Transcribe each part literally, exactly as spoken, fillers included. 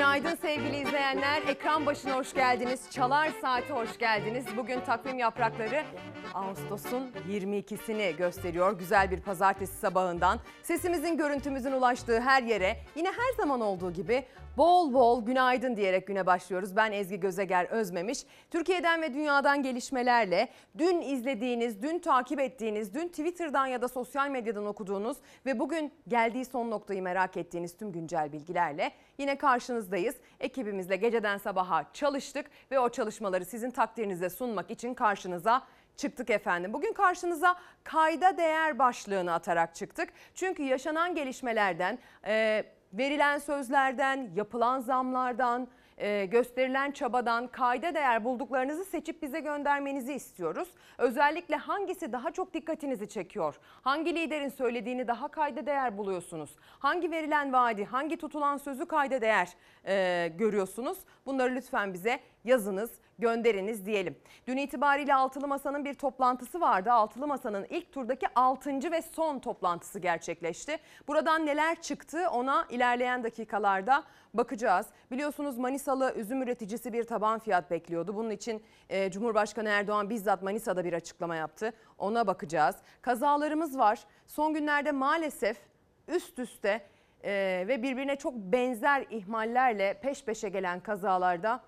Günaydın sevgili izleyenler. Ekran başına hoş geldiniz. Çalar Saat'e hoş geldiniz. Bugün takvim yaprakları Ağustos'un yirmi ikisini gösteriyor. Güzel bir pazartesi sabahından sesimizin, görüntümüzün ulaştığı her yere yine her zaman olduğu gibi bol bol günaydın diyerek güne başlıyoruz. Ben Ezgi Gözeger Özmemiş. Türkiye'den ve dünyadan gelişmelerle dün izlediğiniz, dün takip ettiğiniz, dün Twitter'dan ya da sosyal medyadan okuduğunuz ve bugün geldiği son noktayı merak ettiğiniz tüm güncel bilgilerle yine karşınızdayız. Ekibimizle geceden sabaha çalıştık ve o çalışmaları sizin takdirinize sunmak için karşınıza çıktık efendim. Bugün karşınıza kayda değer başlığını atarak çıktık. Çünkü yaşanan gelişmelerden, e, verilen sözlerden, yapılan zamlardan, e, gösterilen çabadan kayda değer bulduklarınızı seçip bize göndermenizi istiyoruz. Özellikle hangisi daha çok dikkatinizi çekiyor? Hangi liderin söylediğini daha kayda değer buluyorsunuz? Hangi verilen vaadi, hangi tutulan sözü kayda değer e, görüyorsunuz? Bunları lütfen bize yazınız, gönderiniz diyelim. Dün itibariyle Altılı Masa'nın bir toplantısı vardı. Altılı Masa'nın ilk turdaki altıncı ve son toplantısı gerçekleşti. Buradan neler çıktı ona ilerleyen dakikalarda bakacağız. Biliyorsunuz Manisalı üzüm üreticisi bir taban fiyat bekliyordu. Bunun için e, Cumhurbaşkanı Erdoğan bizzat Manisa'da bir açıklama yaptı. Ona bakacağız. Kazalarımız var. Son günlerde maalesef üst üste e, ve birbirine çok benzer ihmallerle peş peşe gelen kazalarda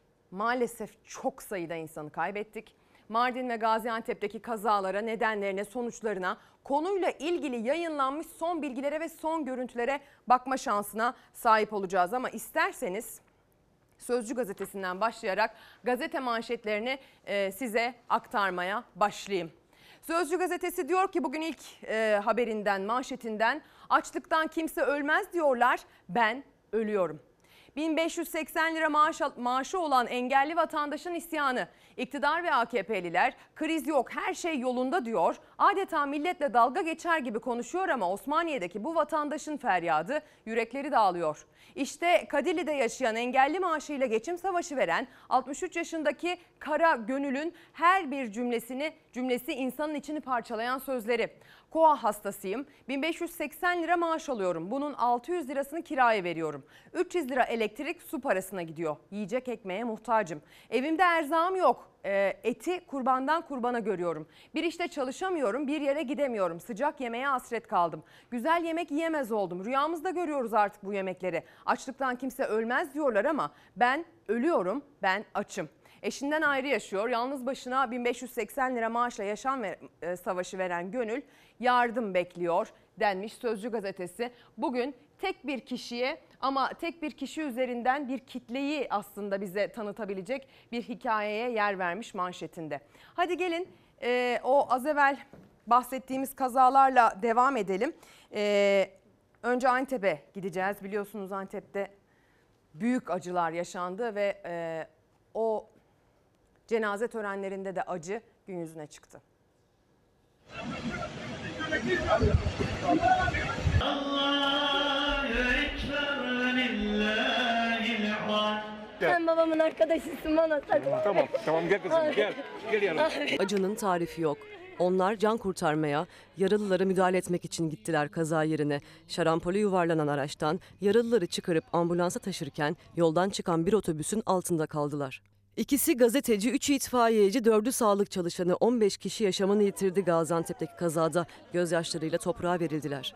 maalesef çok sayıda insanı kaybettik. Mardin ve Gaziantep'teki kazalara, nedenlerine, sonuçlarına, konuyla ilgili yayınlanmış son bilgilere ve son görüntülere bakma şansına sahip olacağız. Ama isterseniz Sözcü gazetesinden başlayarak gazete manşetlerini e, size aktarmaya başlayayım. Sözcü gazetesi diyor ki bugün ilk e, haberinden, manşetinden açlıktan kimse ölmez diyorlar, ben ölüyorum. bin beş yüz seksen lira maaş, maaşı olan engelli vatandaşın isyanı. İktidar ve A K P'liler kriz yok, her şey yolunda diyor. Adeta milletle dalga geçer gibi konuşuyor ama Osmaniye'deki bu vatandaşın feryadı yürekleri dağılıyor. İşte Kadirli'de yaşayan engelli maaşıyla geçim savaşı veren altmış üç yaşındaki Kara Gönül'ün her bir cümlesini cümlesi insanın içini parçalayan sözleri. Koa hastasıyım. bin beş yüz seksen lira maaş alıyorum. Bunun altı yüz lirasını kiraya veriyorum. üç yüz lira elektrik su parasına gidiyor. Yiyecek ekmeğe muhtacım. Evimde erzağım yok. E, eti kurbandan kurbana görüyorum. Bir işte çalışamıyorum, bir yere gidemiyorum. Sıcak yemeğe hasret kaldım. Güzel yemek yiyemez oldum. Rüyamızda görüyoruz artık bu yemekleri. Açlıktan kimse ölmez diyorlar ama ben ölüyorum, ben açım. Eşinden ayrı yaşıyor. Yalnız başına bin beş yüz seksen lira maaşla yaşam ve, e, savaşı veren Gönül yardım bekliyor denmiş Sözcü gazetesi. Bugün tek bir kişiye ama tek bir kişi üzerinden bir kitleyi aslında bize tanıtabilecek bir hikayeye yer vermiş manşetinde. Hadi gelin e, o az evvel bahsettiğimiz kazalarla devam edelim. E, önce Antep'e gideceğiz. Biliyorsunuz Antep'te büyük acılar yaşandı ve e, o cenaze törenlerinde de acı gün yüzüne çıktı. Sen babamın arkadaşısın bana sakın. Tamam tamam gel kızım gel. Gel yanıma. Acının tarifi yok. Onlar can kurtarmaya, yaralılara müdahale etmek için gittiler kaza yerine. Şarampole yuvarlanan araçtan yaralıları çıkarıp ambulansa taşırken yoldan çıkan bir otobüsün altında kaldılar. İkisi gazeteci, üçü itfaiyeci, dördü sağlık çalışanı, on beş kişi yaşamını yitirdi Gaziantep'teki kazada. Gözyaşlarıyla toprağa verildiler.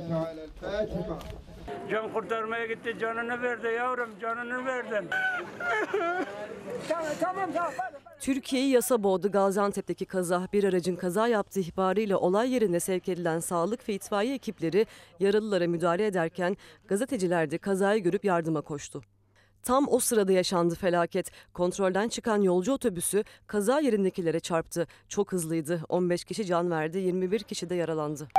Can kurtarmaya gitti, canını verdi yavrum, canını verdin. Tamam tamam tamam. Türkiye'yi yasa boğdu Gaziantep'teki kaza. Bir aracın kaza yaptığı ihbarıyla olay yerine sevk edilen sağlık ve itfaiye ekipleri yaralılara müdahale ederken gazeteciler de kazayı görüp yardıma koştu. Tam o sırada yaşandı felaket. Kontrolden çıkan yolcu otobüsü kaza yerindekilere çarptı. Çok hızlıydı. on beş kişi can verdi, yirmi bir kişi de yaralandı.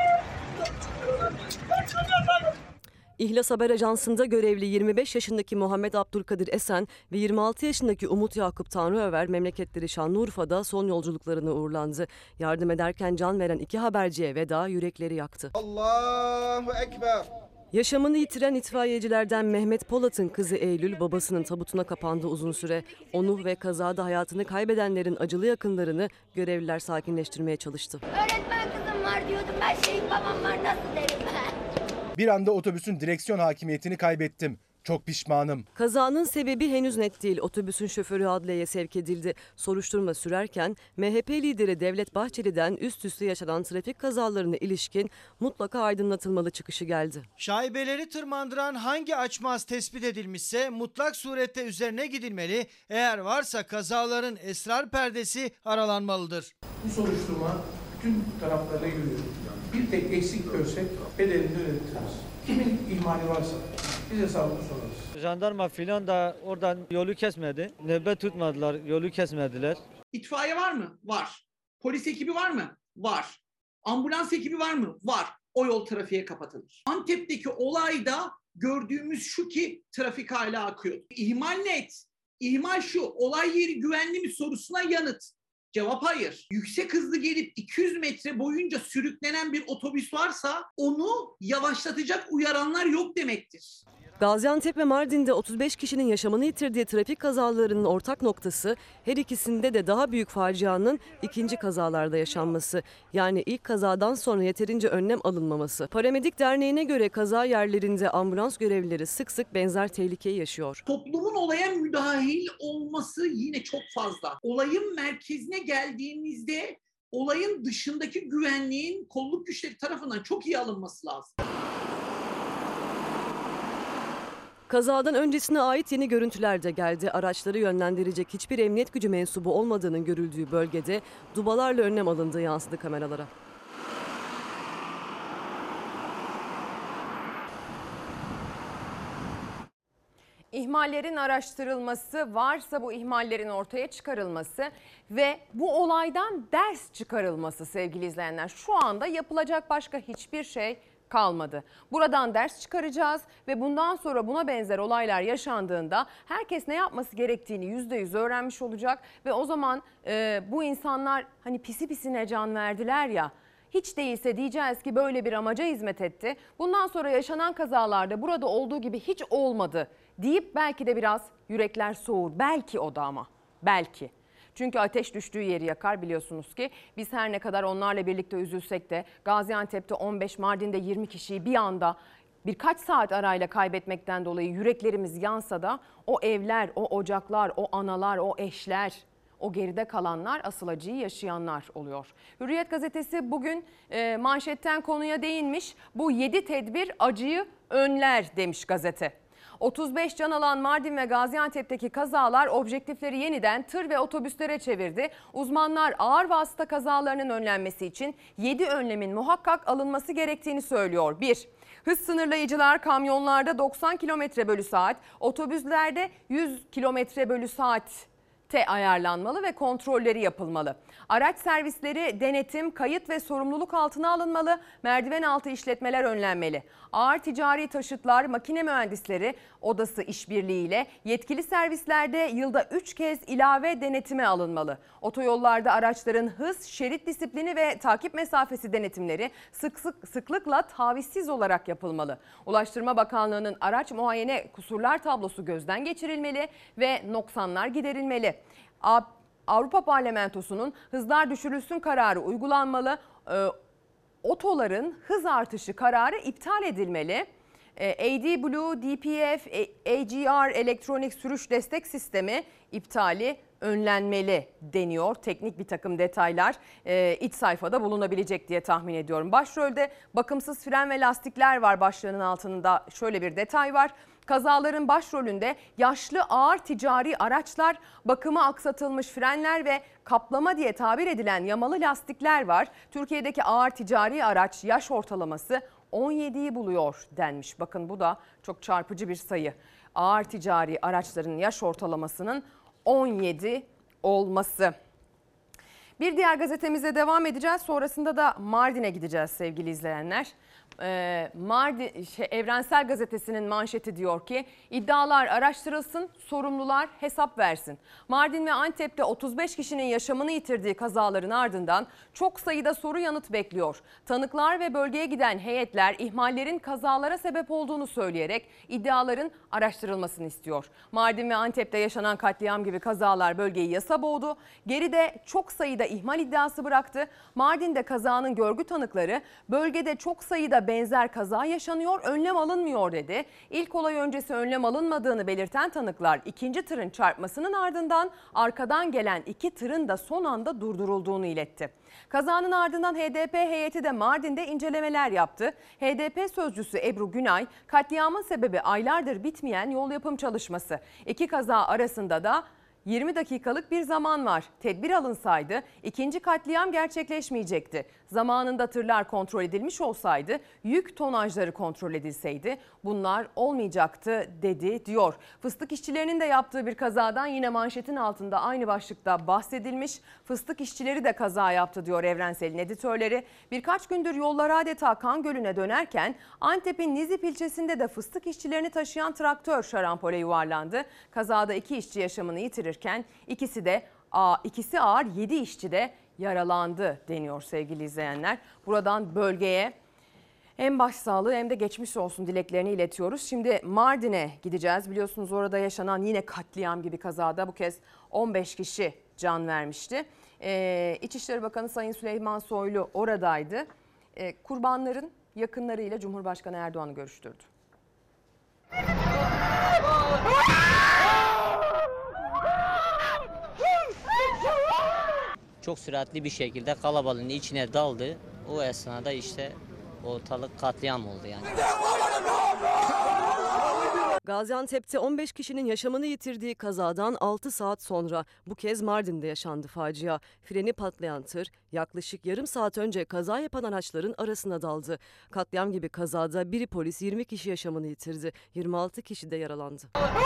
İhlas Haber Ajansı'nda görevli yirmi beş yaşındaki Muhammed Abdülkadir Esen ve yirmi altı yaşındaki Umut Yakup Tanrıöver memleketleri Şanlıurfa'da son yolculuklarına uğurlandı. Yardım ederken can veren iki haberciye veda yürekleri yaktı. Allahu Ekber. Yaşamını yitiren itfaiyecilerden Mehmet Polat'ın kızı Eylül babasının tabutuna kapandı uzun süre. Onu ve kazada hayatını kaybedenlerin acılı yakınlarını görevliler sakinleştirmeye çalıştı. Öğretmen kızım var diyordum, ben şehit babam var nasıl derim ben? Bir anda otobüsün direksiyon hakimiyetini kaybettim. Çok pişmanım. Kazanın sebebi henüz net değil. Otobüsün şoförü adliyeye sevk edildi. Soruşturma sürerken M H P lideri Devlet Bahçeli'den üst üste yaşanan trafik kazalarına ilişkin mutlaka aydınlatılmalı çıkışı geldi. Şaibeleri tırmandıran hangi açmaz tespit edilmişse mutlak surette üzerine gidilmeli. Eğer varsa kazaların esrar perdesi aralanmalıdır. Bu soruşturma bütün taraflarla yürüyor. Bir tek eksik görsek bedelini ödetiriz. Kimin ihmali varsa biz hesabını sorarız. Jandarma filan da oradan yolu kesmedi. Nöbet tutmadılar, yolu kesmediler. İtfaiye var mı? Var. Polis ekibi var mı? Var. Ambulans ekibi var mı? Var. O yol trafiğe kapatılır. Antep'teki olayda gördüğümüz şu ki trafik hala akıyor. İhmal net. İhmal şu, olay yeri güvenli mi sorusuna yanıt. Cevap hayır. Yüksek hızlı gelip iki yüz metre boyunca sürüklenen bir otobüs varsa onu yavaşlatacak uyaranlar yok demektir. Gaziantep ve Mardin'de otuz beş kişinin yaşamını yitirdiği trafik kazalarının ortak noktası her ikisinde de daha büyük facianın ikinci kazalarda yaşanması. Yani ilk kazadan sonra yeterince önlem alınmaması. Paramedik Derneği'ne göre kaza yerlerinde ambulans görevlileri sık sık benzer tehlikeyi yaşıyor. Toplumun olaya müdahil olması yine çok fazla. Olayın merkezine geldiğimizde olayın dışındaki güvenliğin kolluk güçleri tarafından çok iyi alınması lazım. Kazadan öncesine ait yeni görüntüler de geldi. Araçları yönlendirecek hiçbir emniyet gücü mensubu olmadığının görüldüğü bölgede dubalarla önlem alındığı yansıdı kameralara. İhmallerin araştırılması, varsa bu ihmallerin ortaya çıkarılması ve bu olaydan ders çıkarılması sevgili izleyenler. Şu anda yapılacak başka hiçbir şey kalmadı. Buradan ders çıkaracağız ve bundan sonra buna benzer olaylar yaşandığında herkes ne yapması gerektiğini yüzde yüz öğrenmiş olacak ve o zaman e, bu insanlar hani pisi pisine can verdiler ya, hiç değilse diyeceğiz ki böyle bir amaca hizmet etti. Bundan sonra yaşanan kazalarda burada olduğu gibi hiç olmadı deyip belki de biraz yürekler soğur. Belki o da ama belki. Çünkü ateş düştüğü yeri yakar biliyorsunuz ki. Biz her ne kadar onlarla birlikte üzülsek de Gaziantep'te on beş, Mardin'de yirmi kişiyi bir anda birkaç saat arayla kaybetmekten dolayı yüreklerimiz yansa da o evler, o ocaklar, o analar, o eşler, o geride kalanlar asıl acıyı yaşayanlar oluyor. Hürriyet gazetesi bugün e, manşetten konuya değinmiş. Bu yedi tedbir acıyı önler demiş gazete. otuz beş can alan Mardin ve Gaziantep'teki kazalar objektifleri yeniden tır ve otobüslere çevirdi. Uzmanlar ağır vasıta kazalarının önlenmesi için yedi önlemin muhakkak alınması gerektiğini söylüyor. bir Hız sınırlayıcılar kamyonlarda doksan kilometre bölü saat, otobüslerde yüz kilometre bölü saat te ayarlanmalı ve kontrolleri yapılmalı. Araç servisleri denetim, kayıt ve sorumluluk altına alınmalı. Merdiven altı işletmeler önlenmeli. Ağır ticari taşıtlar, makine mühendisleri odası işbirliğiyle yetkili servislerde yılda üç kez ilave denetime alınmalı. Otoyollarda araçların hız, şerit disiplini ve takip mesafesi denetimleri sık sık sıklıkla tavizsiz olarak yapılmalı. Ulaştırma Bakanlığı'nın araç muayene kusurlar tablosu gözden geçirilmeli ve noksanlar giderilmeli. Avrupa Parlamentosu'nun hızlar düşürülsün kararı uygulanmalı. E, otoların hız artışı kararı iptal edilmeli. E, A D Blue, D P F, A G R elektronik sürüş destek sistemi iptali önlenmeli deniyor. Teknik bir takım detaylar e, iç sayfada bulunabilecek diye tahmin ediyorum. Başrolde bakımsız fren ve lastikler var, başlığının altında şöyle bir detay var. Kazaların başrolünde yaşlı ağır ticari araçlar, bakımı aksatılmış frenler ve kaplama diye tabir edilen yamalı lastikler var. Türkiye'deki ağır ticari araç yaş ortalaması on yediyi buluyor denmiş. Bakın bu da çok çarpıcı bir sayı. Ağır ticari araçların yaş ortalamasının on yedi olması. Bir diğer gazetemize devam edeceğiz. Sonrasında da Mardin'e gideceğiz sevgili izleyenler. Ee, Mardin, şey, Evrensel Gazetesi'nin manşeti diyor ki iddialar araştırılsın, sorumlular hesap versin. Mardin ve Antep'te otuz beş kişinin yaşamını yitirdiği kazaların ardından çok sayıda soru yanıt bekliyor. Tanıklar ve bölgeye giden heyetler ihmallerin kazalara sebep olduğunu söyleyerek iddiaların araştırılmasını istiyor. Mardin ve Antep'te yaşanan katliam gibi kazalar bölgeyi yasa boğdu. Geride çok sayıda kazalarda ihmal iddiası bıraktı. Mardin'de kazanın görgü tanıkları bölgede çok sayıda benzer kaza yaşanıyor, önlem alınmıyor dedi. İlk olay öncesi önlem alınmadığını belirten tanıklar ikinci tırın çarpmasının ardından arkadan gelen iki tırın da son anda durdurulduğunu iletti. Kazanın ardından H D P heyeti de Mardin'de incelemeler yaptı. H D P sözcüsü Ebru Günay, katliamın sebebi aylardır bitmeyen yol yapım çalışması. İki kaza arasında da yirmi dakikalık bir zaman var. Tedbir alınsaydı ikinci katliam gerçekleşmeyecekti. Zamanında tırlar kontrol edilmiş olsaydı, yük tonajları kontrol edilseydi bunlar olmayacaktı dedi diyor. Fıstık işçilerinin de yaptığı bir kazadan yine manşetin altında aynı başlıkta bahsedilmiş. Fıstık işçileri de kaza yaptı diyor Evrensel'in editörleri. Birkaç gündür yollar adeta kan gölüne dönerken Antep'in Nizip ilçesinde de fıstık işçilerini taşıyan traktör şarampole yuvarlandı. Kazada iki işçi yaşamını yitirirken ikisi de ikisi ağır, yedi işçi de yaralandı deniyor sevgili izleyenler. Buradan bölgeye hem başsağlığı hem de geçmiş olsun dileklerini iletiyoruz. Şimdi Mardin'e gideceğiz. Biliyorsunuz orada yaşanan yine katliam gibi kazada bu kez on beş kişi can vermişti. Ee, İçişleri Bakanı Sayın Süleyman Soylu oradaydı. Ee, kurbanların yakınlarıyla Cumhurbaşkanı Erdoğan'ı görüştürdü. Çok süratli bir şekilde kalabalığın içine daldı. O esnada işte ortalık katliam oldu yani. Gaziantep'te on beş kişinin yaşamını yitirdiği kazadan altı saat sonra bu kez Mardin'de yaşandı facia. Freni patlayan tır yaklaşık yarım saat önce kaza yapan araçların arasına daldı. Katliam gibi kazada biri polis yirmi kişi yaşamını yitirdi. yirmi altı kişi de yaralandı.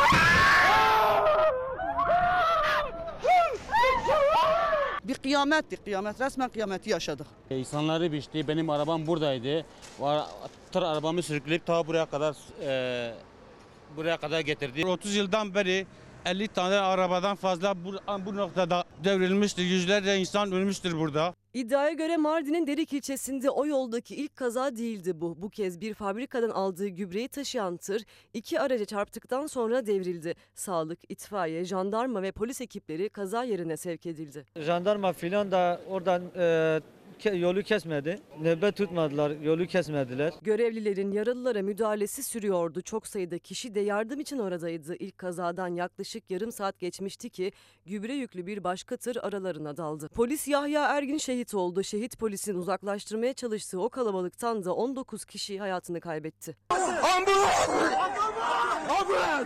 Bir kıyametti, kıyamet. Resmen kıyameti yaşadık. İnsanları biçti. Benim arabam buradaydı. Tır arabamı sürükleyip ta buraya kadar e, buraya kadar getirdi. otuz yıldan beri elli tane arabadan fazla bu, bu noktada devrilmiştir. Yüzlerce insan ölmüştür burada. İddiaya göre Mardin'in Derik ilçesinde o yoldaki ilk kaza değildi bu. Bu kez bir fabrikadan aldığı gübreyi taşıyan tır iki araca çarptıktan sonra devrildi. Sağlık, itfaiye, jandarma ve polis ekipleri kaza yerine sevk edildi. Jandarma filan da oradan e, yolu kesmedi. Nöbet tutmadılar, yolu kesmediler. Görevlilerin yaralılara müdahalesi sürüyordu. Çok sayıda kişi de yardım için oradaydı. İlk kazadan yaklaşık yarım saat geçmişti ki gübre yüklü bir başka tır aralarına daldı. Polis Yahya Ergin şehit oldu. Şehit polisin uzaklaştırmaya çalıştığı o kalabalıktan da on dokuz kişi hayatını kaybetti. Ambulans! Ambulans!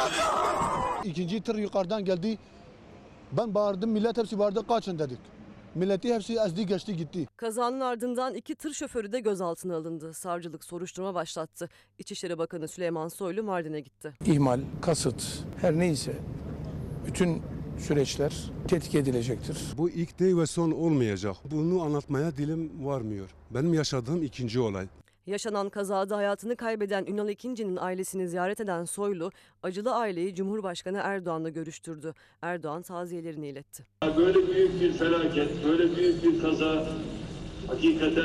İkinci tır yukarıdan geldi. Ben bağırdım, millet hepsi bağırdı, kaçın dedik. Milleti hepsi ezdi geçti gitti. Kazanın ardından iki tır şoförü de gözaltına alındı. Savcılık soruşturma başlattı. İçişleri Bakanı Süleyman Soylu Mardin'e gitti. İhmal, kasıt, her neyse bütün süreçler tetkik edilecektir. Bu ilk değil ve son olmayacak. Bunu anlatmaya dilim varmıyor. Benim yaşadığım ikinci olay. Yaşanan kazada hayatını kaybeden Ünal Ekinci'nin ailesini ziyaret eden Soylu, acılı aileyi Cumhurbaşkanı Erdoğan'la görüştürdü. Erdoğan taziyelerini iletti. Böyle büyük bir felaket, böyle büyük bir kaza hakikaten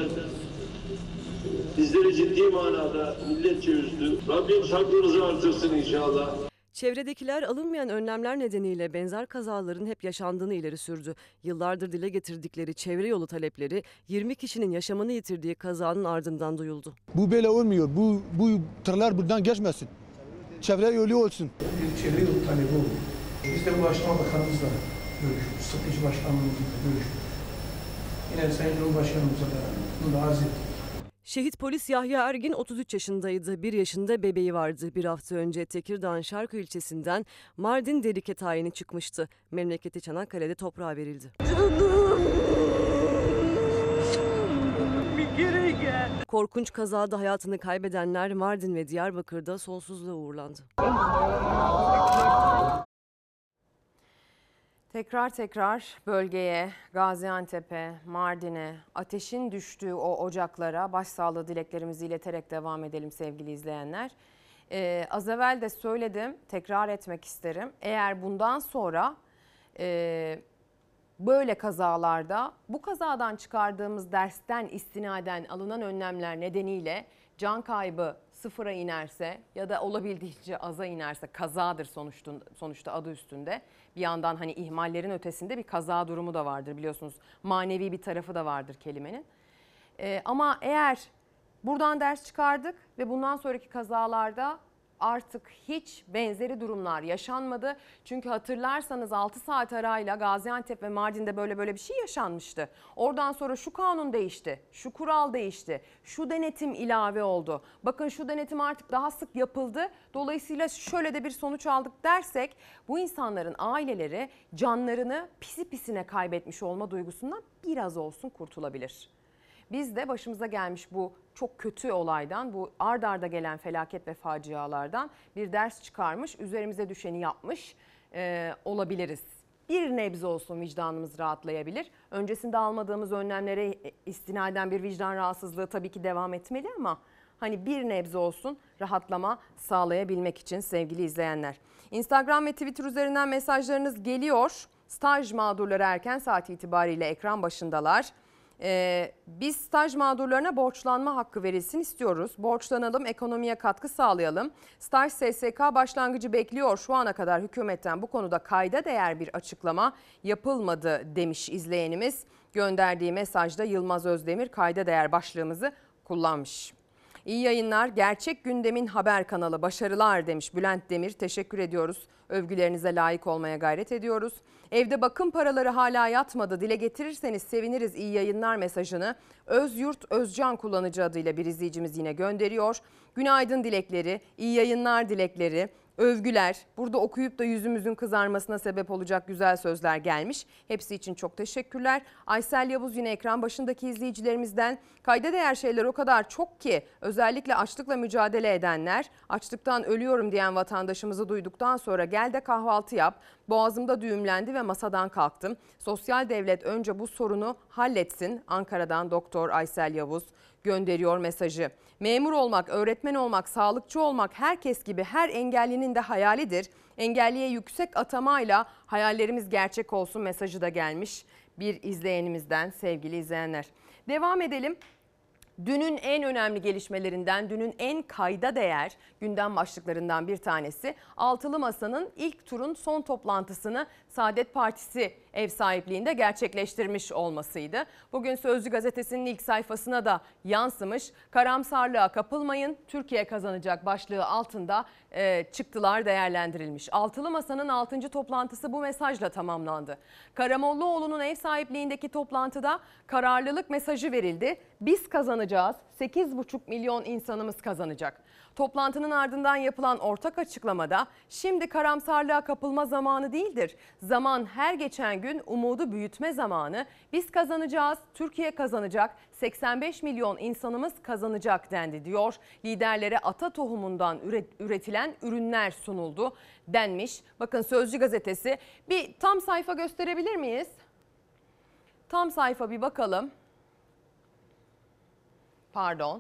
bizleri ciddi manada milletçe üzdü. Rabbim sabrınızı artırsın inşallah. Çevredekiler alınmayan önlemler nedeniyle benzer kazaların hep yaşandığını ileri sürdü. Yıllardır dile getirdikleri çevre yolu talepleri yirmi kişinin yaşamını yitirdiği kazanın ardından duyuldu. Bu böyle olmuyor. Bu, bu tırlar buradan geçmesin. Çevre yolu olsun. Bir çevre yolu talebi oldu. Biz de Ulaştırma Bakanımızla görüştük. Strateji Başkanlığımızla görüştük. Yine Sayın Cumhurbaşkanımıza da bunu da arz ettik. Şehit polis Yahya Ergin otuz üç yaşındaydı. bir yaşında bebeği vardı. Bir hafta önce Tekirdağ Şarkı ilçesinden Mardin Derik'e tayini çıkmıştı. Memleketi Çanakkale'de toprağa verildi. Bir kere gel. Korkunç kazada hayatını kaybedenler Mardin ve Diyarbakır'da sonsuzluğa uğurlandı. Tekrar tekrar bölgeye, Gaziantep'e, Mardin'e, ateşin düştüğü o ocaklara başsağlığı dileklerimizi ileterek devam edelim sevgili izleyenler. Ee, az evvel de söyledim, tekrar etmek isterim. Eğer bundan sonra e, böyle kazalarda bu kazadan çıkardığımız dersten istinaden alınan önlemler nedeniyle can kaybı sıfıra inerse ya da olabildiğince aza inerse, kazadır sonuçta, sonuçta adı üstünde. Bir yandan hani ihmallerin ötesinde bir kaza durumu da vardır biliyorsunuz. Manevi bir tarafı da vardır kelimenin. Ee, ama eğer buradan ders çıkardık ve bundan sonraki kazalarda artık hiç benzeri durumlar yaşanmadı. Çünkü hatırlarsanız altı saat arayla Gaziantep ve Mardin'de böyle böyle bir şey yaşanmıştı. Oradan sonra şu kanun değişti, şu kural değişti, şu denetim ilave oldu. Bakın şu denetim artık daha sık yapıldı. Dolayısıyla şöyle de bir sonuç aldık dersek bu insanların aileleri canlarını pisi pisine kaybetmiş olma duygusundan biraz olsun kurtulabilir. Biz de başımıza gelmiş bu çok kötü olaydan, bu ard arda gelen felaket ve facialardan bir ders çıkarmış, üzerimize düşeni yapmış e, olabiliriz. Bir nebze olsun vicdanımız rahatlayabilir. Öncesinde almadığımız önlemlere istinaden bir vicdan rahatsızlığı tabii ki devam etmeli ama hani bir nebze olsun rahatlama sağlayabilmek için sevgili izleyenler. Instagram ve Twitter üzerinden mesajlarınız geliyor. Staj mağdurları erken saat itibariyle ekran başındalar. Ee, biz staj mağdurlarına borçlanma hakkı verilsin istiyoruz. Borçlanalım, ekonomiye katkı sağlayalım. Staj S S K başlangıcı bekliyor. Şu ana kadar hükümetten bu konuda kayda değer bir açıklama yapılmadı demiş izleyenimiz. Gönderdiği mesajda Yılmaz Özdemir kayda değer başlığımızı kullanmış. İyi yayınlar, gerçek gündemin haber kanalı, başarılar demiş Bülent Demir. Teşekkür ediyoruz. Övgülerinize layık olmaya gayret ediyoruz. Evde bakım paraları hala yatmadı. Dile getirirseniz seviniriz, iyi yayınlar mesajını Özyurt Özcan kullanıcı adıyla bir izleyicimiz yine gönderiyor. Günaydın dilekleri, iyi yayınlar dilekleri, övgüler, burada okuyup da yüzümüzün kızarmasına sebep olacak güzel sözler gelmiş. Hepsi için çok teşekkürler. Aysel Yavuz yine ekran başındaki izleyicilerimizden kayda değer şeyler o kadar çok ki özellikle açlıkla mücadele edenler, açlıktan ölüyorum diyen vatandaşımızı duyduktan sonra gel de kahvaltı yap, boğazımda düğümlendi ve masadan kalktım. Sosyal devlet önce bu sorunu halletsin. Ankara'dan Doktor Aysel Yavuz gönderiyor mesajı. Memur olmak, öğretmen olmak, sağlıkçı olmak herkes gibi her engellinin de hayalidir. Engelliye yüksek atamayla hayallerimiz gerçek olsun mesajı da gelmiş bir izleyenimizden sevgili izleyenler. Devam edelim. Dünün en önemli gelişmelerinden, dünün en kayda değer gündem başlıklarından bir tanesi Altılı Masa'nın ilk turun son toplantısını Saadet Partisi ev sahipliğinde gerçekleştirmiş olmasıydı. Bugün Sözcü gazetesinin ilk sayfasına da yansımış. Karamsarlığa kapılmayın, Türkiye kazanacak başlığı altında e, çıktılar değerlendirilmiş. Altılı Masa'nın altıncı toplantısı bu mesajla tamamlandı. Karamollaoğlu'nun ev sahipliğindeki toplantıda kararlılık mesajı verildi. Biz kazanacağız, sekiz buçuk milyon insanımız kazanacak. Toplantının ardından yapılan ortak açıklamada şimdi karamsarlığa kapılma zamanı değildir. Zaman her geçen gün umudu büyütme zamanı. Biz kazanacağız, Türkiye kazanacak, seksen beş milyon insanımız kazanacak dendi diyor. Liderlere ata tohumundan üretilen ürünler sunuldu denmiş. Bakın Sözcü gazetesi, bir tam sayfa gösterebilir miyiz? Tam sayfa bir bakalım. Pardon.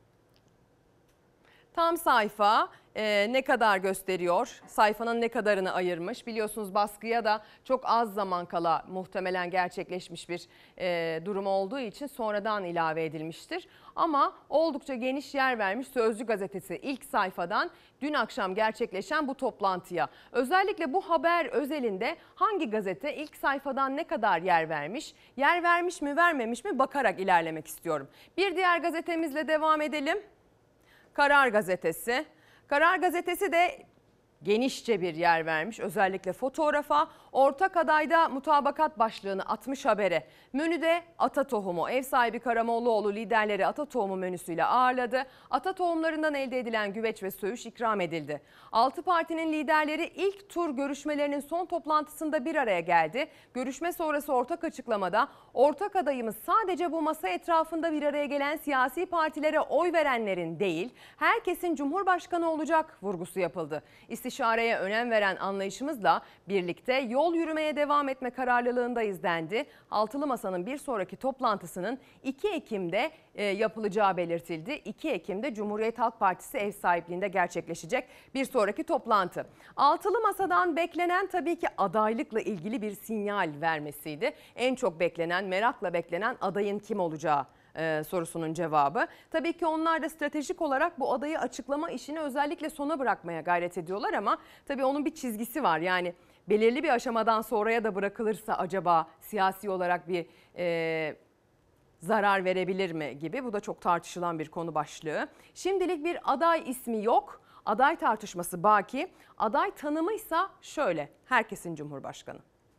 Tam sayfa e, ne kadar gösteriyor? Sayfanın ne kadarını ayırmış? Biliyorsunuz baskıya da çok az zaman kala muhtemelen gerçekleşmiş bir e, durum olduğu için sonradan ilave edilmiştir. Ama oldukça geniş yer vermiş Sözcü gazetesi ilk sayfadan dün akşam gerçekleşen bu toplantıya. Özellikle bu haber özelinde hangi gazete ilk sayfadan ne kadar yer vermiş? Yer vermiş mi vermemiş mi bakarak ilerlemek istiyorum. Bir diğer gazetemizle devam edelim. Karar Gazetesi. Karar Gazetesi de genişçe bir yer vermiş. Özellikle fotoğrafa, ortak adayda mutabakat başlığını atmış habere. Menüde ata tohumu. Ev sahibi Karamollaoğlu liderleri ata tohumu menüsüyle ağırladı. Ata tohumlarından elde edilen güveç ve söğüş ikram edildi. Altı partinin liderleri ilk tur görüşmelerinin son toplantısında bir araya geldi. Görüşme sonrası ortak açıklamada ortak adayımız sadece bu masa etrafında bir araya gelen siyasi partilere oy verenlerin değil, herkesin Cumhurbaşkanı olacak vurgusu yapıldı. İstişare istişareye önem veren anlayışımızla birlikte yol yürümeye devam etme kararlılığındayız dendi. Altılı Masa'nın bir sonraki toplantısının iki Ekim'de e, yapılacağı belirtildi. iki Ekim'de Cumhuriyet Halk Partisi ev sahipliğinde gerçekleşecek bir sonraki toplantı. Altılı Masa'dan beklenen tabii ki adaylıkla ilgili bir sinyal vermesiydi. En çok beklenen, merakla beklenen adayın kim olacağı Ee, sorusunun cevabı. Tabii ki onlar da stratejik olarak bu adayı açıklama işini özellikle sona bırakmaya gayret ediyorlar ama tabii onun bir çizgisi var. Yani belirli bir aşamadan sonraya da bırakılırsa acaba siyasi olarak bir e, zarar verebilir mi gibi. Bu da çok tartışılan bir konu başlığı. Şimdilik bir aday ismi yok. Aday tartışması baki. Aday tanımıysa şöyle: herkesin Cumhurbaşkanı.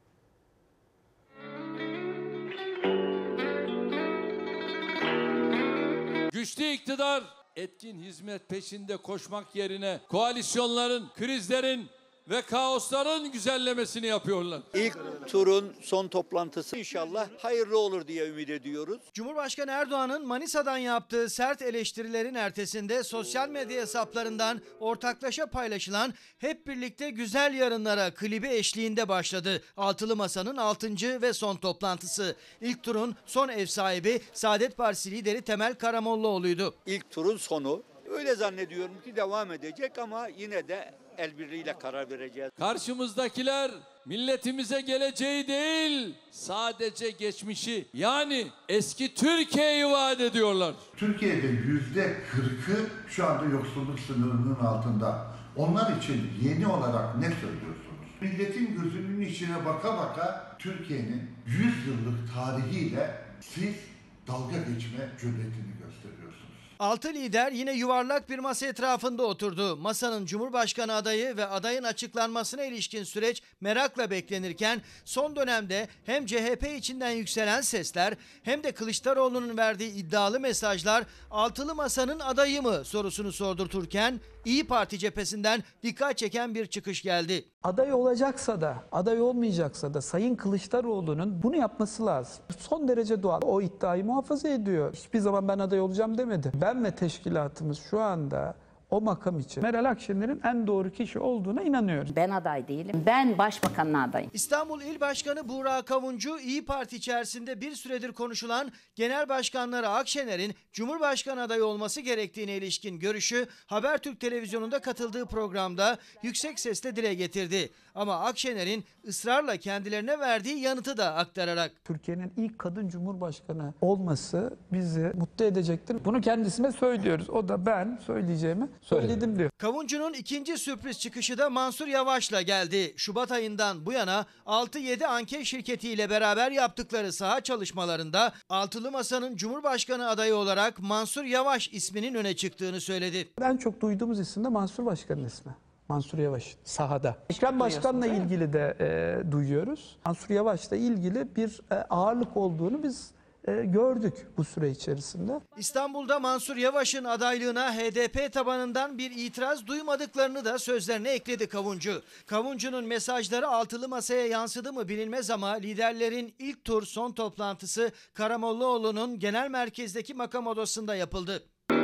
Güçlü iktidar etkin hizmet peşinde koşmak yerine koalisyonların, krizlerin ve kaosların güzellemesini yapıyorlar. İlk turun son toplantısı inşallah hayırlı olur diye ümit ediyoruz. Cumhurbaşkanı Erdoğan'ın Manisa'dan yaptığı sert eleştirilerin ertesinde sosyal medya hesaplarından ortaklaşa paylaşılan "Hep Birlikte Güzel Yarınlara" klibi eşliğinde başladı Altılı Masa'nın altıncı ve son toplantısı. İlk turun son ev sahibi Saadet Partisi lideri Temel Karamollaoğlu'ydu. İlk turun sonu öyle zannediyorum ki devam edecek ama yine de el birliğiyle karar vereceğiz. Karşımızdakiler milletimize geleceği değil, sadece geçmişi, yani eski Türkiye'yi vaat ediyorlar. Türkiye'de yüzde kırkı şu anda yoksulluk sınırının altında. Onlar için yeni olarak ne söylüyorsunuz? Milletin gözünün içine baka baka Türkiye'nin yüz yıllık tarihiyle siz dalga geçme cüretini gösteriyorsunuz. Altı lider yine yuvarlak bir masa etrafında oturdu. Masanın Cumhurbaşkanı adayı ve adayın açıklanmasına ilişkin süreç merakla beklenirken son dönemde hem C H P içinden yükselen sesler hem de Kılıçdaroğlu'nun verdiği iddialı mesajlar Altılı Masa'nın adayı mı sorusunu sordurturken İYİ Parti cephesinden dikkat çeken bir çıkış geldi. Aday olacaksa da, aday olmayacaksa da Sayın Kılıçdaroğlu'nun bunu yapması lazım. Son derece doğal. O iddiayı muhafaza ediyor. Hiçbir zaman ben aday olacağım demedi. Ben ve teşkilatımız şu anda o makam için Meral Akşener'in en doğru kişi olduğuna inanıyorum. Ben aday değilim. Ben başbakanın adayım. İstanbul İl Başkanı Buğra Kavuncu, İYİ Parti içerisinde bir süredir konuşulan Genel Başkanları Akşener'in Cumhurbaşkanı adayı olması gerektiğine ilişkin görüşü Habertürk televizyonunda katıldığı programda yüksek sesle dile getirdi. Ama Akşener'in ısrarla kendilerine verdiği yanıtı da aktararak. Türkiye'nin ilk kadın cumhurbaşkanı olması bizi mutlu edecektir. Bunu kendisine söylüyoruz. O da ben söyleyeceğimi söyledim diyor. Kavuncu'nun ikinci sürpriz çıkışı da Mansur Yavaş'la geldi. Şubat ayından bu yana altı yedi anket şirketiyle beraber yaptıkları saha çalışmalarında Altılı Masa'nın Cumhurbaşkanı adayı olarak Mansur Yavaş isminin öne çıktığını söyledi. En çok duyduğumuz isim de Mansur Başkan'ın ismi. Mansur Yavaş sahada. Ekrem Başkan'la ilgili de e, duyuyoruz. Mansur Yavaş'la ilgili bir e, ağırlık olduğunu biz e, gördük bu süre içerisinde. İstanbul'da Mansur Yavaş'ın adaylığına H D P tabanından bir itiraz duymadıklarını da sözlerine ekledi Kavuncu. Kavuncu'nun mesajları Altılı Masa'ya yansıdı mı bilinmez ama liderlerin ilk tur son toplantısı Karamollaoğlu'nun genel merkezdeki makam odasında yapıldı.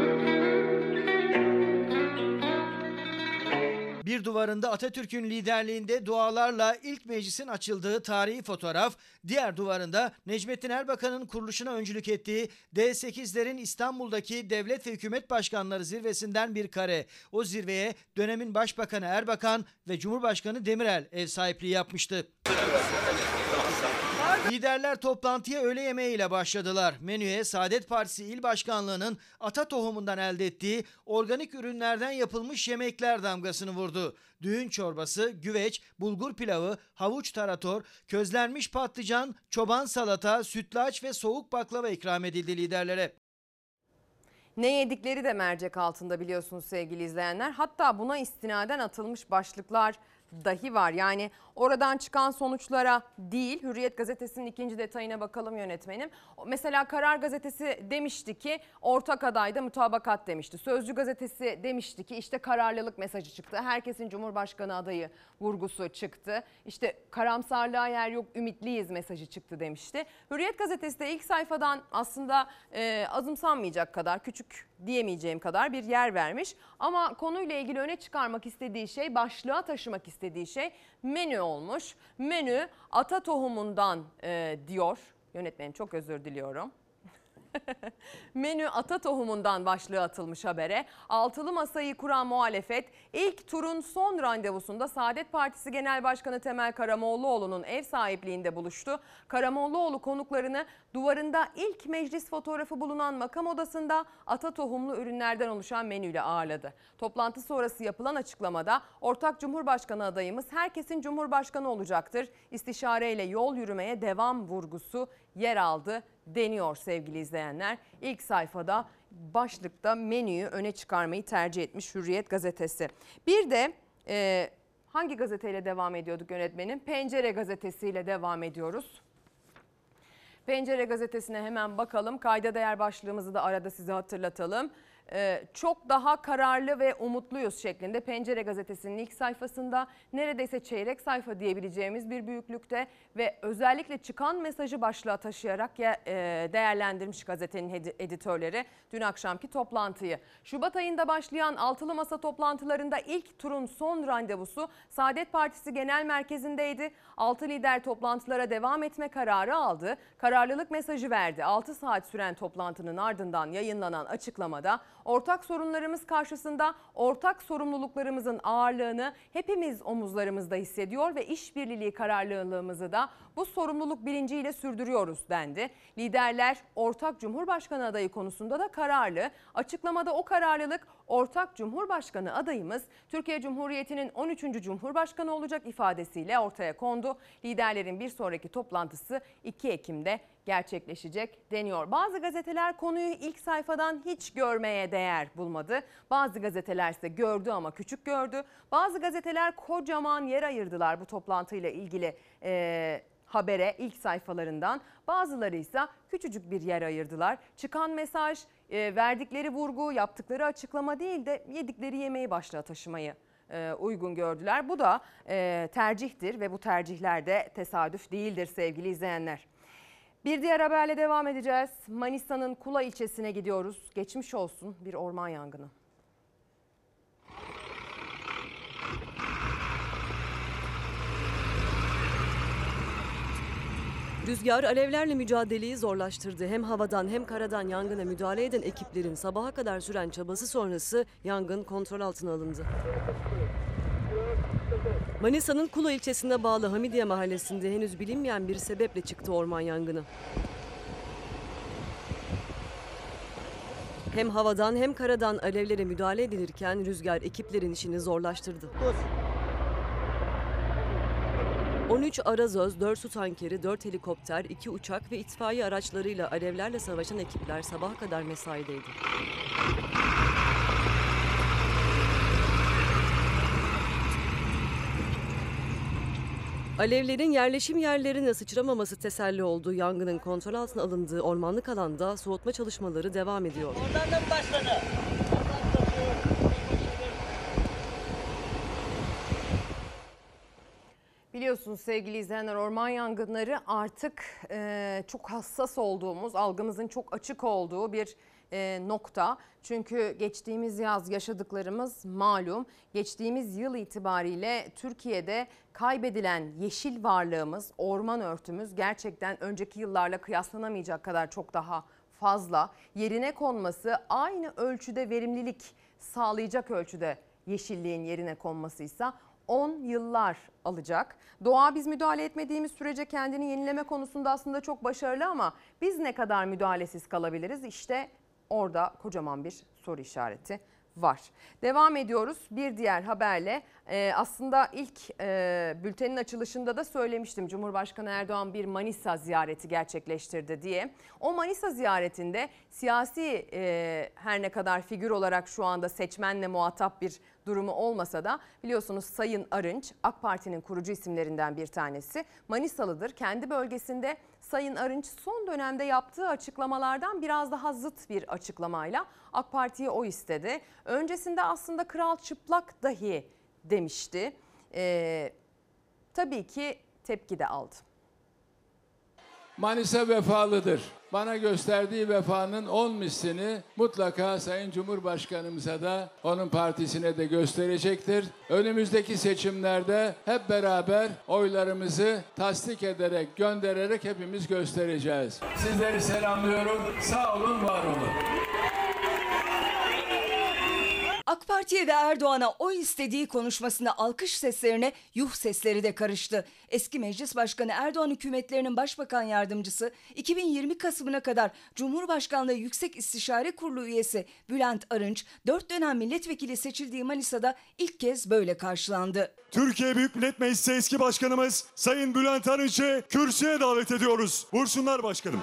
Bir duvarında Atatürk'ün liderliğinde dualarla ilk meclisin açıldığı tarihi fotoğraf, diğer duvarında Necmettin Erbakan'ın kuruluşuna öncülük ettiği D sekizlerin İstanbul'daki devlet ve hükümet başkanları zirvesinden bir kare. O zirveye dönemin Başbakanı Erbakan ve Cumhurbaşkanı Demirel ev sahipliği yapmıştı. Liderler toplantıya öğle yemeğiyle başladılar. Menüye Saadet Partisi İl Başkanlığı'nın ata tohumundan elde ettiği organik ürünlerden yapılmış yemekler damgasını vurdu. Düğün çorbası, güveç, bulgur pilavı, havuç tarator, közlenmiş patlıcan, çoban salata, sütlaç ve soğuk baklava ikram edildi liderlere. Ne yedikleri de mercek altında biliyorsunuz sevgili izleyenler. Hatta buna istinaden atılmış başlıklar dahi var. Yani oradan çıkan sonuçlara değil, Hürriyet gazetesinin ikinci detayına bakalım yönetmenim. Mesela Karar gazetesi demişti ki ortak adayda mutabakat demişti. Sözcü gazetesi demişti ki işte kararlılık mesajı çıktı. Herkesin Cumhurbaşkanı adayı vurgusu çıktı. İşte karamsarlığa yer yok, ümitliyiz mesajı çıktı demişti. Hürriyet gazetesi de ilk sayfadan aslında e, azımsanmayacak kadar küçük diyemeyeceğim kadar bir yer vermiş. Ama konuyla ilgili öne çıkarmak istediği şey, başlığa taşımak istediği şey menü olmuş. Menü ata tohumundan e, diyor. Yönetmenim çok özür diliyorum. Menü ata tohumundan başlığı atılmış habere. Altılı masayı kuran muhalefet ilk turun son randevusunda Saadet Partisi Genel Başkanı Temel Karamollaoğlu'nun ev sahipliğinde buluştu. Karamollaoğlu konuklarını duvarında ilk meclis fotoğrafı bulunan makam odasında ata tohumlu ürünlerden oluşan menüyle ağırladı. Toplantı sonrası yapılan açıklamada ortak Cumhurbaşkanı adayımız herkesin Cumhurbaşkanı olacaktır. İstişareyle yol yürümeye devam vurgusu yer aldı deniyor sevgili izleyenler. İlk sayfada başlıkta menüyü öne çıkarmayı tercih etmiş Hürriyet gazetesi. Bir de e, hangi gazeteyle devam ediyorduk yönetmenim? Pencere gazetesiyle devam ediyoruz. Pencere gazetesine hemen bakalım. Kayda değer başlığımızı da arada size hatırlatalım. Ee, çok daha kararlı ve umutluyuz şeklinde Pencere gazetesinin ilk sayfasında neredeyse çeyrek sayfa diyebileceğimiz bir büyüklükte ve özellikle çıkan mesajı başlığa taşıyarak değerlendirmiş gazetenin editörleri dün akşamki toplantıyı. Şubat ayında başlayan altılı masa toplantılarında ilk turun son randevusu Saadet Partisi Genel Merkezi'ndeydi. Altı lider toplantılara devam etme kararı aldı. Kararlılık mesajı verdi. altı saat süren toplantının ardından yayınlanan açıklamada ortak sorunlarımız karşısında ortak sorumluluklarımızın ağırlığını hepimiz omuzlarımızda hissediyor ve işbirliği kararlılığımızı da bu sorumluluk bilinciyle sürdürüyoruz dendi. Liderler ortak Cumhurbaşkanı adayı konusunda da kararlı. Açıklamada o kararlılık ortak Cumhurbaşkanı adayımız Türkiye Cumhuriyeti'nin on üçüncü Cumhurbaşkanı olacak ifadesiyle ortaya kondu. Liderlerin bir sonraki toplantısı iki Ekim'de gerçekleşecek deniyor. Bazı gazeteler konuyu ilk sayfadan hiç görmeye değer bulmadı. Bazı gazeteler ise gördü ama küçük gördü. Bazı gazeteler kocaman yer ayırdılar bu toplantıyla ilgili e, habere ilk sayfalarından. Bazıları ise küçücük bir yer ayırdılar. Çıkan mesaj, e, verdikleri vurgu, yaptıkları açıklama değil de yedikleri yemeği başlığa taşımayı e, uygun gördüler. Bu da e, tercihtir ve bu tercihler de tesadüf değildir sevgili izleyenler. Bir diğer haberle devam edeceğiz. Manisa'nın Kula ilçesine gidiyoruz. Geçmiş olsun bir orman yangını. Rüzgar alevlerle mücadeleyi zorlaştırdı. Hem havadan hem karadan yangına müdahale eden ekiplerin sabaha kadar süren çabası sonrası yangın kontrol altına alındı. Manisa'nın Kula ilçesine bağlı Hamidiye mahallesinde henüz bilinmeyen bir sebeple çıktı orman yangını. Hem havadan hem karadan alevlere müdahale edilirken rüzgar ekiplerin işini zorlaştırdı. on üç arazöz, dört su tankeri, dört helikopter, iki uçak ve itfaiye araçlarıyla alevlerle savaşan ekipler sabaha kadar mesaideydi. Alevlerin yerleşim yerlerine sıçramaması teselli oldu. Yangının kontrol altına alındığı ormanlık alanda soğutma çalışmaları devam ediyor. Oradan da başladı. Biliyorsunuz sevgili izleyenler, orman yangınları artık e, çok hassas olduğumuz, algımızın çok açık olduğu bir e, nokta. Çünkü geçtiğimiz yaz yaşadıklarımız malum. Geçtiğimiz yıl itibariyle Türkiye'de kaybedilen yeşil varlığımız, orman örtümüz gerçekten önceki yıllarla kıyaslanamayacak kadar çok daha fazla. Yerine konması aynı ölçüde verimlilik sağlayacak ölçüde yeşilliğin yerine konmasıysa on yıllar alacak. Doğa biz müdahale etmediğimiz sürece kendini yenileme konusunda aslında çok başarılı ama biz ne kadar müdahalesiz kalabiliriz? İşte orada kocaman bir soru işareti var. Devam ediyoruz bir diğer haberle. Ee, aslında ilk e, bültenin açılışında da söylemiştim, Cumhurbaşkanı Erdoğan bir Manisa ziyareti gerçekleştirdi diye. O Manisa ziyaretinde siyasi e, her ne kadar figür olarak şu anda seçmenle muhatap bir durumu olmasa da biliyorsunuz Sayın Arınç AK Parti'nin kurucu isimlerinden bir tanesi. Manisalıdır. Kendi bölgesinde Sayın Arınç son dönemde yaptığı açıklamalardan biraz daha zıt bir açıklamayla AK Parti'ye oy istedi. Öncesinde aslında kral çıplak dahi demişti. Ee, tabii ki tepki de aldı. Manisa vefalıdır. Bana gösterdiği vefanın on mislini mutlaka Sayın Cumhurbaşkanımıza da onun partisine de gösterecektir. Önümüzdeki seçimlerde hep beraber oylarımızı tasdik ederek, göndererek hepimiz göstereceğiz. Sizleri selamlıyorum. Sağ olun, var olun. AK Parti'ye ve Erdoğan'a oy istediği konuşmasında alkış seslerine yuh sesleri de karıştı. Eski Meclis Başkanı Erdoğan hükümetlerinin Başbakan Yardımcısı, iki bin yirmi Kasım'ına kadar Cumhurbaşkanlığı Yüksek İstişare Kurulu üyesi Bülent Arınç, dört dönem milletvekili seçildiği Manisa'da ilk kez böyle karşılandı. Türkiye Büyük Millet Meclisi eski başkanımız Sayın Bülent Arınç'ı kürsüye davet ediyoruz. Buyursunlar başkanım.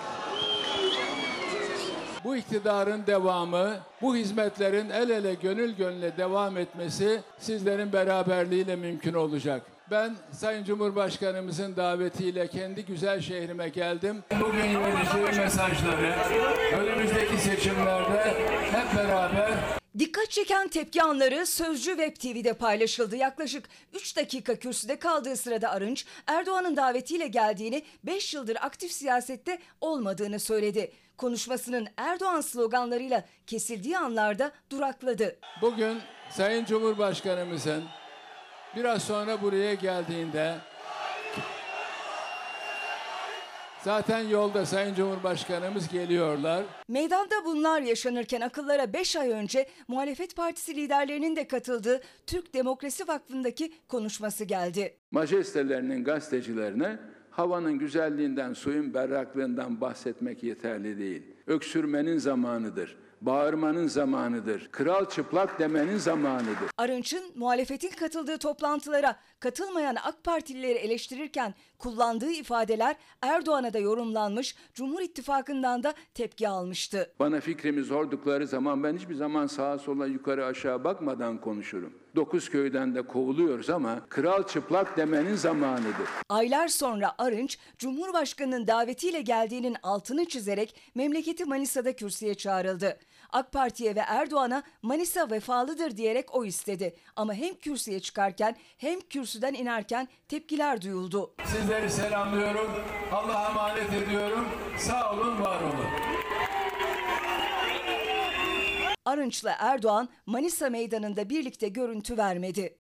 Bu iktidarın devamı, bu hizmetlerin el ele gönül gönüle devam etmesi sizlerin beraberliğiyle mümkün olacak. Ben Sayın Cumhurbaşkanımızın davetiyle kendi güzel şehrime geldim. Bugün vereceği mesajları önümüzdeki seçimlerde hep beraber... Dikkat çeken tepki anları Sözcü Web T V'de paylaşıldı. Yaklaşık üç dakika kürsüde kaldığı sırada Arınç, Erdoğan'ın davetiyle geldiğini, beş yıldır aktif siyasette olmadığını söyledi. Konuşmasının Erdoğan sloganlarıyla kesildiği anlarda durakladı. Bugün Sayın Cumhurbaşkanımızın biraz sonra buraya geldiğinde, zaten yolda Sayın Cumhurbaşkanımız geliyorlar. Meydanda bunlar yaşanırken akıllara beş ay önce muhalefet partisi liderlerinin de katıldığı Türk Demokrasi Vakfı'ndaki konuşması geldi. Majestelerinin gazetecilerine havanın güzelliğinden, suyun berraklığından bahsetmek yeterli değil. Öksürmenin zamanıdır. Bağırmanın zamanıdır. Kral çıplak demenin zamanıdır. Arınç'ın muhalefetin katıldığı toplantılara katılmayan AK Partilileri eleştirirken kullandığı ifadeler Erdoğan'a da yorumlanmış, Cumhur İttifakı'ndan da tepki almıştı. Bana fikrimi sordukları zaman ben hiçbir zaman sağa sola yukarı aşağı bakmadan konuşurum. Dokuz köyden de kovuluyoruz ama kral çıplak demenin zamanıdır. Aylar sonra Arınç, Cumhurbaşkanı'nın davetiyle geldiğinin altını çizerek memleketi Manisa'da kürsüye çağrıldı. AK Parti'ye ve Erdoğan'a Manisa vefalıdır diyerek oy istedi. Ama hem kürsüye çıkarken hem kürsüden inerken tepkiler duyuldu. Sizleri selamlıyorum. Allah'a emanet ediyorum. Sağ olun, var olun. Arınç'la Erdoğan Manisa meydanında birlikte görüntü vermedi.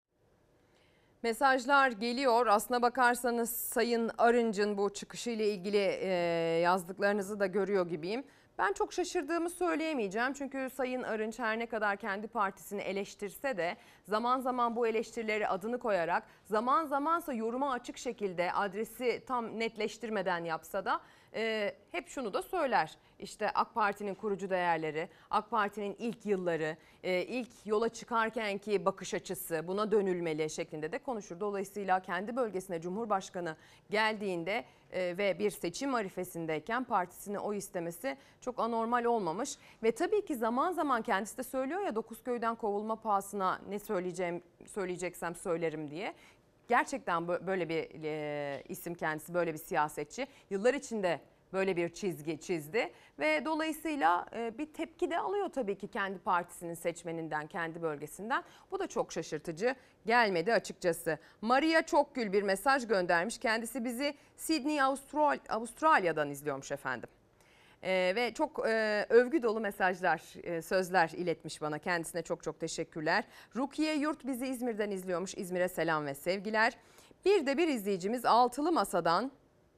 Mesajlar geliyor. Aslına bakarsanız Sayın Arınç'ın bu çıkışıyla ilgili e, yazdıklarınızı da görüyor gibiyim. Ben çok şaşırdığımı söyleyemeyeceğim. Çünkü Sayın Arınç her ne kadar kendi partisini eleştirse de zaman zaman bu eleştirileri adını koyarak, zaman zamansa yoruma açık şekilde adresi tam netleştirmeden yapsa da e, hep şunu da söyler. İşte AK Parti'nin kurucu değerleri, AK Parti'nin ilk yılları, e, ilk yola çıkarkenki bakış açısı, buna dönülmeli şeklinde de konuşur. Dolayısıyla kendi bölgesine Cumhurbaşkanı geldiğinde e, ve bir seçim arifesindeyken partisine oy istemesi çok anormal olmamış. Ve tabii ki zaman zaman kendisi de söylüyor ya, dokuz köyden kovulma pahasına ne söyleyeceğim söyleyeceksem söylerim diye. Gerçekten böyle bir e, isim kendisi, böyle bir siyasetçi. Yıllar içinde böyle bir çizgi çizdi ve dolayısıyla bir tepki de alıyor tabii ki kendi partisinin seçmeninden, kendi bölgesinden. Bu da çok şaşırtıcı gelmedi açıkçası. Maria Çokgül bir mesaj göndermiş. Kendisi bizi Sydney, Avustral- Avustralya'dan izliyormuş efendim. Ee, ve çok e, övgü dolu mesajlar, e, sözler iletmiş bana. Kendisine çok çok teşekkürler. Rukiye Yurt bizi İzmir'den izliyormuş. İzmir'e selam ve sevgiler. Bir de bir izleyicimiz Altılı Masa'dan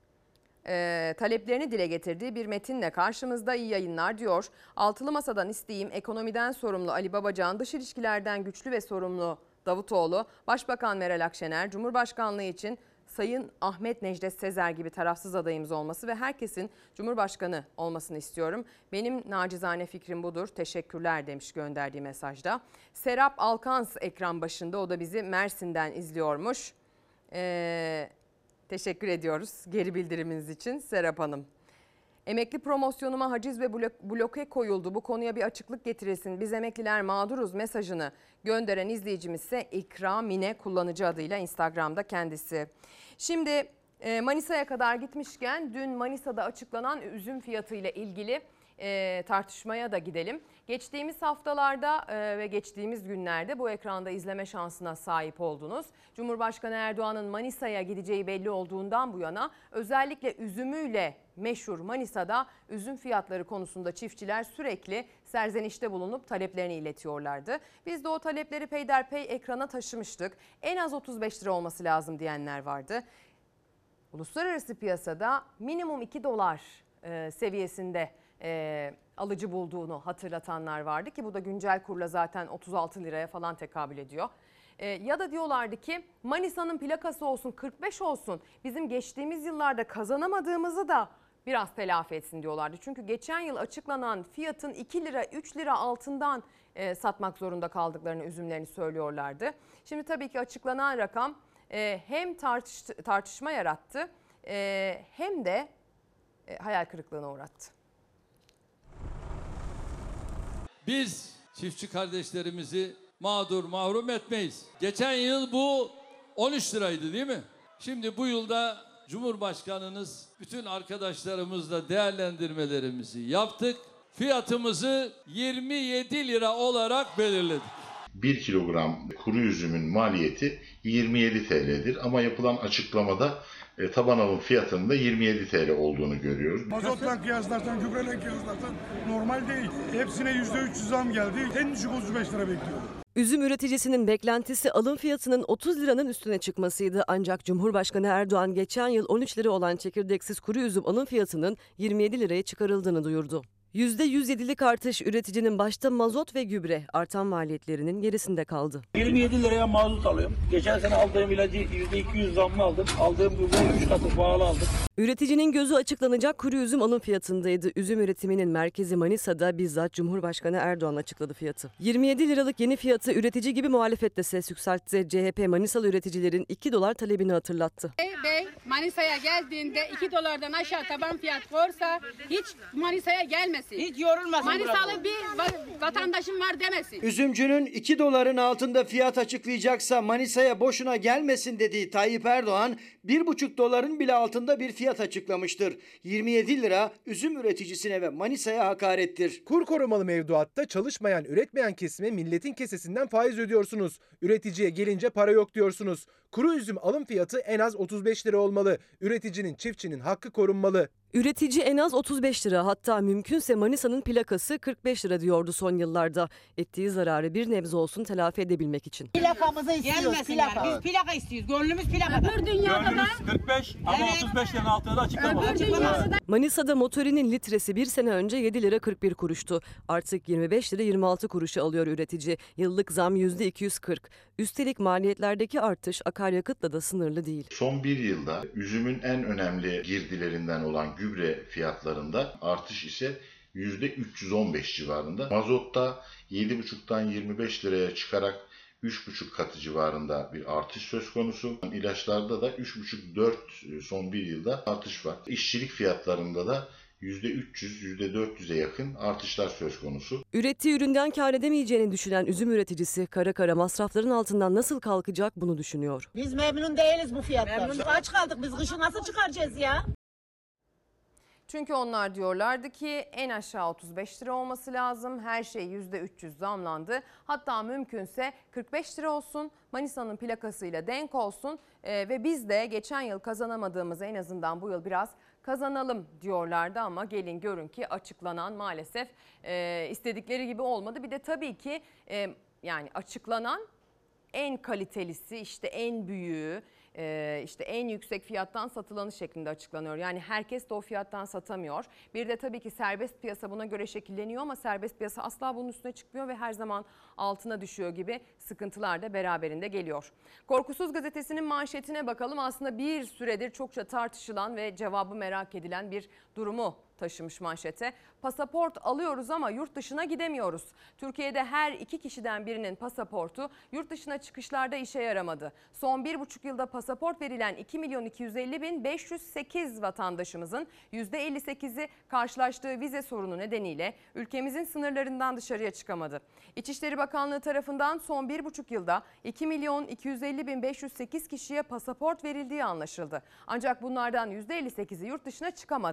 E, taleplerini dile getirdiği bir metinle karşımızda. İyi yayınlar diyor. Altılı Masa'dan isteğim ekonomiden sorumlu Ali Babacan, dış ilişkilerden güçlü ve sorumlu Davutoğlu, Başbakan Meral Akşener, Cumhurbaşkanlığı için Sayın Ahmet Necdet Sezer gibi tarafsız adayımız olması ve herkesin Cumhurbaşkanı olmasını istiyorum. Benim nacizane fikrim budur. Teşekkürler demiş gönderdiği mesajda. Serap Alkans ekran başında, o da bizi Mersin'den izliyormuş. Eee... Teşekkür ediyoruz geri bildiriminiz için Serap Hanım. Emekli promosyonuma haciz ve bloke koyuldu. Bu konuya bir açıklık getirilsin. Biz emekliler mağduruz mesajını gönderen izleyicimiz ise İkramine kullanıcı adıyla Instagram'da kendisi. Şimdi Manisa'ya kadar gitmişken dün Manisa'da açıklanan üzüm fiyatı ile ilgili e, tartışmaya da gidelim. Geçtiğimiz haftalarda e, ve geçtiğimiz günlerde bu ekranda izleme şansına sahip oldunuz. Cumhurbaşkanı Erdoğan'ın Manisa'ya gideceği belli olduğundan bu yana özellikle üzümüyle meşhur Manisa'da üzüm fiyatları konusunda çiftçiler sürekli serzenişte bulunup taleplerini iletiyorlardı. Biz de o talepleri peyderpey ekrana taşımıştık. En az otuz beş lira olması lazım diyenler vardı. Uluslararası piyasada minimum iki dolar e, seviyesinde e, alıcı bulduğunu hatırlatanlar vardı ki bu da güncel kurla zaten otuz altı liraya falan tekabül ediyor. E, ya da diyorlardı ki Manisa'nın plakası olsun, kırk beş olsun, bizim geçtiğimiz yıllarda kazanamadığımızı da biraz telafi etsin diyorlardı. Çünkü geçen yıl açıklanan fiyatın iki lira üç lira altından e, satmak zorunda kaldıklarını, üzümlerini söylüyorlardı. Şimdi tabii ki açıklanan rakam e, hem tartış, tartışma yarattı e, hem de e, hayal kırıklığına uğrattı. Biz çiftçi kardeşlerimizi mağdur mahrum etmeyiz. Geçen yıl bu on üç liraydı değil mi? Şimdi bu yılda Cumhurbaşkanınız bütün arkadaşlarımızla değerlendirmelerimizi yaptık. Fiyatımızı yirmi yedi lira olarak belirledik. bir kilogram kuru üzümün maliyeti yirmi yedi T L'dir ama yapılan açıklamada e, taban alım fiyatının da yirmi yedi T L olduğunu görüyoruz. Mazotla kıyaslarsan, gübreyle kıyaslarsan normal değil. Hepsine yüzde üç yüz zam geldi. En düşük otuz beş lira bekliyor. Üzüm üreticisinin beklentisi alım fiyatının otuz liranın üstüne çıkmasıydı. Ancak Cumhurbaşkanı Erdoğan geçen yıl on üç lira olan çekirdeksiz kuru üzüm alım fiyatının yirmi yedi liraya çıkarıldığını duyurdu. yüzde yüz yedilik artış üreticinin başta mazot ve gübre artan maliyetlerinin gerisinde kaldı. yirmi yedi liraya mazot alıyorum. Geçen sene aldığım ilacı yüzde iki yüz zamlı aldım. Aldığım gübreyi üç katı pahalı aldım. Üreticinin gözü açıklanacak kuru üzüm alım fiyatındaydı. Üzüm üretiminin merkezi Manisa'da bizzat Cumhurbaşkanı Erdoğan açıkladı fiyatı. yirmi yedi liralık yeni fiyatı üretici gibi muhalefette ses yükseltti. C H P Manisalı üreticilerin iki dolar talebini hatırlattı. Bey, Bey Manisa'ya geldiğinde iki dolardan aşağı taban fiyat korsa hiç Manisa'ya gelmesin. Hiç yorulmasın. Manisalı bir va- vatandaşım var demesin. Üzümcünün iki doların altında fiyat açıklayacaksa Manisa'ya boşuna gelmesin dediği Tayyip Erdoğan bir buçuk doların bile altında bir fiyat açıklamıştır. yirmi yedi lira üzüm üreticisine ve Manisa'ya hakarettir. Kur korumalı mevduatta çalışmayan, üretmeyen kesime milletin kesesinden faiz ödüyorsunuz. Üreticiye gelince para yok diyorsunuz. Kuru üzüm alım fiyatı en az otuz beş lira olmalı. Üreticinin, çiftçinin hakkı korunmalı. Üretici en az otuz beş lira, hatta mümkünse Manisa'nın plakası kırk beş lira diyordu son yıllarda. Ettiği zararı bir nebze olsun telafi edebilmek için. Plakamızı istiyoruz. Plaka. Yani. Biz plaka istiyoruz. Gönlümüz plakada. Öbür dünyada da kırk beş ama Evet. otuz beş liranın altında da açıklama. öbür dünyada da Manisa'da motorinin litresi bir sene önce yedi lira kırk bir kuruştu. Artık yirmi beş lira yirmi altı kuruşu alıyor üretici. Yıllık zam yüzde iki yüz kırk. Üstelik maliyetlerdeki artış akaryakıtla da sınırlı değil. Son bir yılda üzümün en önemli girdilerinden olan gübre fiyatlarında artış ise yüzde üç yüz on beş civarında. Mazotta yedi buçuktan yirmi beş liraya çıkarak üç buçuk katı civarında bir artış söz konusu. İlaçlarda da üç buçuk dört son bir yılda artış var. İşçilik fiyatlarında da yüzde üç yüz yüzde dört yüze yakın artışlar söz konusu. Ürettiği üründen kâr edemeyeceğini düşünen üzüm üreticisi kara kara masrafların altından nasıl kalkacak bunu düşünüyor. Biz memnun değiliz bu fiyattan. Aç kaldık. Biz kışı nasıl çıkaracağız ya? Çünkü onlar diyorlardı ki en aşağı otuz beş lira olması lazım. Her şey yüzde üç yüz zamlandı. Hatta mümkünse kırk beş lira olsun. Manisa'nın plakasıyla denk olsun. Ee, ve biz de geçen yıl kazanamadığımızı en azından bu yıl biraz kazanalım diyorlardı ama gelin görün ki açıklanan maalesef e, istedikleri gibi olmadı. Bir de tabii ki e, yani açıklanan en kalitelisi, işte en büyüğü, e, işte en yüksek fiyattan satılanı şeklinde açıklanıyor. Yani herkes de o fiyattan satamıyor. Bir de tabii ki serbest piyasa buna göre şekilleniyor ama serbest piyasa asla bunun üstüne çıkmıyor ve her zaman altına düşüyor gibi sıkıntılar da beraberinde geliyor. Korkusuz Gazetesi'nin manşetine bakalım. Aslında bir süredir çokça tartışılan ve cevabı merak edilen bir durumu taşımış manşete. Pasaport alıyoruz ama yurt dışına gidemiyoruz. Türkiye'de her iki kişiden birinin pasaportu yurt dışına çıkışlarda işe yaramadı. Son bir buçuk yılda pasaport verilen iki milyon iki yüz elli bin beş yüz sekiz vatandaşımızın yüzde elli sekizi karşılaştığı vize sorunu nedeniyle ülkemizin sınırlarından dışarıya çıkamadı. İçişleri Bakanlığı tarafından son bir buçuk yılda iki milyon iki yüz elli bin beş yüz sekiz kişiye pasaport verildiği anlaşıldı. Ancak bunlardan yüzde elli sekizi yurt dışına çıkamadı.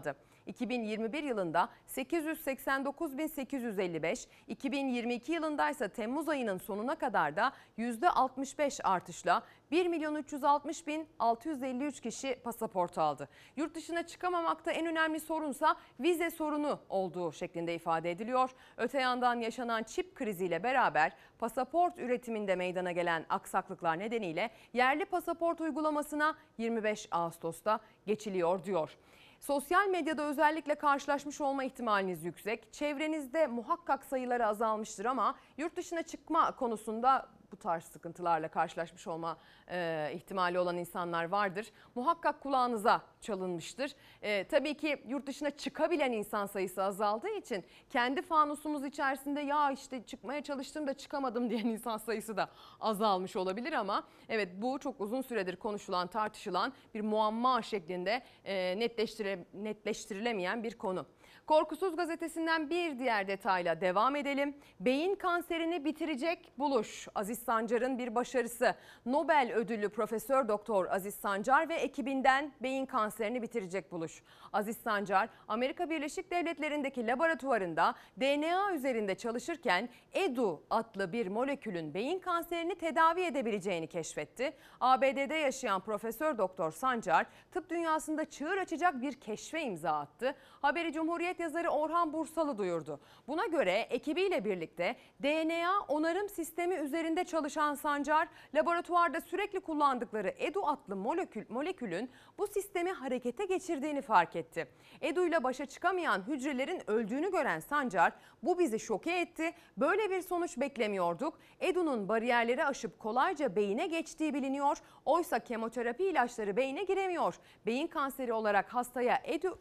iki bin yirmi bir yılında sekiz yüz seksen dokuz bin sekiz yüz elli beş, iki bin yirmi iki yılında ise Temmuz ayının sonuna kadar da yüzde altmış beş artışla bir milyon üç yüz altmış bin altı yüz elli üç kişi pasaport aldı. Yurt dışına çıkamamakta en önemli sorunsa vize sorunu olduğu şeklinde ifade ediliyor. Öte yandan yaşanan çip kriziyle beraber pasaport üretiminde meydana gelen aksaklıklar nedeniyle yerli pasaport uygulamasına yirmi beş Ağustos'ta geçiliyor diyor. Sosyal medyada özellikle karşılaşmış olma ihtimaliniz yüksek. Çevrenizde muhakkak sayıları azalmıştır ama yurt dışına çıkma konusunda bu tarz sıkıntılarla karşılaşmış olma e, ihtimali olan insanlar vardır. Muhakkak kulağınıza çalınmıştır. E, tabii ki yurt dışına çıkabilen insan sayısı azaldığı için kendi fanusumuz içerisinde ya işte çıkmaya çalıştım da çıkamadım diyen insan sayısı da azalmış olabilir ama evet bu çok uzun süredir konuşulan, tartışılan bir muamma şeklinde e, netleştire, netleştirilemeyen bir konu. Korkusuz gazetesinden bir diğer detayla devam edelim. Beyin kanserini bitirecek buluş. Aziz Sancar'ın bir başarısı. Nobel ödüllü Profesör Doktor Aziz Sancar ve ekibinden beyin kanserini bitirecek buluş. Aziz Sancar, Amerika Birleşik Devletleri'ndeki laboratuvarında D N A üzerinde çalışırken EDU adlı bir molekülün beyin kanserini tedavi edebileceğini keşfetti. A B D'de yaşayan Profesör Doktor Sancar, tıp dünyasında çığır açacak bir keşfe imza attı. Haberi Cumhuriyet yazarı Orhan Bursalı duyurdu. Buna göre ekibiyle birlikte D N A onarım sistemi üzerinde çalışan Sancar, laboratuvarda sürekli kullandıkları EDU adlı molekül, molekülün bu sistemi harekete geçirdiğini fark etti. EDU ile başa çıkamayan hücrelerin öldüğünü gören Sancar, bu bizi şoke etti. Böyle bir sonuç beklemiyorduk. EDU'nun bariyerleri aşıp kolayca beyine geçtiği biliniyor. Oysa kemoterapi ilaçları beyine giremiyor. Beyin kanseri olarak hastaya EDU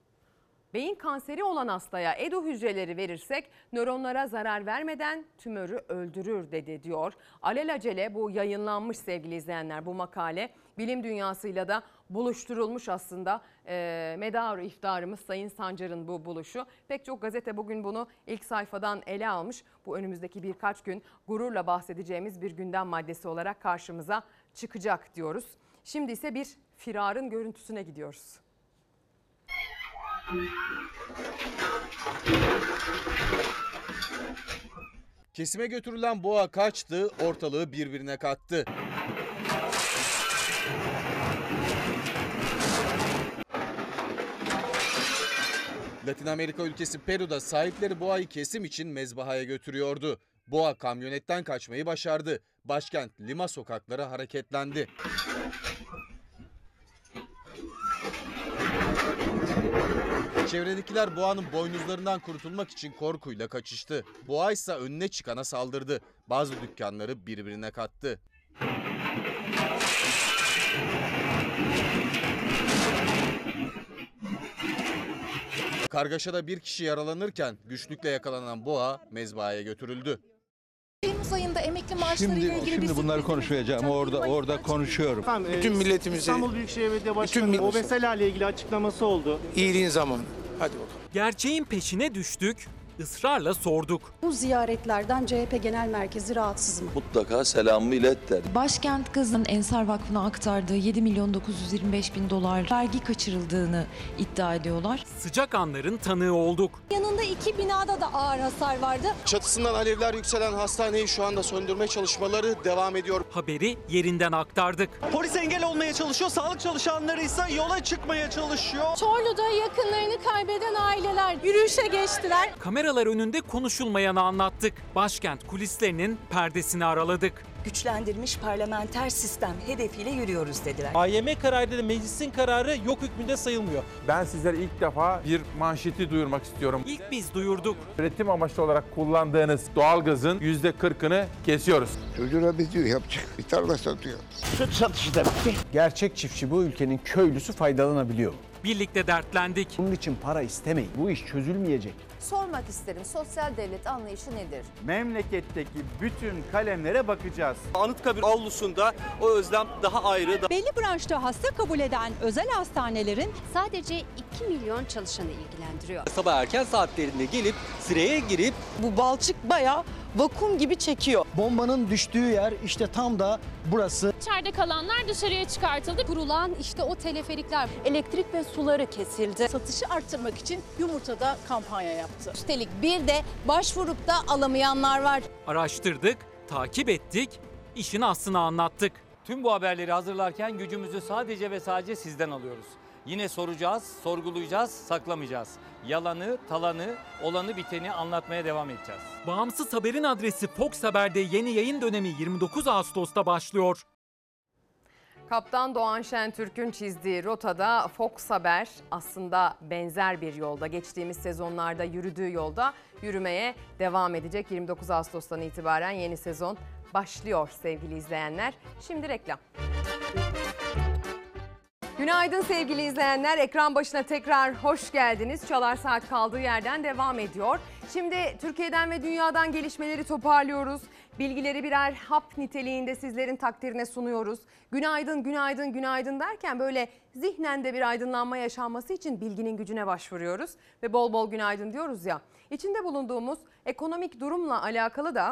Beyin kanseri olan hastaya EDU hücreleri verirsek nöronlara zarar vermeden tümörü öldürür dedi diyor. Alelacele bu yayınlanmış sevgili izleyenler, bu makale bilim dünyasıyla da buluşturulmuş aslında. E, Medarı iftarımız Sayın Sancar'ın bu buluşu. Pek çok gazete bugün bunu ilk sayfadan ele almış. Bu önümüzdeki birkaç gün gururla bahsedeceğimiz bir gündem maddesi olarak karşımıza çıkacak diyoruz. Şimdi ise bir firarın görüntüsüne gidiyoruz. Kesime götürülen boğa kaçtı, ortalığı birbirine kattı. Latin Amerika ülkesi Peru'da sahipleri boğayı kesim için mezbahaya götürüyordu. Boğa kamyonetten kaçmayı başardı. Başkent Lima sokakları hareketlendi. Çevredekiler boğanın boynuzlarından kurtulmak için korkuyla kaçıştı. Boğa ise önüne çıkana saldırdı. Bazı dükkanları birbirine kattı. Kargaşada bir kişi yaralanırken güçlükle yakalanan boğa mezbahaya götürüldü. Temmuz ayında emekli maaşları ile ilgili Şimdi bunları konuşmayacağım. Orada orada konuşuyorum. Efendim, bütün milletimizi, İstanbul Büyükşehir Belediye Başkanı'nın o meseleyle ilgili açıklaması oldu. İyiliğin zamanı. Hadi bakalım. Gerçeğin peşine düştük, ısrarla sorduk. Bu ziyaretlerden C H P Genel Merkezi rahatsız mı? Mutlaka selamımı ilet der. Başkent Gaz'ın Ensar Vakfı'na aktardığı yedi milyon dokuz yüz yirmi beş bin dolar vergi kaçırıldığını iddia ediyorlar. Sıcak anların tanığı olduk. Yanında iki binada da ağır hasar vardı. Çatısından alevler yükselen hastaneyi şu anda söndürme çalışmaları devam ediyor. Haberi yerinden aktardık. Polis engel olmaya çalışıyor, sağlık çalışanları ise yola çıkmaya çalışıyor. Çorlu'da yakınlarını kaybeden aileler yürüyüşe geçtiler. Kameralar önünde konuşulmayanı anlattık. Başkent kulislerinin perdesini araladık. Güçlendirilmiş parlamenter sistem hedefiyle yürüyoruz dediler. A Y M kararıyla da meclisin kararı yok hükmünde sayılmıyor. Ben sizlere ilk defa bir manşeti duyurmak istiyorum. İlk biz duyurduk. Üretim amaçlı olarak kullandığınız doğalgazın yüzde kırkını kesiyoruz. Çocuğuna bir diyor yapacak, bir tarla satıyor. Süt satışı da bitti. Gerçek çiftçi bu ülkenin köylüsü faydalanabiliyor. Birlikte dertlendik. Bunun için para istemeyin. Bu iş çözülmeyecek. Sormak isterim, sosyal devlet anlayışı nedir? Memleketteki bütün kalemlere bakacağız. Anıtkabir avlusunda o özlem daha ayrı. Belli branşta hasta kabul eden özel hastanelerin Sadece iki milyon çalışanı ilgilendiriyor. Sabah erken saatlerinde gelip sıraya girip bu balçık bayağı vakum gibi çekiyor. Bombanın düştüğü yer işte tam da burası. İçeride kalanlar dışarıya çıkartıldı. Kurulan işte o teleferikler, elektrik ve suları kesildi. Satışı arttırmak için yumurtada kampanya yaptı. Üstelik bir de başvurup da alamayanlar var. Araştırdık, takip ettik, işin aslını anlattık. Tüm bu haberleri hazırlarken gücümüzü sadece ve sadece sizden alıyoruz. Yine soracağız, sorgulayacağız, saklamayacağız. Yalanı, talanı, olanı biteni anlatmaya devam edeceğiz. Bağımsız haberin adresi Fox Haber'de yeni yayın dönemi yirmi dokuz Ağustos'ta başlıyor. Kaptan Doğan Şentürk'ün çizdiği rotada Fox Haber aslında benzer bir yolda. Geçtiğimiz sezonlarda yürüdüğü yolda yürümeye devam edecek. yirmi dokuz Ağustos'tan itibaren yeni sezon başlıyor sevgili izleyenler. Şimdi reklam. Günaydın sevgili izleyenler. Ekran başına tekrar hoş geldiniz. Çalar Saat kaldığı yerden devam ediyor. Şimdi Türkiye'den ve dünyadan gelişmeleri toparlıyoruz. Bilgileri birer hap niteliğinde sizlerin takdirine sunuyoruz. Günaydın, günaydın, günaydın derken böyle zihnen de bir aydınlanma yaşanması için bilginin gücüne başvuruyoruz. Ve bol bol günaydın diyoruz ya. İçinde bulunduğumuz ekonomik durumla alakalı da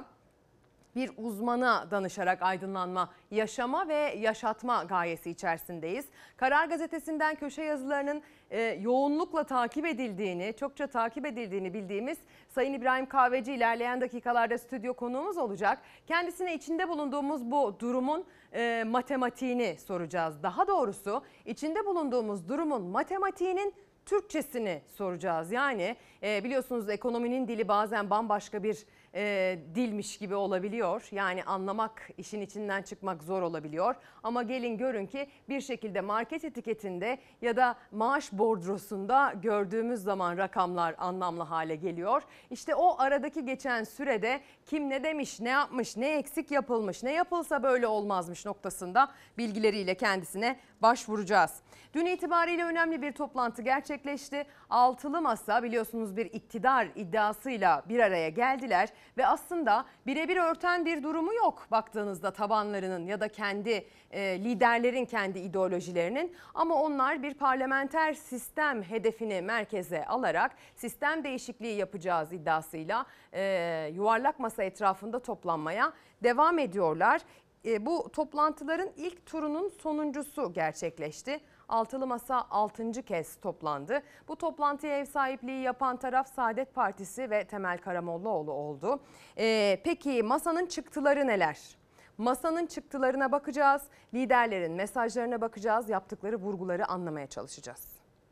bir uzmana danışarak aydınlanma, yaşama ve yaşatma gayesi içerisindeyiz. Karar Gazetesi'nden köşe yazılarının e, yoğunlukla takip edildiğini, çokça takip edildiğini bildiğimiz Sayın İbrahim Kahveci ilerleyen dakikalarda stüdyo konuğumuz olacak. Kendisine içinde bulunduğumuz bu durumun e, matematiğini soracağız. Daha doğrusu içinde bulunduğumuz durumun matematiğinin Türkçesini soracağız. Yani e, biliyorsunuz ekonominin dili bazen bambaşka bir e, dilmiş gibi olabiliyor. Yani anlamak, işin içinden çıkmak zor olabiliyor. Ama gelin görün ki bir şekilde market etiketinde ya da maaş bordrosunda gördüğümüz zaman rakamlar anlamlı hale geliyor. İşte o aradaki geçen sürede kim ne demiş, ne yapmış, ne eksik yapılmış, ne yapılsa böyle olmazmış noktasında bilgileriyle kendisine başvuracağız. Dün itibariyle önemli bir toplantı gerçekleşti. Altılı Masa biliyorsunuz bir iktidar iddiasıyla bir araya geldiler ve aslında birebir örten bir durumu yok baktığınızda tabanlarının ya da kendi e, liderlerin kendi ideolojilerinin, ama onlar bir parlamenter sistem hedefini merkeze alarak sistem değişikliği yapacağız iddiasıyla e, yuvarlak masa etrafında toplanmaya devam ediyorlar. E, bu toplantıların ilk turunun sonuncusu gerçekleşti. Altılı Masa altıncı kez toplandı. Bu toplantıya ev sahipliği yapan taraf Saadet Partisi ve Temel Karamollaoğlu oldu. Ee, peki masanın çıktıları neler? Masanın çıktılarına bakacağız, liderlerin mesajlarına bakacağız, yaptıkları vurguları anlamaya çalışacağız.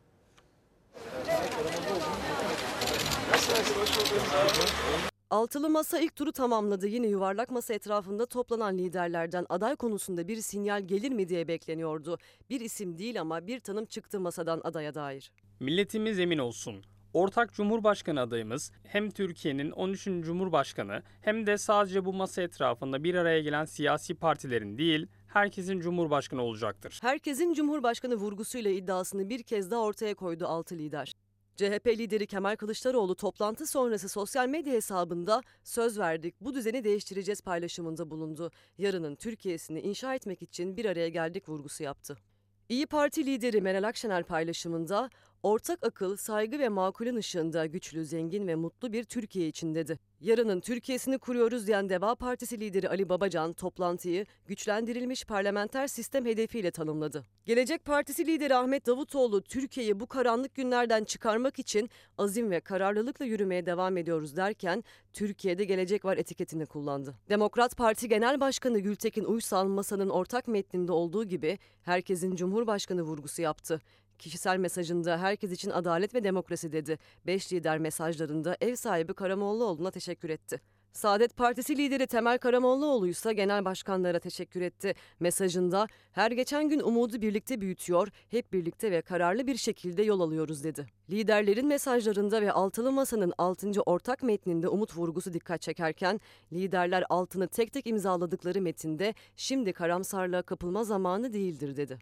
Altılı Masa ilk turu tamamladı. Yine yuvarlak masa etrafında toplanan liderlerden aday konusunda bir sinyal gelir mi diye bekleniyordu. Bir isim değil ama bir tanım çıktı masadan adaya dair. Milletimiz emin olsun. Ortak Cumhurbaşkanı adayımız hem Türkiye'nin on üçüncü Cumhurbaşkanı hem de sadece bu masa etrafında bir araya gelen siyasi partilerin değil, herkesin Cumhurbaşkanı olacaktır. Herkesin Cumhurbaşkanı vurgusuyla iddiasını bir kez daha ortaya koydu altı lider. C H P lideri Kemal Kılıçdaroğlu toplantı sonrası sosyal medya hesabında söz verdik, bu düzeni değiştireceğiz paylaşımında bulundu. Yarının Türkiye'sini inşa etmek için bir araya geldik vurgusu yaptı. İYİ Parti lideri Meral Akşener paylaşımında ortak akıl, saygı ve makulün ışığında güçlü, zengin ve mutlu bir Türkiye için dedi. Yarının Türkiye'sini kuruyoruz diyen Deva Partisi lideri Ali Babacan toplantıyı güçlendirilmiş parlamenter sistem hedefiyle tanımladı. Gelecek Partisi lideri Ahmet Davutoğlu Türkiye'yi bu karanlık günlerden çıkarmak için azim ve kararlılıkla yürümeye devam ediyoruz derken Türkiye'de gelecek var etiketini kullandı. Demokrat Parti Genel Başkanı Gültekin Uysal masanın ortak metninde olduğu gibi herkesin Cumhurbaşkanı vurgusu yaptı. Kişisel mesajında herkes için adalet ve demokrasi dedi. Beş lider mesajlarında ev sahibi Karamollaoğlu'na teşekkür etti. Saadet Partisi lideri Temel Karamollaoğlu ise genel başkanlara teşekkür etti. Mesajında her geçen gün umudu birlikte büyütüyor, hep birlikte ve kararlı bir şekilde yol alıyoruz dedi. Liderlerin mesajlarında ve Altılı Masa'nın altıncı ortak metninde umut vurgusu dikkat çekerken liderler altını tek tek imzaladıkları metinde şimdi karamsarlığa kapılma zamanı değildir dedi.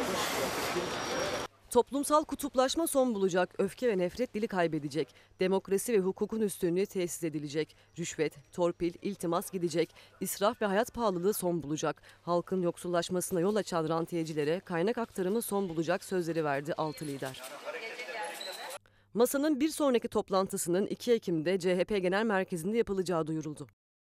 Toplumsal kutuplaşma son bulacak, öfke ve nefret dili kaybedecek, demokrasi ve hukukun üstünlüğü tesis edilecek, rüşvet, torpil, iltimas gidecek, israf ve hayat pahalılığı son bulacak, halkın yoksullaşmasına yol açan rantiyecilere kaynak aktarımı son bulacak sözleri verdi altı lider. Masanın bir sonraki toplantısının iki Ekim'de C H P Genel Merkezi'nde yapılacağı duyuruldu.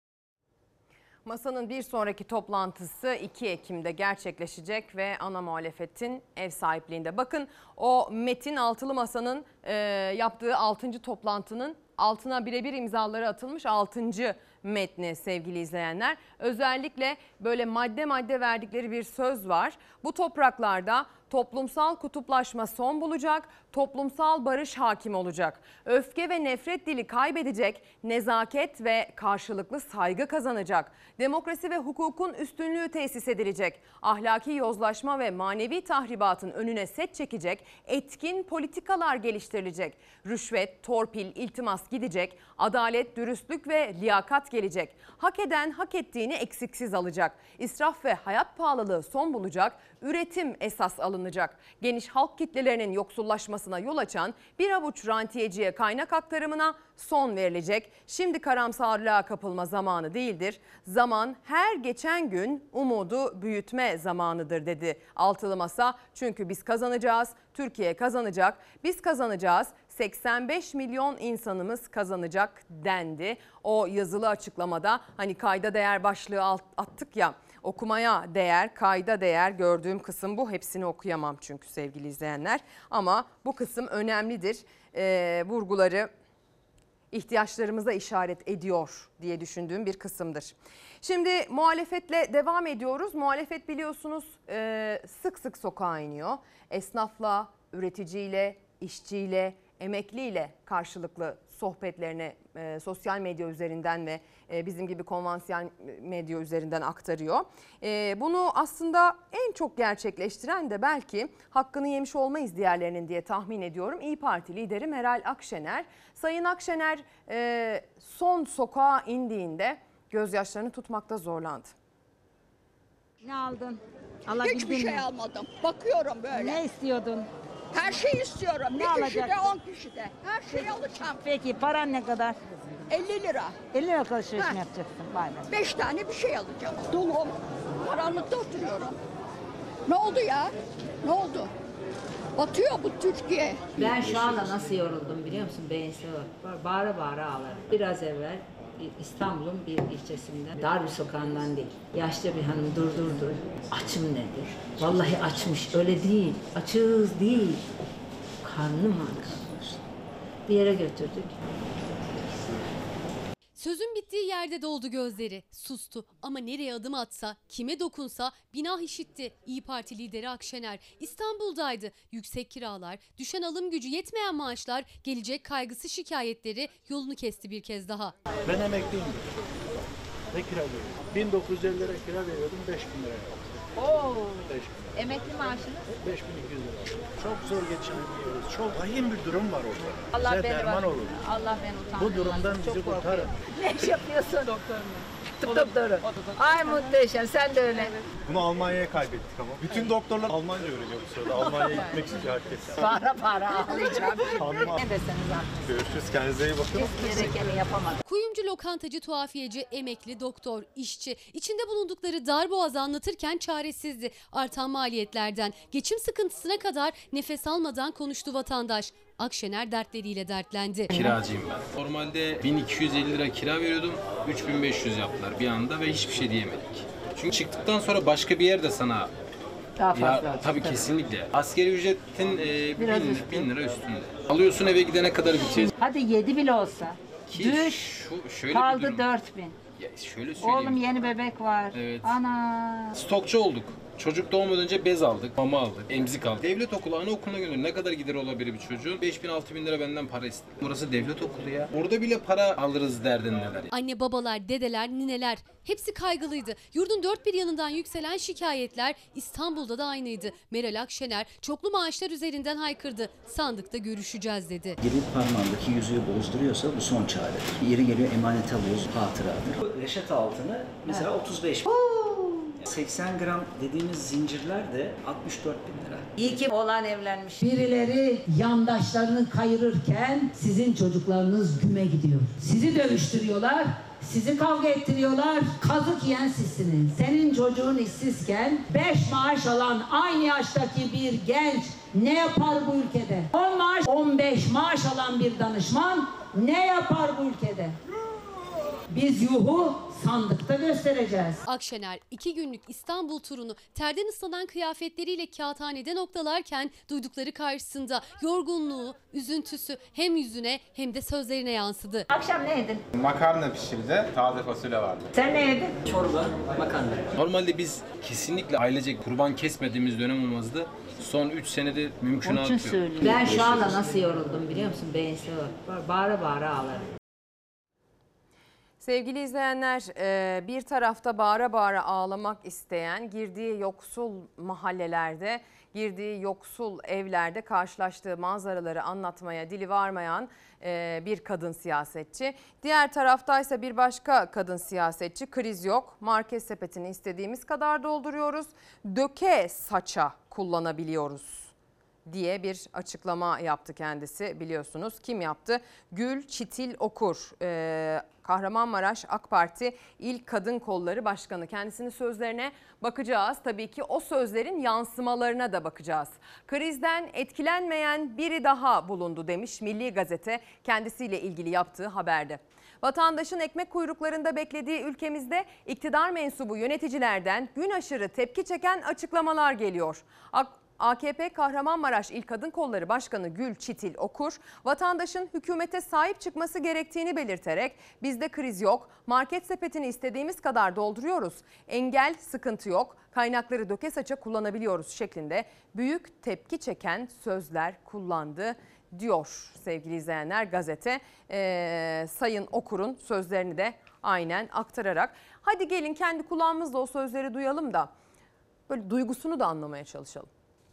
Masanın bir sonraki toplantısı iki Ekim'de gerçekleşecek ve ana muhalefetin ev sahipliğinde. Bakın o Metin Altılı Masa'nın e, yaptığı altıncı toplantının altına birebir imzaları atılmış altıncı metni sevgili izleyenler. Özellikle böyle madde madde verdikleri bir söz var. Bu topraklarda toplumsal kutuplaşma son bulacak, toplumsal barış hakim olacak. Öfke ve nefret dili kaybedecek, nezaket ve karşılıklı saygı kazanacak. Demokrasi ve hukukun üstünlüğü tesis edilecek. Ahlaki yozlaşma ve manevi tahribatın önüne set çekecek, etkin politikalar geliştirilecek. Rüşvet, torpil, iltimas gidecek, adalet, dürüstlük ve liyakat gelecek. Hak eden hak ettiğini eksiksiz alacak. İsraf ve hayat pahalılığı son bulacak, üretim esas alınacak. Geniş halk kitlelerinin yoksullaşmasına yol açan bir avuç rantiyeciye kaynak aktarımına son verilecek. Şimdi karamsarlığa kapılma zamanı değildir. Zaman her geçen gün umudu büyütme zamanıdır dedi Altılı Masa. Çünkü biz kazanacağız, Türkiye kazanacak, biz kazanacağız. seksen beş milyon insanımız kazanacak dendi. O yazılı açıklamada hani kayda değer başlığı attık ya, okumaya değer, kayda değer gördüğüm kısım bu. Hepsini okuyamam çünkü sevgili izleyenler. Ama bu kısım önemlidir. Ee, vurguları ihtiyaçlarımıza işaret ediyor diye düşündüğüm bir kısımdır. Şimdi muhalefetle devam ediyoruz. Muhalefet biliyorsunuz e, sık sık sokağa iniyor. Esnafla, üreticiyle, işçiyle, emekliyle karşılıklı sohbetlerini e, sosyal medya üzerinden ve e, bizim gibi konvansiyonel medya üzerinden aktarıyor. E, bunu aslında en çok gerçekleştiren de belki hakkını yemiş olmayız diğerlerinin diye tahmin ediyorum. İYİ Parti lideri Meral Akşener. Sayın Akşener e, son sokağa indiğinde gözyaşlarını tutmakta zorlandı. Ne aldın? Hiçbir şey almadım. Bakıyorum böyle. Ne istiyordun? Her şeyi istiyorum. Ne Bir kişide, alacaksın? on kişide. Her şeyi alacağım. Peki paran ne kadar? elli lira. elli lira alışveriş Ha. mi yapacaksın? Vay be. Beş tane bir şey alacağım. Dolum. Karanlıkta oturuyorum. Ne oldu ya? Ne oldu? Batıyor bu Türkiye. Ben şu anda nasıl yoruldum biliyor musun? Beyinsel olarak. Bağıra bağıra ağlarım. Biraz evvel İstanbul'un bir ilçesinden, dar bir sokağından değil. Yaşlı bir hanım durdurdu. Açım nedir? Vallahi açmış. Öyle değil. Açız değil. Karnım ağrıyor. Bir yere götürdük. Sözün bittiği yerde doldu gözleri. Sustu ama nereye adım atsa, kime dokunsa bina işitti. İYİ Parti lideri Akşener İstanbul'daydı. Yüksek kiralar, düşen alım gücü yetmeyen maaşlar, gelecek kaygısı şikayetleri yolunu kesti bir kez daha. Ben emekliyim. Ne kira veriyorum? bin dokuz yüz elli lira kira veriyordum, beş bin lira. Oo. beş bin lira. Emekli maaşınız? beş bin iki yüz lira. Çok zor geçinebiliyoruz. Çok vahim bir durum var orada. Allah Bize beni derman var. olun. Allah beni utandırmasın. Bu durumdan bizi kurtarın. Ne iş yapıyorsun? Doktorum. Tıp doktoru. Ay muhteşem, sen de öyle. Bunu Almanya'ya kaybettik ama. Bütün doktorlar Almanca öğreniyor bu sırada. Almanya'ya gitmek istiyor herkes. Para para ağlayacağım. Tamam. Ne deseniz haklısınız. Görüşürüz. Kendinize iyi bakın. Biz gerekeni yapamadık. Kuyumcu, lokantacı, tuhafiyeci, emekli, doktor, işçi içinde bulundukları darboğazı anlatırken çaresizdi. Artan maliyetlerden geçim sıkıntısına kadar nefes almadan konuştu vatandaş. Akşener dertleriyle dertlendi. Kiracıyım ben. Normalde bin iki yüz elli lira kira veriyordum. üç bin beş yüz yaptılar bir anda ve hiçbir şey diyemedik. Çünkü çıktıktan sonra başka bir yerde sana daha fazla ya, olacak, tabii tabii. kesinlikle. Asgari ücretin e, Biraz bin, üstü. bin lira üstünde. Alıyorsun eve gidene kadar bitiyor. Hadi yedi bile olsa. Ki Düş. şu, şöyle bir Kaldı durum. dört bin. Ya şöyle söyleyeyim. Oğlum yeni bebek var. Evet. Ana. Stokçu olduk. Çocuk doğmadan önce bez aldık, mama aldık, emzik aldık. Devlet okulu, anaokuluna gönderiyor. Ne kadar gider olabilir bir çocuğun? beş bin altı bin lira benden para istedi. Burası devlet okulu ya. Orada bile para alırız derdindeler. Anne babalar, dedeler, nineler hepsi kaygılıydı. Yurdun dört bir yanından yükselen şikayetler İstanbul'da da aynıydı. Meral Akşener çoklu maaşlar üzerinden haykırdı. Sandıkta görüşeceğiz dedi. Gelip parmağındaki yüzüğü bozduruyorsa bu son çaredir. Yeri geliyor emanete boz, hatıradır. Bu reşat altını mesela otuz beş bin. seksen gram dediğimiz zincirler de altmış dört bin lira. İyi ki oğlan evlenmiş. Birileri yandaşlarını kayırırken sizin çocuklarınız güme gidiyor. Sizi dövüştürüyorlar, sizi kavga ettiriyorlar, kazık yiyen sizsiniz. Senin çocuğun işsizken beş maaş alan aynı yaştaki bir genç ne yapar bu ülkede? on maaş, on beş maaş alan bir danışman ne yapar bu ülkede? Biz yuhu sandıkta göstereceğiz. Akşener iki günlük İstanbul turunu terden ıslanan kıyafetleriyle kağıthanede noktalarken duydukları karşısında yorgunluğu, üzüntüsü hem yüzüne hem de sözlerine yansıdı. Akşam ne yedin? Makarna pişirdi, taze fasulye vardı. Sen ne yedin? Çorba, makarna. Normalde biz kesinlikle ailecek kurban kesmediğimiz dönem olmazdı. Son üç senede mümkünatı yok. Ben şu anda nasıl yoruldum biliyor musun? Beyinsel olarak. Bağıra bağıra ağlarım. Sevgili izleyenler, bir tarafta bağıra bağıra ağlamak isteyen, girdiği yoksul mahallelerde, girdiği yoksul evlerde karşılaştığı manzaraları anlatmaya dili varmayan bir kadın siyasetçi. Diğer taraftaysa bir başka kadın siyasetçi, kriz yok, market sepetini istediğimiz kadar dolduruyoruz, döke saça kullanabiliyoruz diye bir açıklama yaptı kendisi, biliyorsunuz. Kim yaptı? Gül Çitil Okur, ee, Kahramanmaraş AK Parti İl Kadın Kolları Başkanı. Kendisinin sözlerine bakacağız. Tabii ki o sözlerin yansımalarına da bakacağız. Krizden etkilenmeyen biri daha bulundu demiş Milli Gazete kendisiyle ilgili yaptığı haberde. Vatandaşın ekmek kuyruklarında beklediği ülkemizde iktidar mensubu yöneticilerden gün aşırı tepki çeken açıklamalar geliyor. A K P Kahramanmaraş İl Kadın Kolları Başkanı Gül Çitil Okur, vatandaşın hükümete sahip çıkması gerektiğini belirterek bizde kriz yok, market sepetini istediğimiz kadar dolduruyoruz, engel sıkıntı yok, kaynakları döke saça kullanabiliyoruz şeklinde büyük tepki çeken sözler kullandı diyor sevgili izleyenler gazete. Ee, Sayın Okur'un sözlerini de aynen aktararak. Hadi gelin kendi kulağımızla o sözleri duyalım da böyle duygusunu da anlamaya çalışalım.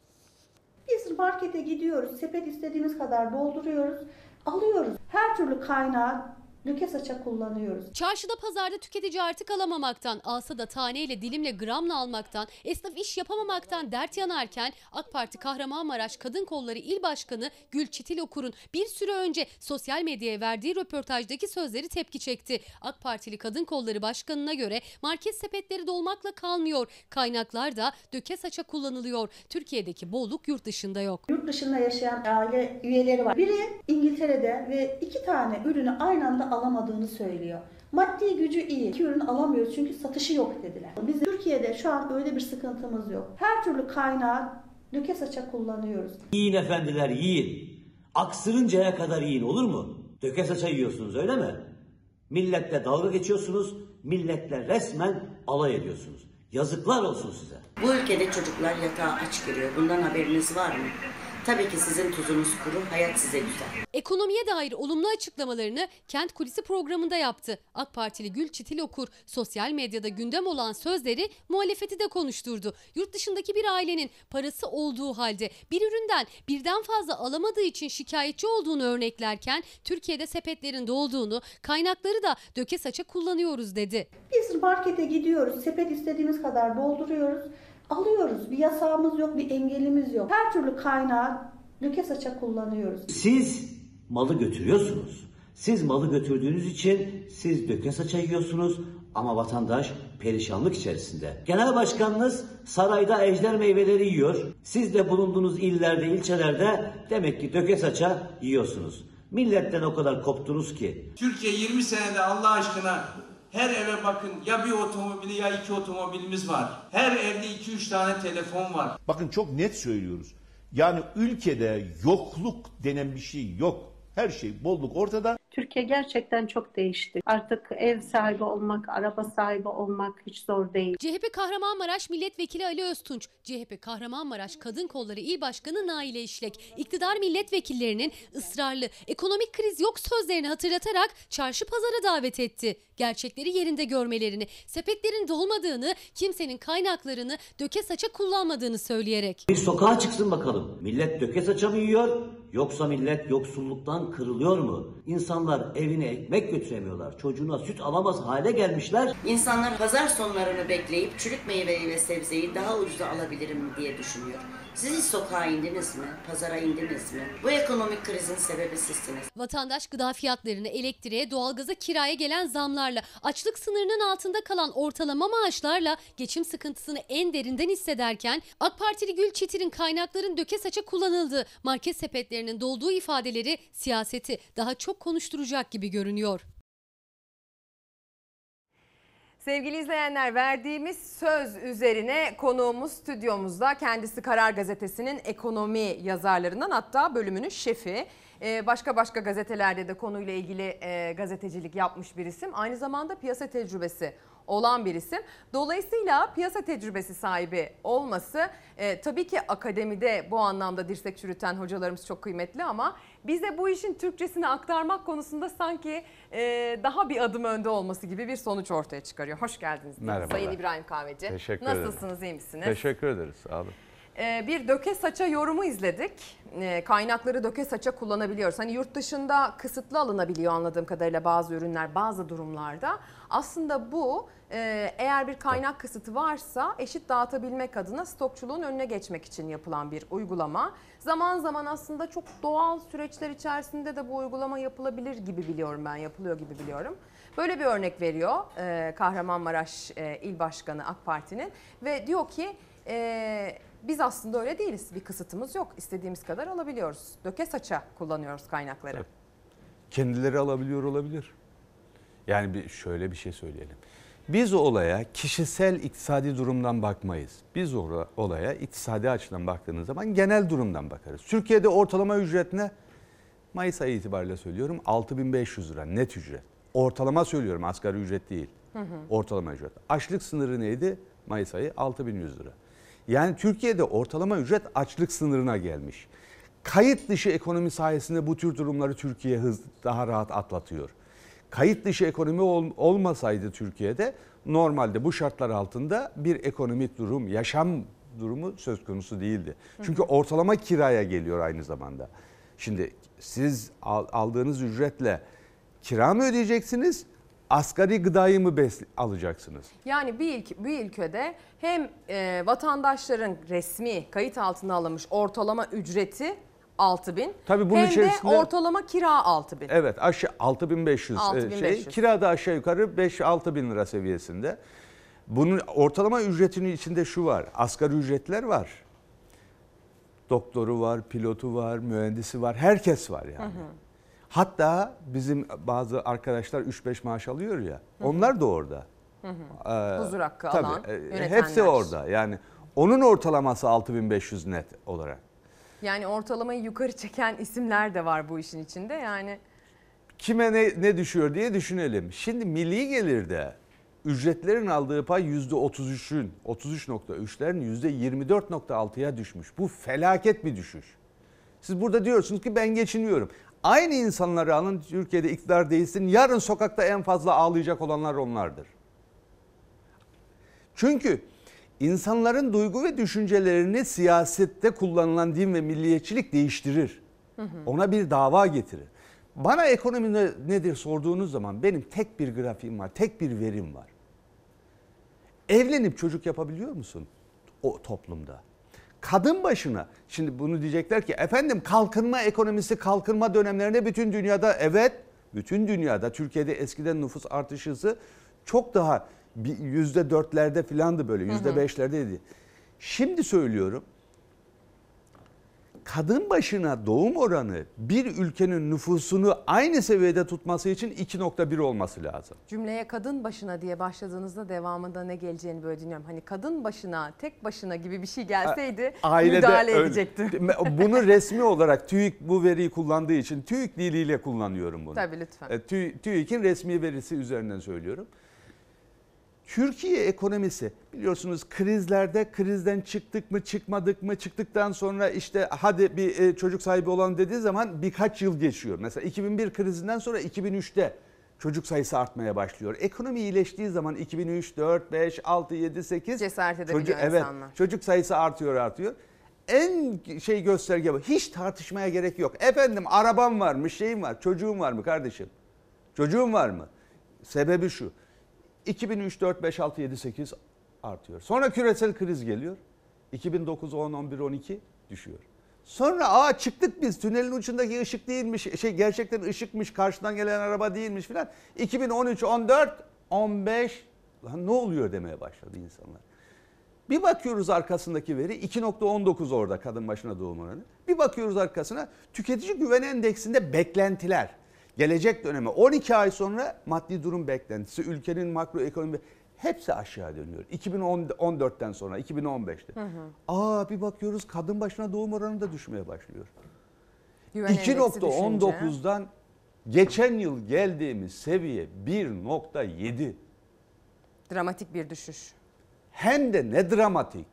Biz markete gidiyoruz, sepet istediğimiz kadar dolduruyoruz, alıyoruz. Her türlü kaynağı lüke saça kullanıyoruz. Çarşıda pazarda tüketici artık alamamaktan, alsa da taneyle dilimle gramla almaktan, esnaf iş yapamamaktan dert yanarken AK Parti Kahramanmaraş Kadın Kolları İl Başkanı Gül Çitil Okur'un bir süre önce sosyal medyaya verdiği röportajdaki sözleri tepki çekti. AK Partili Kadın Kolları Başkanı'na göre market sepetleri dolmakla kalmıyor, kaynaklar da döke saça kullanılıyor. Türkiye'deki bolluk yurt dışında yok. Yurt dışında yaşayan aile üyeleri var. Biri İngiltere'de ve iki tane ürünü aynı anda alamadığını söylüyor. Maddi gücü iyi. İki ürün alamıyoruz çünkü satışı yok dediler. Biz Türkiye'de şu an öyle bir sıkıntımız yok. Her türlü kaynağı lüke saça kullanıyoruz. Yiyin efendiler yiyin. Aksırıncaya kadar yiyin, olur mu? Döke saça yiyorsunuz, öyle mi? Milletle dalga geçiyorsunuz. Milletle resmen alay ediyorsunuz. Yazıklar olsun size. Bu ülkede çocuklar yatağa aç giriyor. Bundan haberiniz var mı? Tabii ki sizin tuzunuz kuru, hayat size güzel. Ekonomiye dair olumlu açıklamalarını Kent Kulisi programında yaptı. AK Partili Gül Çitil Okur sosyal medyada gündem olan sözleri muhalefeti de konuşturdu. Yurt dışındaki bir ailenin parası olduğu halde bir üründen birden fazla alamadığı için şikayetçi olduğunu örneklerken Türkiye'de sepetlerin dolduğunu, kaynakları da döke saça kullanıyoruz dedi. Biz markete gidiyoruz, sepet istediğimiz kadar dolduruyoruz. Alıyoruz. Bir yasağımız yok, bir engelimiz yok. Her türlü kaynağı lüke saça kullanıyoruz. Siz malı götürüyorsunuz. Siz malı götürdüğünüz için siz döke saça yiyorsunuz ama vatandaş perişanlık içerisinde. Genel başkanınız sarayda ejder meyveleri yiyor. Siz de bulunduğunuz illerde, ilçelerde demek ki döke saça yiyorsunuz. Milletten o kadar koptunuz ki. Türkiye yirmi senede Allah aşkına her eve bakın, ya bir otomobili ya iki otomobilimiz var. Her evde iki üç tane telefon var. Bakın çok net söylüyoruz. Yani ülkede yokluk denen bir şey yok. Her şey bolluk ortada. Türkiye gerçekten çok değişti. Artık ev sahibi olmak, araba sahibi olmak hiç zor değil. C H P Kahramanmaraş Milletvekili Ali Öztunç, C H P Kahramanmaraş Kadın Kolları İl Başkanı Naile İşlek, iktidar milletvekillerinin ısrarlı ekonomik kriz yok sözlerini hatırlatarak çarşı pazara davet etti. Gerçekleri yerinde görmelerini, sepetlerin dolmadığını, kimsenin kaynaklarını döke saça kullanmadığını söyleyerek. Bir sokağa çıksın bakalım. Millet döke saça mı yiyor? Yoksa millet yoksulluktan kırılıyor mu? İnsanlar evine ekmek götüremiyorlar. Çocuğuna süt alamaz hale gelmişler. İnsanlar pazar sonlarını bekleyip çürük meyveyi ve sebzeyi daha ucuza alabilirim diye düşünüyor. Siz hiç sokağa indiniz mi? Pazara indiniz mi? Bu ekonomik krizin sebebi sizsiniz. Vatandaş gıda fiyatlarını, elektriğe, doğalgaza, kiraya gelen zamlarla, açlık sınırının altında kalan ortalama maaşlarla geçim sıkıntısını en derinden hissederken AK Partili Gül Çitil'in kaynakların döke saça kullanıldığı, market sepetlerinin dolduğu ifadeleri siyaseti daha çok konuşturacak gibi görünüyor. Sevgili izleyenler, verdiğimiz söz üzerine konuğumuz stüdyomuzda. Kendisi Karar Gazetesi'nin ekonomi yazarlarından, hatta bölümünün şefi. Başka başka gazetelerde de konuyla ilgili gazetecilik yapmış bir isim. Aynı zamanda piyasa tecrübesi olan bir isim. Dolayısıyla piyasa tecrübesi sahibi olması e, tabii ki akademide bu anlamda dirsek çürüten hocalarımız çok kıymetli, ama bize bu işin Türkçesini aktarmak konusunda sanki e, daha bir adım önde olması gibi bir sonuç ortaya çıkarıyor. Hoş geldiniz. Merhaba. Sayın İbrahim Kahveci. Teşekkür Nasılsınız, ederim. iyi misiniz? Teşekkür ederiz. Sağ olun. Bir döke saça yorumu izledik. Kaynakları döke saça kullanabiliyoruz. Hani yurt dışında kısıtlı alınabiliyor anladığım kadarıyla bazı ürünler bazı durumlarda. Aslında bu eğer bir kaynak kısıtı varsa eşit dağıtabilmek adına stokçuluğun önüne geçmek için yapılan bir uygulama. Zaman zaman aslında çok doğal süreçler içerisinde de bu uygulama yapılabilir gibi biliyorum ben, yapılıyor gibi biliyorum. Böyle bir örnek veriyor Kahramanmaraş İl Başkanı AK Parti'nin ve diyor ki biz aslında öyle değiliz. Bir kısıtımız yok. İstediğimiz kadar alabiliyoruz. Döke saça kullanıyoruz kaynakları. Evet. Kendileri alabiliyor olabilir. Yani bir şöyle bir şey söyleyelim. Biz olaya kişisel iktisadi durumdan bakmayız. Biz olaya iktisadi açıdan baktığınız zaman genel durumdan bakarız. Türkiye'de ortalama ücret ne? Mayıs ayı itibariyle söylüyorum altı bin beş yüz lira net ücret. Ortalama söylüyorum, asgari ücret değil. Hı hı. Ortalama ücret. Açlık sınırı neydi? Mayıs ayı altı bin yüz lira. Yani Türkiye'de ortalama ücret açlık sınırına gelmiş. Kayıt dışı ekonomi sayesinde bu tür durumları Türkiye hız daha rahat atlatıyor. Kayıt dışı ekonomi ol, olmasaydı Türkiye'de normalde bu şartlar altında bir ekonomik durum, yaşam durumu söz konusu değildi. Çünkü ortalama kiraya geliyor aynı zamanda. Şimdi siz aldığınız ücretle kira mı ödeyeceksiniz? Asgari gıdayı mı alacaksınız? Yani bir, ilk, bir ülkede hem e, vatandaşların resmi kayıt altına alınmış ortalama ücreti altı bin, tabii bunun hem içerisinde, de ortalama kira altı bin. Evet, aşağı altı bin beş yüz şey, kira da aşağı yukarı beş altı bin lira seviyesinde. Bunun ortalama ücretinin içinde şu var, asgari ücretler var. Doktoru var, pilotu var, mühendisi var, herkes var yani. Hı hı. Hatta bizim bazı arkadaşlar üç beş maaş alıyor ya, hı hı. onlar da orada. Hı hı. Ee, Huzur hakkı tabii, alan yönetenler. Hepsi orada. Yani onun ortalaması altı bin beş yüz net olarak. Yani ortalamayı yukarı çeken isimler de var bu işin içinde yani. Kime ne, ne düşüyor diye düşünelim. Şimdi milli gelirde ücretlerin aldığı pay yüzde otuz üçün, otuz üç nokta üçlerin yüzde yirmi dört nokta altıya düşmüş. Bu felaket bir düşüş. Siz burada diyorsunuz ki ben geçiniyorum. Aynı insanları alın, Türkiye'de iktidar değilsin, yarın sokakta en fazla ağlayacak olanlar onlardır. Çünkü insanların duygu ve düşüncelerini siyasette kullanılan din ve milliyetçilik değiştirir. Hı hı. Ona bir dava getirir. Bana ekonomi nedir sorduğunuz zaman benim tek bir grafiğim var, tek bir verim var. Evlenip çocuk yapabiliyor musun o toplumda? Kadın başına, şimdi bunu diyecekler ki efendim kalkınma ekonomisi, kalkınma dönemlerinde bütün dünyada, evet bütün dünyada, Türkiye'de eskiden nüfus artış hızı çok daha yüzde dörtlerde filandı, böyle yüzde beşlerdeydi. Şimdi söylüyorum, kadın başına doğum oranı bir ülkenin nüfusunu aynı seviyede tutması için iki nokta bir olması lazım. Cümleye kadın başına diye başladığınızda devamında ne geleceğini böyle dinliyorum. Hani kadın başına, tek başına gibi bir şey gelseydi Ailede müdahale öyle. edecektim. Bunu resmi olarak TÜİK bu veriyi kullandığı için TÜİK diliyle kullanıyorum bunu. Tabii lütfen. TÜİK'in resmi verisi üzerinden söylüyorum. Türkiye ekonomisi biliyorsunuz krizlerde, krizden çıktık mı çıkmadık mı, çıktıktan sonra işte hadi bir çocuk sahibi olalım dediği zaman birkaç yıl geçiyor. Mesela iki bin bir krizinden sonra iki bin üçte çocuk sayısı artmaya başlıyor. Ekonomi iyileştiği zaman iki bin üç, dört, beş, altı, yedi, sekiz cesaret edebiliyor çocuk, evet, insanlar. Çocuk sayısı artıyor artıyor. En şey gösterge bu. Hiç tartışmaya gerek yok. Efendim arabam var mı, şeyim var, çocuğum var mı kardeşim? Çocuğum var mı? Sebebi şu. iki bin üç, dört, beş, altı, yedi, sekiz artıyor. Sonra küresel kriz geliyor. iki bin dokuz, on, on bir, on iki düşüyor. Sonra aa çıktık biz, tünelin ucundaki ışık değilmiş, şey gerçekten ışıkmış, karşıdan gelen araba değilmiş filan. iki bin on üç, on dört, on beş lan ne oluyor demeye başladı insanlar. Bir bakıyoruz arkasındaki veri iki nokta on dokuz orada kadın başına doğum oranı. Bir bakıyoruz arkasına tüketici güven endeksinde beklentiler. Gelecek döneme on iki ay sonra maddi durum beklentisi, ülkenin makroekonomi Hepsi aşağı dönüyor. iki bin on dörtten sonra, iki bin on beşte. Hı hı. Aa bir bakıyoruz kadın başına doğum oranı da düşmeye başlıyor. iki nokta on dokuzdan geçen yıl geldiğimiz seviye bir nokta yedi. Dramatik bir düşüş. Hem de ne dramatik.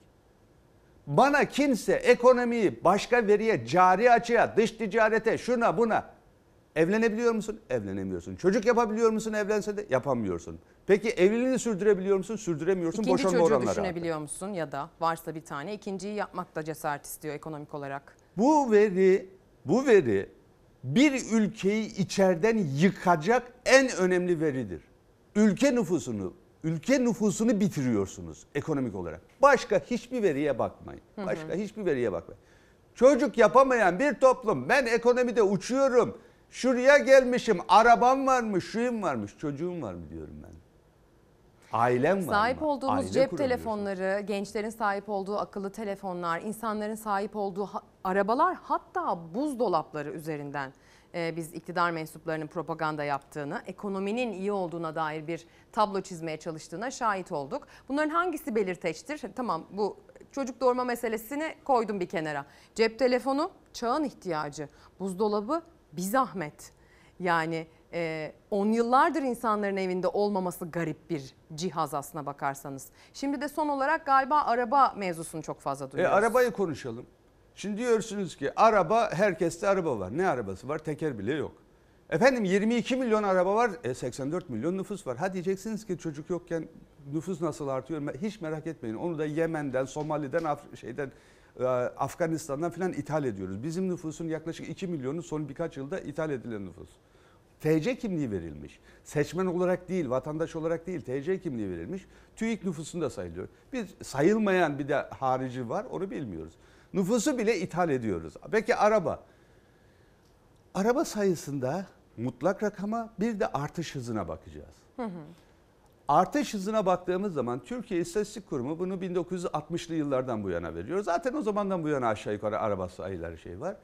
Bana kimse ekonomiyi başka veriye, cari açığa, dış ticarete, şuna buna. Evlenebiliyor musun? Evlenemiyorsun. Çocuk yapabiliyor musun? Evlense de yapamıyorsun. Peki evliliğini sürdürebiliyor musun? Sürdüremiyorsun. İkinci Boşanma çocuğu oranları düşünebiliyor artık. musun? Ya da varsa bir tane ikinciyi yapmak da cesaret istiyor ekonomik olarak. Bu veri, bu veri bir ülkeyi içeriden yıkacak en önemli veridir. Ülke nüfusunu, ülke nüfusunu bitiriyorsunuz ekonomik olarak. Başka hiçbir veriye bakmayın. Başka hı hı. hiçbir veriye bakmayın. Çocuk yapamayan bir toplum, ben ekonomide uçuyorum, şuraya gelmişim, arabam varmış, şuyum varmış, çocuğum var mı diyorum ben. Ailem var Sahip mı? olduğumuz Aile cep telefonları, gençlerin sahip olduğu akıllı telefonlar, insanların sahip olduğu ha- arabalar, hatta buzdolapları üzerinden e, biz iktidar mensuplarının propaganda yaptığını, ekonominin iyi olduğuna dair bir tablo çizmeye çalıştığına şahit olduk. Bunların hangisi belirteçtir? Tamam, bu çocuk doğurma meselesini koydum bir kenara. Cep telefonu çağın ihtiyacı, buzdolabı bir zahmet. Yani on yıllardır insanların evinde olmaması garip bir cihaz aslına bakarsanız. Şimdi de son olarak galiba araba mevzusunu çok fazla duyuyoruz. E, arabayı konuşalım. Şimdi diyorsunuz ki araba, herkeste araba var. Ne arabası var? Teker bile yok. Efendim yirmi iki milyon araba var, e, seksen dört milyon nüfus var. Ha diyeceksiniz ki çocuk yokken nüfus nasıl artıyor? Hiç merak etmeyin. Onu da Yemen'den, Somali'den, Af- şeyden, e, Afganistan'dan filan ithal ediyoruz. Bizim nüfusun yaklaşık iki milyonu son birkaç yılda ithal edilen nüfus. T C kimliği verilmiş. Seçmen olarak değil, vatandaş olarak değil, T C kimliği verilmiş. TÜİK nüfusunda sayılıyor. Biz sayılmayan bir de harici var, onu bilmiyoruz. Nüfusu bile ithal ediyoruz. Peki araba? Araba sayısında mutlak rakama bir de artış hızına bakacağız. Hı hı. Artış hızına baktığımız zaman Türkiye İstatistik Kurumu bunu bin dokuz yüz altmışlı yıllardan bu yana veriyor. Zaten o zamandan bu yana aşağı yukarı araba sayıları şey var.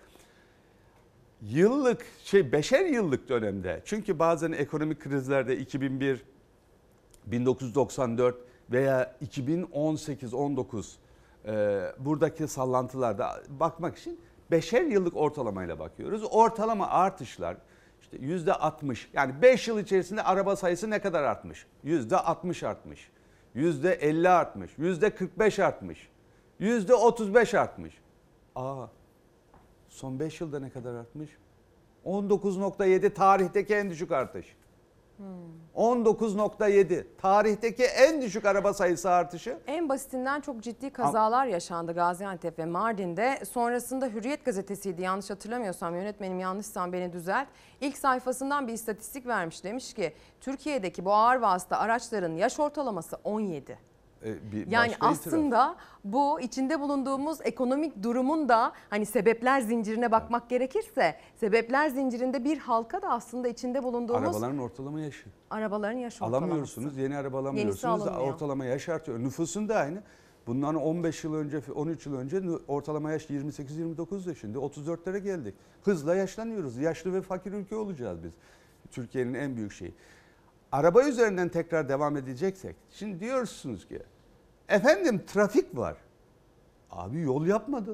Yıllık şey beşer yıllık dönemde, çünkü bazen ekonomik krizlerde iki bin bir, bin dokuz yüz doksan dört veya iki bin on sekiz on dokuz e, buradaki sallantılarda bakmak için beşer yıllık ortalamayla bakıyoruz. Ortalama artışlar işte yüzde altmış, yani beş yıl içerisinde araba sayısı ne kadar artmış? Yüzde altmış artmış, yüzde elli artmış, yüzde kırk beş artmış, yüzde otuz beş artmış. Aa. Son beş yılda ne kadar artmış? on dokuz nokta yedi tarihteki en düşük artış. Hmm. on dokuz nokta yedi tarihteki en düşük araba sayısı artışı. En basitinden çok ciddi kazalar yaşandı Gaziantep ve Mardin'de. Sonrasında Hürriyet gazetesiydi, yanlış hatırlamıyorsam, yönetmenim yanlışsam beni düzelt. İlk sayfasından bir istatistik vermiş, demiş ki Türkiye'deki bu ağır vasıta araçların yaş ortalaması on yedi. Yani aslında itiraf. Bu içinde bulunduğumuz ekonomik durumun da hani sebepler zincirine bakmak evet. gerekirse, sebepler zincirinde bir halka da aslında içinde bulunduğumuz arabaların ortalama yaşı. Arabaların yaş ortalaması. Alamıyorsunuz, yeni araba alamıyorsunuz. Ortalama yaş artıyor. Nüfusun da aynı. Bundan on beş yıl önce, on üç yıl önce ortalama yaş yirmi sekiz yirmi dokuz yaşında, otuz dörtlere geldik. Hızla yaşlanıyoruz. Yaşlı ve fakir ülke olacağız biz. Türkiye'nin en büyük şeyi. Araba üzerinden tekrar devam edeceksek, şimdi diyorsunuz ki efendim trafik var. Abi yol yapmadın.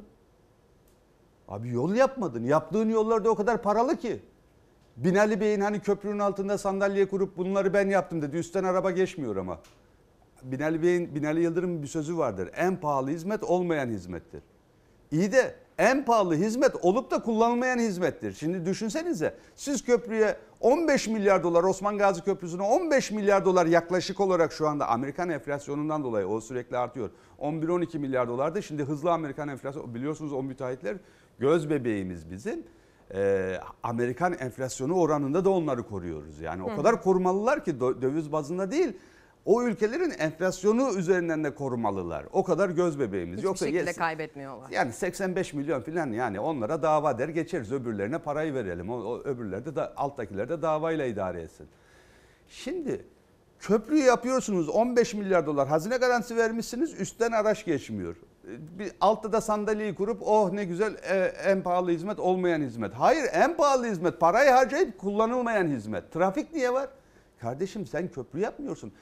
Abi yol yapmadın. Yaptığın yollar da o kadar paralı ki. Binali Bey'in hani köprünün altında sandalye kurup bunları ben yaptım dedi. Üstten araba geçmiyor ama. Binali Bey'in, Binali Yıldırım'ın bir sözü vardır. En pahalı hizmet olmayan hizmettir. İyi de en pahalı hizmet olup da kullanılmayan hizmettir. Şimdi düşünsenize, siz köprüye on beş milyar dolar, Osman Gazi Köprüsü'ne on beş milyar dolar yaklaşık olarak şu anda Amerikan enflasyonundan dolayı o sürekli artıyor. on bir on iki milyar dolardı. Şimdi hızlı Amerikan enflasyonu, biliyorsunuz o müteahhitler göz bebeğimiz bizim. Ee, Amerikan enflasyonu oranında da onları koruyoruz. Yani o Hı. kadar korumalılar ki döviz bazında değil. O ülkelerin enflasyonu üzerinden de korumalılar. O kadar göz bebeğimiz. Hiçbir Yoksa şekilde yes, kaybetmiyorlar. Yani seksen beş milyon falan, yani onlara dava der geçeriz. Öbürlerine parayı verelim. O, o öbürler de da, alttakiler de davayla idare etsin. Şimdi köprüyü yapıyorsunuz, on beş milyar dolar hazine garantisi vermişsiniz, üstten araç geçmiyor. Bir altta da sandalyeyi kurup oh ne güzel e, en pahalı hizmet olmayan hizmet. Hayır, en pahalı hizmet parayı harcayıp kullanılmayan hizmet. Trafik niye var? Kardeşim sen köprü yapmıyorsun.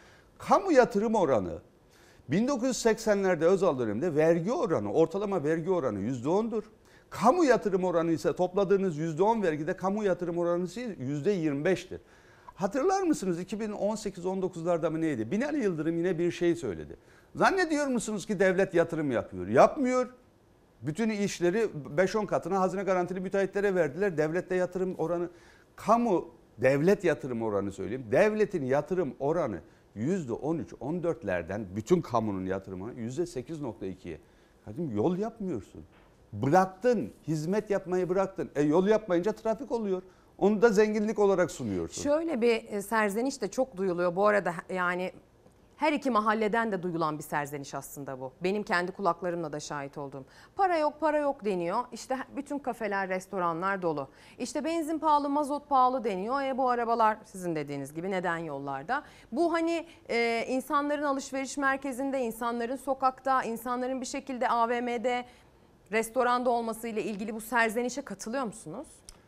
Kamu yatırım oranı bin dokuz yüz seksenlerde Özal döneminde vergi oranı, ortalama vergi oranı yüzde on'dur. Kamu yatırım oranı ise topladığınız yüzde on vergide kamu yatırım oranı ise yüzde yirmi beş'tir. Hatırlar mısınız iki bin on sekiz on dokuz'larda mı neydi? Binali Yıldırım yine bir şey söyledi. Zannediyor musunuz ki devlet yatırım yapıyor? Yapmıyor. Bütün işleri beş on katına hazine garantili müteahhitlere verdiler. Devlette yatırım oranı, kamu devlet yatırım oranı söyleyeyim. Devletin yatırım oranı yüzde on üç on dört'lerden bütün kamunun yatırımı yüzde sekiz nokta iki'ye. Hadi yol yapmıyorsun. Bıraktın, hizmet yapmayı bıraktın. E yol yapmayınca trafik oluyor. Onu da zenginlik olarak sunuyorsun. Şöyle bir serzeniş de çok duyuluyor bu arada, yani her iki mahalleden de duyulan bir serzeniş aslında bu. Benim kendi kulaklarımla da şahit olduğum. Para yok, para yok deniyor. İşte bütün kafeler, restoranlar dolu. İşte benzin pahalı, mazot pahalı deniyor. E bu arabalar sizin dediğiniz gibi neden yollarda? Bu hani e, insanların alışveriş merkezinde, insanların sokakta, insanların bir şekilde A V M'de, restoranda olmasıyla ilgili bu serzenişe katılıyor musunuz?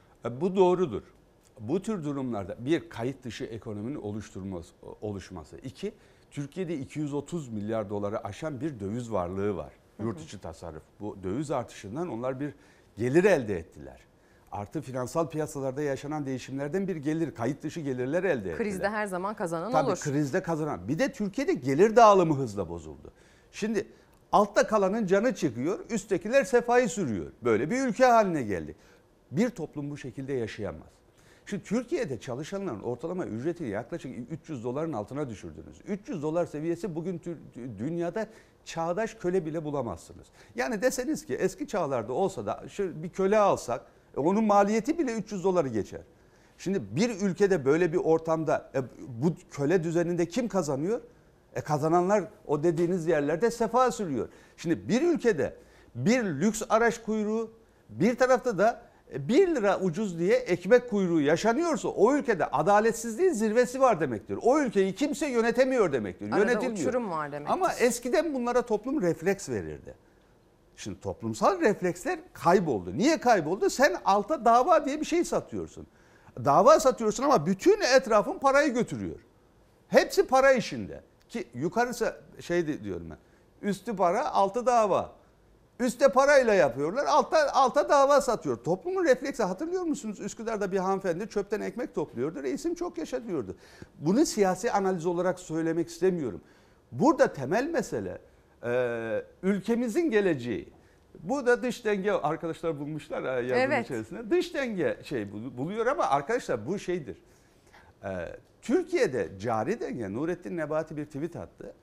Bu doğrudur. Bu tür durumlarda bir, kayıt dışı ekonominin oluşturması, oluşması. İki, Türkiye'de iki yüz otuz milyar doları aşan bir döviz varlığı var. Yurt içi tasarruf. Bu döviz artışından onlar bir gelir elde ettiler. Artı finansal piyasalarda yaşanan değişimlerden bir gelir, kayıt dışı gelirler elde ettiler. Krizde her zaman kazanan Tabii, olur. Tabii krizde kazanan. Bir de Türkiye'de gelir dağılımı hızla bozuldu. Şimdi altta kalanın canı çıkıyor, üsttekiler sefayı sürüyor. Böyle bir ülke haline geldik. Bir toplum bu şekilde yaşayamaz. Şimdi Türkiye'de çalışanların ortalama ücretini yaklaşık üç yüz doların altına düşürdünüz. üç yüz dolar seviyesi bugün dünyada çağdaş köle bile bulamazsınız. Yani deseniz ki eski çağlarda olsa da şu bir köle alsak onun maliyeti bile üç yüz doları geçer. Şimdi bir ülkede böyle bir ortamda e, bu köle düzeninde kim kazanıyor? E kazananlar o dediğiniz yerlerde sefa sürüyor. Şimdi bir ülkede bir lüks araç kuyruğu, bir tarafta da bir lira ucuz diye ekmek kuyruğu yaşanıyorsa o ülkede adaletsizliğin zirvesi var demektir. O ülkeyi kimse yönetemiyor demektir. Arada Yönetilmiyor. uçurum var demektir. Ama eskiden bunlara toplum refleks verirdi. Şimdi toplumsal refleksler kayboldu. Niye kayboldu? Sen alta dava diye bir şey satıyorsun. Dava satıyorsun ama bütün etrafın parayı götürüyor. Hepsi para işinde. Ki yukarısı şey diyorum ben. Üstü para, altı dava. Üste parayla yapıyorlar, alta, alta dava satıyor. Toplumun refleksi, hatırlıyor musunuz? Üsküdar'da bir hanımefendi çöpten ekmek topluyordu. Reisim çok yaşa diyordu. Bunu siyasi analiz olarak söylemek istemiyorum. Burada temel mesele e, ülkemizin geleceği. Bu da dış denge arkadaşlar bulmuşlar yazının evet. içerisinde. Dış denge şey buluyor ama arkadaşlar bu şeydir. E, Türkiye'de cari denge, Nurettin Nebati bir tweet attı.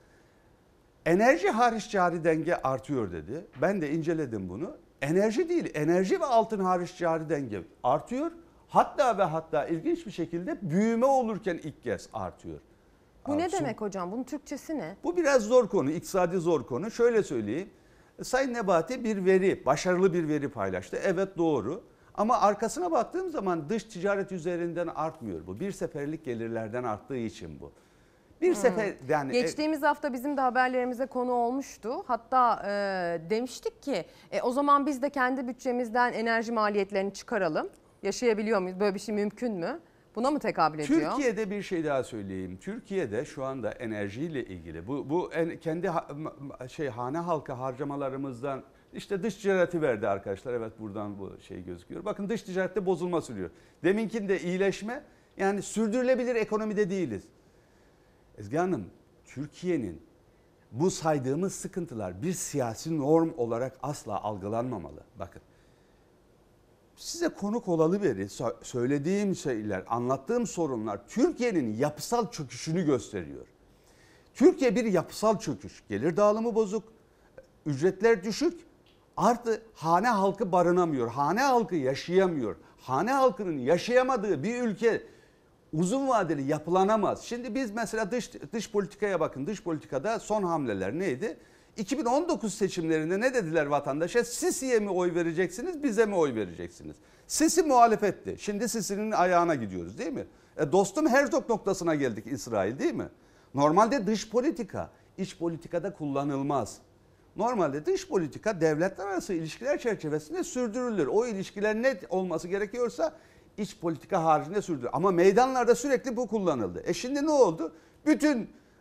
Enerji hariç cari denge artıyor dedi. Ben de inceledim bunu. Enerji değil, enerji ve altın hariç cari denge artıyor. Hatta ve hatta ilginç bir şekilde büyüme olurken ilk kez artıyor. Bu ne demek hocam? Bunun Türkçesi ne? Bu biraz zor konu, iktisadi zor konu. Şöyle söyleyeyim. Sayın Nebati bir veri, başarılı bir veri paylaştı. Evet doğru. Ama arkasına baktığım zaman dış ticaret üzerinden artmıyor bu. Bir seferlik gelirlerden arttığı için bu. Bir hmm. sefer yani geçtiğimiz hafta bizim de haberlerimize konu olmuştu. Hatta e, demiştik ki e, o zaman biz de kendi bütçemizden enerji maliyetlerini çıkaralım. Yaşayabiliyor muyuz? Böyle bir şey mümkün mü? Buna mı tekabül ediyor? Türkiye'de bir şey daha söyleyeyim. Türkiye'de şu anda enerjiyle ilgili bu bu en, kendi ha, şey hane halkı harcamalarımızdan işte dış ticareti verdi arkadaşlar. Evet buradan bu şey gözüküyor. Bakın dış ticarette bozulma sürüyor. Deminkinde iyileşme, yani sürdürülebilir ekonomide değiliz. Ezgi Hanım, Türkiye'nin bu saydığımız sıkıntılar bir siyasi norm olarak asla algılanmamalı. Bakın, size konuk olalı beri söylediğim şeyler, anlattığım sorunlar Türkiye'nin yapısal çöküşünü gösteriyor. Türkiye bir yapısal çöküş, gelir dağılımı bozuk, ücretler düşük, artı hane halkı barınamıyor, hane halkı yaşayamıyor. Hane halkının yaşayamadığı bir ülke uzun vadeli yapılanamaz. Şimdi biz mesela dış dış politikaya bakın. Dış politikada son hamleler neydi? iki bin on dokuz seçimlerinde ne dediler vatandaşa? Sisi'ye mi oy vereceksiniz, bize mi oy vereceksiniz? Sisi muhalefetti. Şimdi Sisi'nin ayağına gidiyoruz değil mi? E dostum Herzog noktasına geldik İsrail değil mi? Normalde dış politika, iç politikada kullanılmaz. Normalde dış politika devletler arası ilişkiler çerçevesinde sürdürülür. O ilişkiler net olması gerekiyorsa iç politika haricinde sürdürülür. Ama meydanlarda sürekli bu kullanıldı. E şimdi ne oldu? Bütün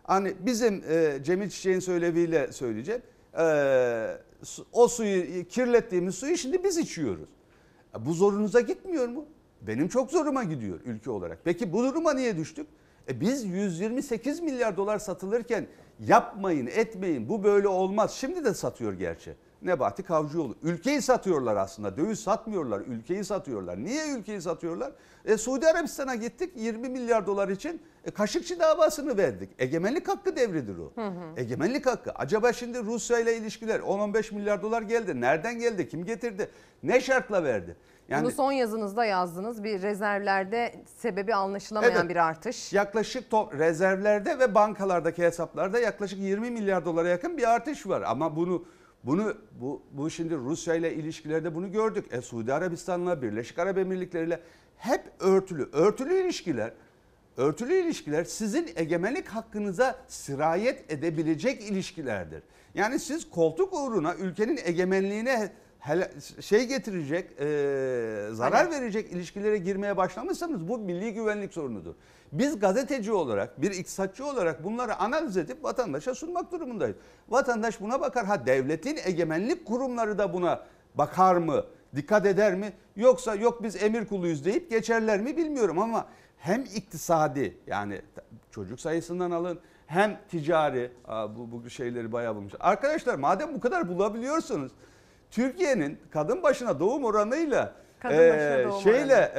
Hani bizim e, Cemil Çiçek'in söyleviyle söyleyeceğim. E, o suyu, kirlettiğimiz suyu şimdi biz içiyoruz. E, bu zorunuza gitmiyor mu? Benim çok zoruma gidiyor ülke olarak. Peki bu duruma niye düştük? E, biz yüz yirmi sekiz milyar dolar satılırken yapmayın, etmeyin, bu böyle olmaz. Şimdi de satıyor gerçi. Nebati Kavcıoğlu. Ülkeyi satıyorlar aslında. Döviz satmıyorlar. Ülkeyi satıyorlar. Niye ülkeyi satıyorlar? E, Suudi Arabistan'a gittik yirmi milyar dolar için e, Kaşıkçı davasını verdik. Egemenlik hakkı devridir o. Hı hı. Egemenlik hakkı. Acaba şimdi Rusya ile ilişkiler on on beş milyar dolar geldi. Nereden geldi? Kim getirdi? Ne şartla verdi? Yani, bunu son yazınızda yazdınız. Bir rezervlerde sebebi anlaşılamayan evet, bir artış. Yaklaşık top, rezervlerde ve bankalardaki hesaplarda yaklaşık yirmi milyar dolara yakın bir artış var. Ama bunu Bunu bu, bu şimdi Rusya ile ilişkilerde bunu gördük. E, Suudi Arabistan'la, Birleşik Arap Emirlikleri ile hep örtülü. Örtülü ilişkiler, örtülü ilişkiler sizin egemenlik hakkınıza sirayet edebilecek ilişkilerdir. Yani siz koltuk uğruna ülkenin egemenliğine şey getirecek, e, zarar evet. verecek ilişkilere girmeye başlamışsanız bu milli güvenlik sorunudur. Biz gazeteci olarak, bir iktisatçı olarak bunları analiz edip vatandaşa sunmak durumundayız. Vatandaş buna bakar. Ha, devletin egemenlik kurumları da buna bakar mı, dikkat eder mi? Yoksa yok biz emir kuluyuz deyip geçerler mi bilmiyorum ama hem iktisadi, yani çocuk sayısından alın, hem ticari, bu, bu şeyleri bayağı bulmuş. Arkadaşlar madem bu kadar bulabiliyorsunuz, Türkiye'nin kadın başına doğum oranıyla kadın başına doğum e, şeyle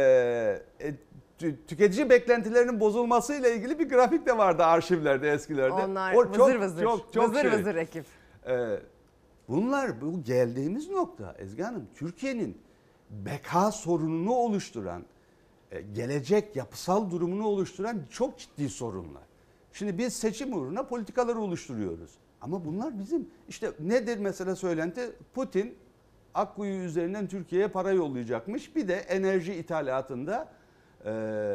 e, tüketici beklentilerinin bozulmasıyla ilgili bir grafik de vardı arşivlerde eskilerde. Onlar o vızır çok, vızır. Çok, çok vızır şey. vızır ekip. Ee, bunlar bu geldiğimiz nokta Ezgi Hanım, Türkiye'nin beka sorununu oluşturan, gelecek yapısal durumunu oluşturan çok ciddi sorunlar. Şimdi biz seçim uğruna politikaları oluşturuyoruz. Ama bunlar bizim işte nedir mesela söylenti? Putin Akkuyu üzerinden Türkiye'ye para yollayacakmış. Bir de enerji ithalatında e,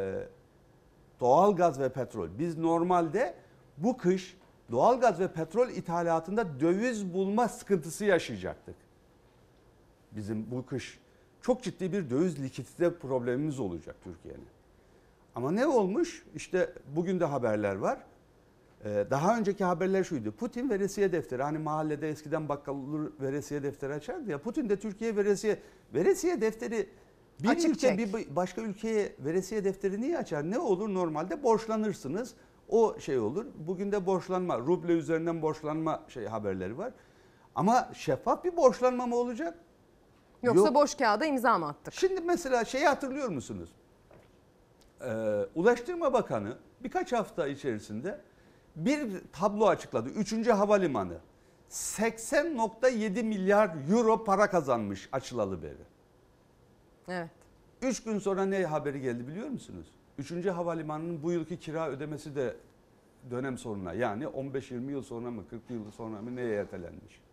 doğal gaz ve petrol. Biz normalde bu kış doğal gaz ve petrol ithalatında döviz bulma sıkıntısı yaşayacaktık. Bizim bu kış çok ciddi bir döviz likidite problemimiz olacak Türkiye'nin. Ama ne olmuş? İşte bugün de haberler var. Daha önceki haberler şuydu. Putin veresiye defteri, hani mahallede eskiden bakkal olur veresiye defteri açardı ya. Putin de Türkiye veresiye veresiye defteri bir açık ülke çek. bir başka ülkeye veresiye defteri niye açar? Ne olur normalde borçlanırsınız. O şey olur. Bugün de borçlanma, ruble üzerinden borçlanma şey haberleri var. Ama şeffaf bir borçlanma mı olacak? Yoksa Yok. boş kağıda imza mı attık? Şimdi mesela şeyi hatırlıyor musunuz? Ee, Ulaştırma Bakanı birkaç hafta içerisinde bir tablo açıkladı. Üçüncü havalimanı seksen nokta yedi milyar euro para kazanmış açılalı beri. Evet. Üç gün sonra ne haberi geldi biliyor musunuz? Üçüncü havalimanının bu yılki kira ödemesi de dönem sonuna, yani on beş yirmi yıl sonra mı kırk yıl sonra mı neye ertelenmiş?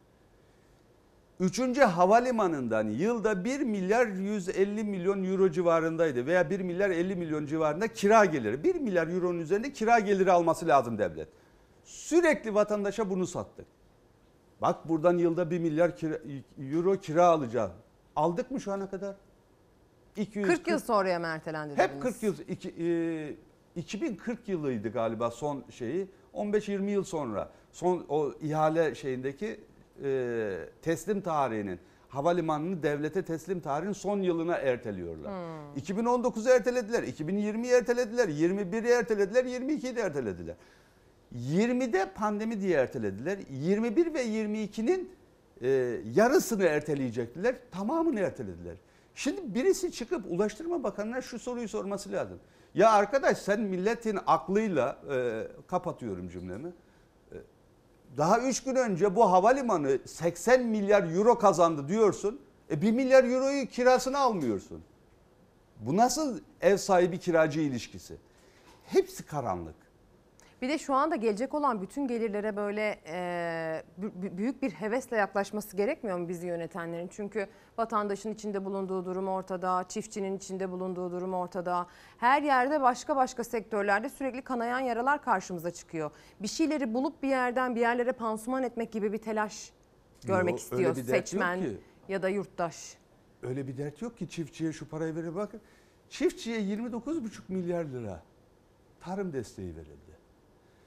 Üçüncü havalimanından yılda bir milyar yüz elli milyon euro civarındaydı veya bir milyar elli milyon civarında kira geliri. bir milyar euronun üzerinde kira geliri alması lazım devlet. Sürekli vatandaşa bunu sattık. Bak buradan yılda bir milyar kira, euro kira alacağız. Aldık mı şu ana kadar? iki yüz kırk yıl sonraya mı ertelendi dediniz? Hep kırk yıl. Iki, e, iki bin kırk yılıydı galiba son şeyi. on beş yirmi yıl sonra. Son o ihale şeyindeki e, teslim tarihinin, havalimanını devlete teslim tarihinin son yılına erteliyorlar. Hmm. iki bin on dokuzu ertelediler, iki bin yirmiyi ertelediler, yirmi biri ertelediler, yirmi ikiyi de ertelediler. yirmide pandemi diye ertelediler. yirmi bir ve yirmi ikinin e, yarısını erteleyecektiler, tamamını ertelediler. Şimdi birisi çıkıp Ulaştırma Bakanı'na şu soruyu sorması lazım. Ya arkadaş, sen milletin aklıyla, e, kapatıyorum cümlemi. E, daha üç gün önce bu havalimanı seksen milyar euro kazandı diyorsun. E bir milyar euroyu kirasını almıyorsun. Bu nasıl ev sahibi kiracı ilişkisi? Hepsi karanlık. Bir de şu anda gelecek olan bütün gelirlere böyle e, büyük bir hevesle yaklaşması gerekmiyor mu bizi yönetenlerin? Çünkü vatandaşın içinde bulunduğu durum ortada, çiftçinin içinde bulunduğu durum ortada. Her yerde başka başka sektörlerde sürekli kanayan yaralar karşımıza çıkıyor. Bir şeyleri bulup bir yerden bir yerlere pansuman etmek gibi bir telaş görmek Yo, istiyor seçmen ya da yurttaş. Öyle bir dert yok ki çiftçiye şu parayı verir. Bakın, çiftçiye yirmi dokuz buçuk milyar lira tarım desteği verildi.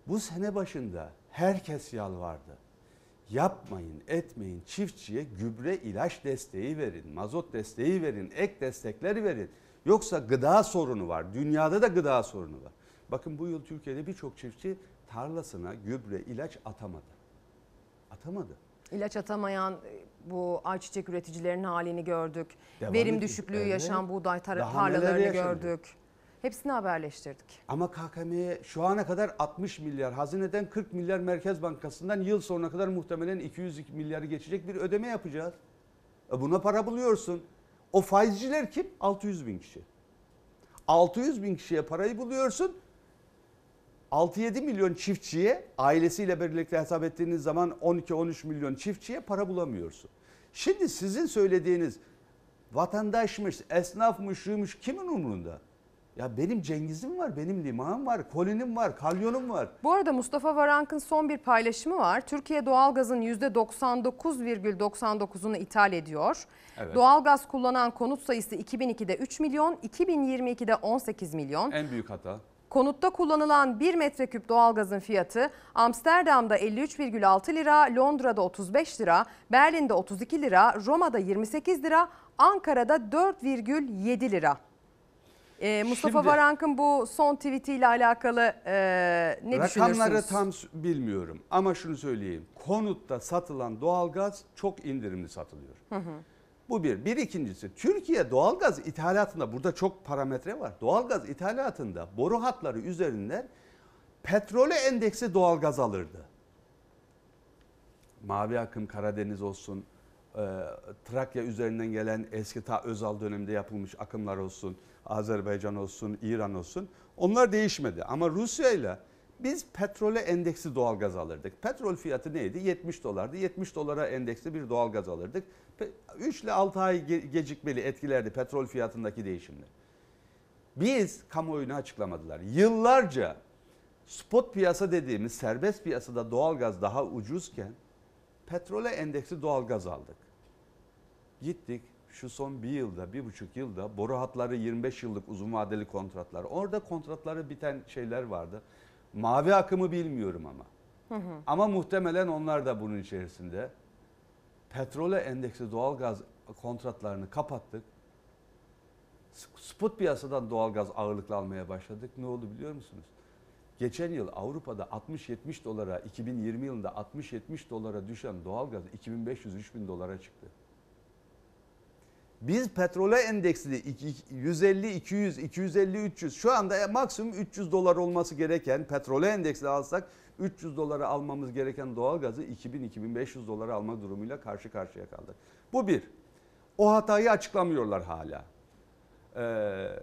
Bu sene başında herkes yalvardı. Yapmayın, etmeyin, çiftçiye gübre ilaç desteği verin, mazot desteği verin, ek destekleri verin. Yoksa gıda sorunu var, dünyada da gıda sorunu var. Bakın bu yıl Türkiye'de birçok çiftçi tarlasına gübre, ilaç atamadı. Atamadı. İlaç atamayan bu ayçiçek üreticilerinin halini gördük. Devam Verim edin. düşüklüğü Evet. yaşayan buğday tar- Daha tarlalarını neler yaşanıyor? gördük. Hepsini haberleştirdik. Ama K K M'ye şu ana kadar altmış milyar, hazineden kırk milyar, Merkez Bankası'ndan yıl sonuna kadar muhtemelen iki yüz milyarı geçecek bir ödeme yapacağız. E buna para buluyorsun. O faizciler kim? altı yüz bin kişi. altı yüz bin kişiye parayı buluyorsun. altı yedi milyon çiftçiye, ailesiyle birlikte hesap ettiğiniz zaman on iki on üç milyon çiftçiye para bulamıyorsun. Şimdi sizin söylediğiniz vatandaşmış, esnafmış, şuymuş kimin umurunda? Ya benim Cengiz'im var, benim limağım var, kolinim var, kalyonum var. Bu arada Mustafa Varank'ın son bir paylaşımı var. Türkiye doğalgazın yüzde doksan dokuz virgül doksan dokuzunu ithal ediyor. Evet. Doğalgaz kullanan konut sayısı iki bin ikide üç milyon, iki bin yirmi ikide on sekiz milyon. En büyük hata. Konutta kullanılan bir metreküp doğalgazın fiyatı Amsterdam'da elli üç virgül altı lira, Londra'da otuz beş lira, Berlin'de otuz iki lira, Roma'da yirmi sekiz lira, Ankara'da dört virgül yedi lira. Ee, Mustafa Şimdi- Varank'ın bu son tweetiyle alakalı e, ne Rakamları düşünürsünüz? tam bilmiyorum ama şunu söyleyeyim. Konutta satılan doğalgaz çok indirimli satılıyor. Hı hı. Bu bir. Bir ikincisi, Türkiye doğalgaz ithalatında burada çok parametre var. Doğalgaz ithalatında boru hatları üzerinden petrole endeksi doğalgaz alırdı. Mavi akım Karadeniz olsun, e, Trakya üzerinden gelen eski ta Özal döneminde yapılmış akımlar olsun, Azerbaycan olsun, İran olsun. Onlar değişmedi ama Rusya ile biz petrole endeksi doğalgaz alırdık. Petrol fiyatı neydi? yetmiş dolardı. yetmiş dolara endeksli bir doğalgaz alırdık. üç ile altı ay ge- gecikmeli etkilerdi petrol fiyatındaki değişimler. Biz kamuoyuna açıklamadılar. Yıllarca spot piyasa dediğimiz serbest piyasada doğalgaz daha ucuzken petrole endeksli doğalgaz aldık. Gittik şu son bir yılda, bir buçuk yılda boru hatları yirmi beş yıllık uzun vadeli kontratlar. Orada kontratları biten şeyler vardı. Mavi akımı bilmiyorum ama. Hı hı. Ama muhtemelen onlar da bunun içerisinde. Petrole endeksli doğalgaz kontratlarını kapattık. Spot piyasadan doğalgaz ağırlıklı almaya başladık. Ne oldu biliyor musunuz? Geçen yıl Avrupa'da altmış yetmiş dolara, iki bin yirmi yılında altmış yetmiş dolara düşen doğalgaz iki bin beş yüz üç bin dolara çıktı. Biz petrole endeksli yüz elli iki yüz iki yüz elli üç yüz şu anda maksimum üç yüz dolar olması gereken petrole endeksli alsak üç yüz dolara almamız gereken doğalgazı iki bin iki bin beş yüz dolara alma durumuyla karşı karşıya kaldık. Bu bir. O hatayı açıklamıyorlar hala. Ee,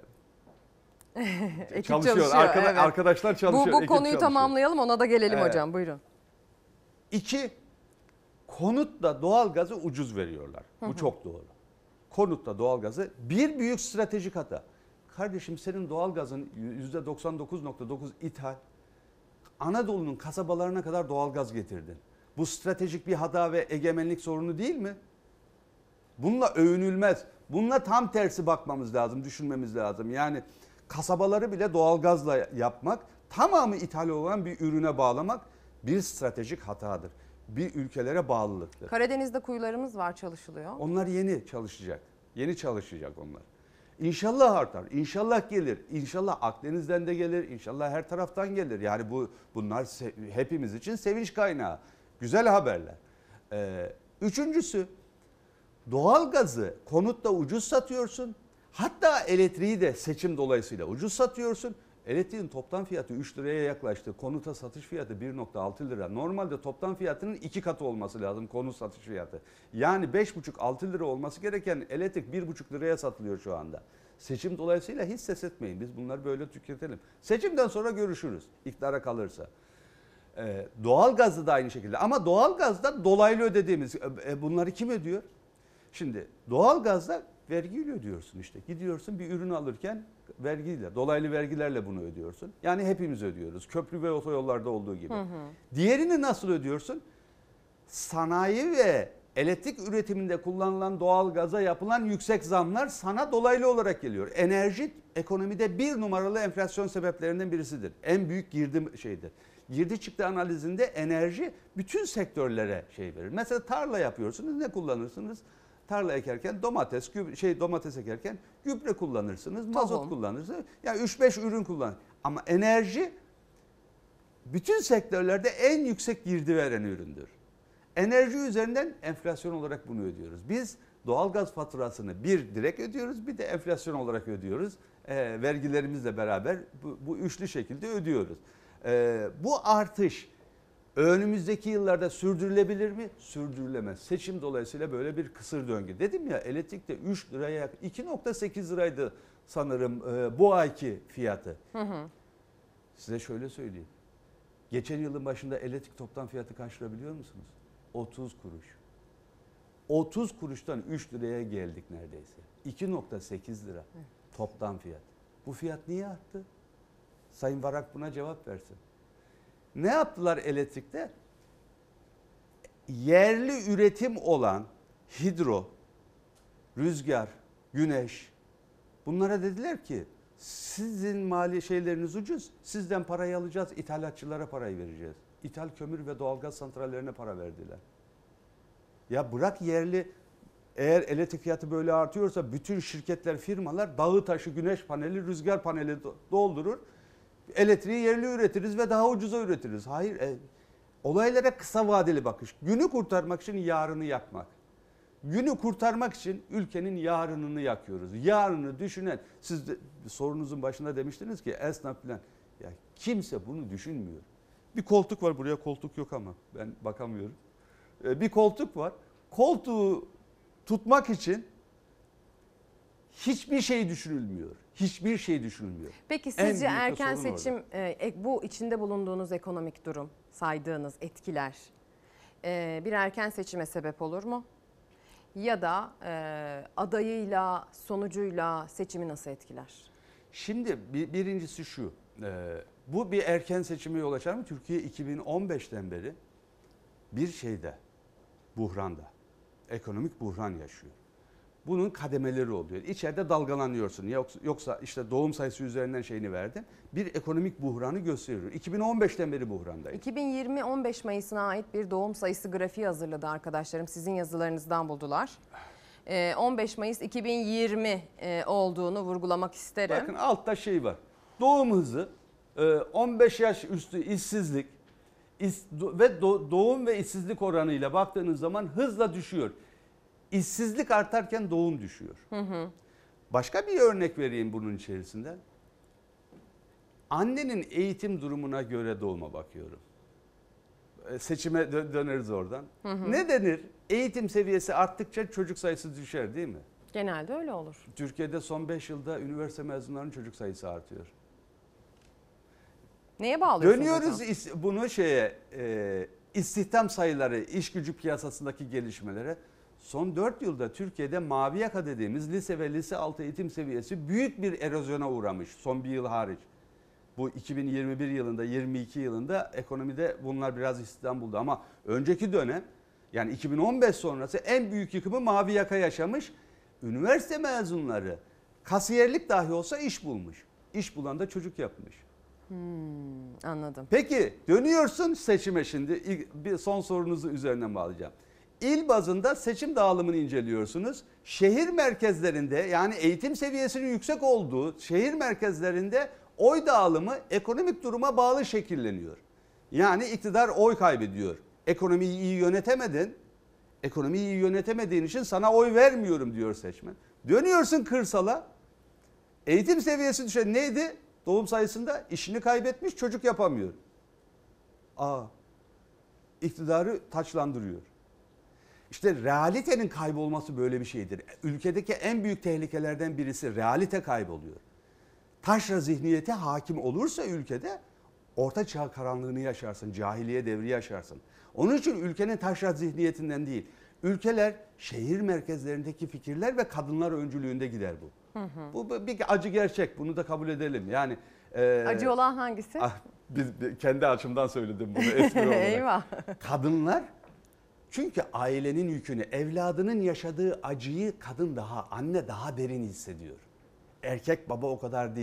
Ekip çalışıyor. çalışıyor, Arkada- evet. Arkadaşlar çalışıyor. Bu, bu ekip konuyu çalışıyor. tamamlayalım, ona da gelelim Evet. hocam. Buyurun. İki, konutla doğalgazı ucuz veriyorlar. Hı Bu hı. çok doğru. Konutla doğalgazı bir büyük stratejik hata. Kardeşim senin doğalgazın yüzde doksan dokuz nokta dokuz ithal. Anadolu'nun kasabalarına kadar doğalgaz getirdin. Bu stratejik bir hata ve egemenlik sorunu değil mi? Bununla övünülmez. Bununla tam tersi bakmamız lazım, düşünmemiz lazım. Yani kasabaları bile doğalgazla yapmak, tamamı ithal olan bir ürüne bağlamak bir stratejik hatadır. Bir ülkelere bağlılıktır. Karadeniz'de kuyularımız var, çalışılıyor. Onlar yeni çalışacak. Yeni çalışacak onlar. İnşallah artar. İnşallah gelir. İnşallah Akdeniz'den de gelir. İnşallah her taraftan gelir. Yani bu bunlar se- hepimiz için sevinç kaynağı. Güzel haberler. Ee, üçüncüsü, doğalgazı konutta ucuz satıyorsun. Hatta elektriği de seçim dolayısıyla ucuz satıyorsun. Elektriğin toptan fiyatı üç liraya yaklaştı. Konuta satış fiyatı bir nokta altı lira. Normalde toptan fiyatının iki katı olması lazım konut satış fiyatı. Yani beş buçuk altı lira olması gereken elektrik bir buçuk liraya satılıyor şu anda. Seçim dolayısıyla hiç ses etmeyin. Biz bunları böyle tüketelim. Seçimden sonra görüşürüz. İktidara kalırsa. Ee, doğalgazı da aynı şekilde. Ama doğalgazda dolaylı ödediğimiz e, bunları kim ödüyor? Şimdi doğalgazda vergiyle ödüyorsun işte. Gidiyorsun bir ürün alırken vergiyle, dolaylı vergilerle bunu ödüyorsun. Yani hepimiz ödüyoruz. Köprü ve otoyollarda olduğu gibi. Hı hı. Diğerini nasıl ödüyorsun? Sanayi ve elektrik üretiminde kullanılan doğalgaza yapılan yüksek zamlar sana dolaylı olarak geliyor. Enerji ekonomide bir numaralı enflasyon sebeplerinden birisidir. En büyük girdi şeydir. girdi çıktı analizinde enerji bütün sektörlere şey verir. Mesela tarla yapıyorsunuz, ne kullanırsınız? Tarla ekerken domates, gübre, şey domates ekerken gübre kullanırsınız, mazot Tohum. kullanırsınız. Yani üç beş ürün kullanır. Ama enerji bütün sektörlerde en yüksek girdi veren üründür. Enerji üzerinden enflasyon olarak bunu ödüyoruz. Biz doğalgaz faturasını bir direkt ödüyoruz, bir de enflasyon olarak ödüyoruz. E, vergilerimizle beraber bu, bu üçlü şekilde ödüyoruz. E, bu artış önümüzdeki yıllarda sürdürülebilir mi? Sürdürülemez. Seçim dolayısıyla böyle bir kısır döngü. Dedim ya elektrikte üç liraya iki nokta sekiz liraydı sanırım e, bu ayki fiyatı. Hı hı. Size şöyle söyleyeyim. Geçen yılın başında elektrik toptan fiyatı kaç lira biliyor musunuz? otuz kuruş. otuz kuruştan üç liraya geldik neredeyse. iki nokta sekiz lira toptan fiyat. Bu fiyat niye arttı? Sayın Varak buna cevap versin. Ne yaptılar elektrikte? Yerli üretim olan hidro, rüzgar, güneş bunlara dediler ki sizin mali şeyleriniz ucuz. Sizden parayı alacağız, ithalatçılara parayı vereceğiz. İthal kömür ve doğalgaz santrallerine para verdiler. Ya bırak yerli, eğer elektrik fiyatı böyle artıyorsa bütün şirketler, firmalar dağı taşı, güneş paneli, rüzgar paneli doldurur. Elektriği yerli üretiriz ve daha ucuza üretiriz. Hayır, e, olaylara kısa vadeli bakış. Günü kurtarmak için yarını yakmak. Günü kurtarmak için ülkenin yarınını yakıyoruz. Yarını düşünen, siz de sorunuzun başında demiştiniz ki esnaf falan. Ya kimse bunu düşünmüyor. Bir koltuk var, buraya koltuk yok ama ben bakamıyorum. Bir koltuk var. Koltuğu tutmak için hiçbir şey düşünülmüyor. Hiçbir şey düşünülmüyor. Peki En sizce büyük de erken sorun seçim orada. e, bu içinde bulunduğunuz ekonomik durum, saydığınız etkiler e, bir erken seçime sebep olur mu? Ya da e, adayıyla, sonucuyla seçimi nasıl etkiler? Şimdi bir, birincisi şu. E, bu bir erken seçime yol açar mı? Türkiye iki bin on beşten beri bir şeyde, buhranda, ekonomik buhran yaşıyor. Bunun kademeleri oluyor. İçeride dalgalanıyorsun. Yoksa, yoksa işte doğum sayısı üzerinden şeyini verdim. Bir ekonomik buhranı gösteriyor. iki bin on beşten beri buhrandayız. iki bin yirmi on beş Mayıs'ına ait bir doğum sayısı grafiği hazırladı arkadaşlarım. Sizin yazılarınızdan buldular. on beş Mayıs iki bin yirmi olduğunu vurgulamak isterim. Bakın altta şey var. Doğum hızı, on beş yaş üstü işsizlik ve doğum ve işsizlik oranıyla baktığınız zaman hızla düşüyor. İşsizlik artarken doğum düşüyor. Hı hı. Başka bir örnek vereyim bunun içerisinde. Annenin eğitim durumuna göre doğuma bakıyorum. Seçime döneriz oradan. Hı hı. Ne denir? Eğitim seviyesi arttıkça çocuk sayısı düşer değil mi? Genelde öyle olur. Türkiye'de son beş yılda üniversite mezunlarının çocuk sayısı artıyor. Neye bağlıyorsunuz Dönüyoruz hocam? bunu şeye, e, istihdam sayıları, iş gücü piyasasındaki gelişmelere. Son dört yılda Türkiye'de mavi yaka dediğimiz lise ve lise altı eğitim seviyesi büyük bir erozyona uğramış son bir yıl hariç. Bu iki bin yirmi bir yılında, yirmi iki yılında ekonomide bunlar biraz istihdam buldu. Ama önceki dönem yani iki bin on beş sonrası en büyük yıkımı mavi yaka yaşamış. Üniversite mezunları kasiyerlik dahi olsa iş bulmuş. İş bulan da çocuk yapmış. Hmm, anladım. Peki dönüyorsun seçime şimdi. Bir son sorunuzu üzerinden bağlayacağım. İl bazında seçim dağılımını inceliyorsunuz. Şehir merkezlerinde yani eğitim seviyesinin yüksek olduğu şehir merkezlerinde oy dağılımı ekonomik duruma bağlı şekilleniyor. Yani iktidar oy kaybediyor. Ekonomiyi iyi yönetemedin. Ekonomiyi iyi yönetemediğin için sana oy vermiyorum diyor seçmen. Dönüyorsun kırsala. Eğitim seviyesi düşen neydi? Doğum sayısında işini kaybetmiş, çocuk yapamıyor. Aa, iktidarı taçlandırıyor. İşte realitenin kaybolması böyle bir şeydir. Ülkedeki en büyük tehlikelerden birisi realite kayboluyor. Taşra zihniyeti hakim olursa ülkede orta çağ karanlığını yaşarsın, cahiliye devri yaşarsın. Onun için ülkenin taşra zihniyetinden değil, ülkeler şehir merkezlerindeki fikirler ve kadınlar öncülüğünde gider bu. Hı hı. Bu bir acı gerçek, bunu da kabul edelim. Yani e, acı olan hangisi? Ah, biz, kendi açımdan söyledim bunu espri olarak. Eyvah. Kadınlar çünkü ailenin yükünü, evladının yaşadığı acıyı kadın daha, anne daha derin hissediyor. Erkek baba o kadar değil.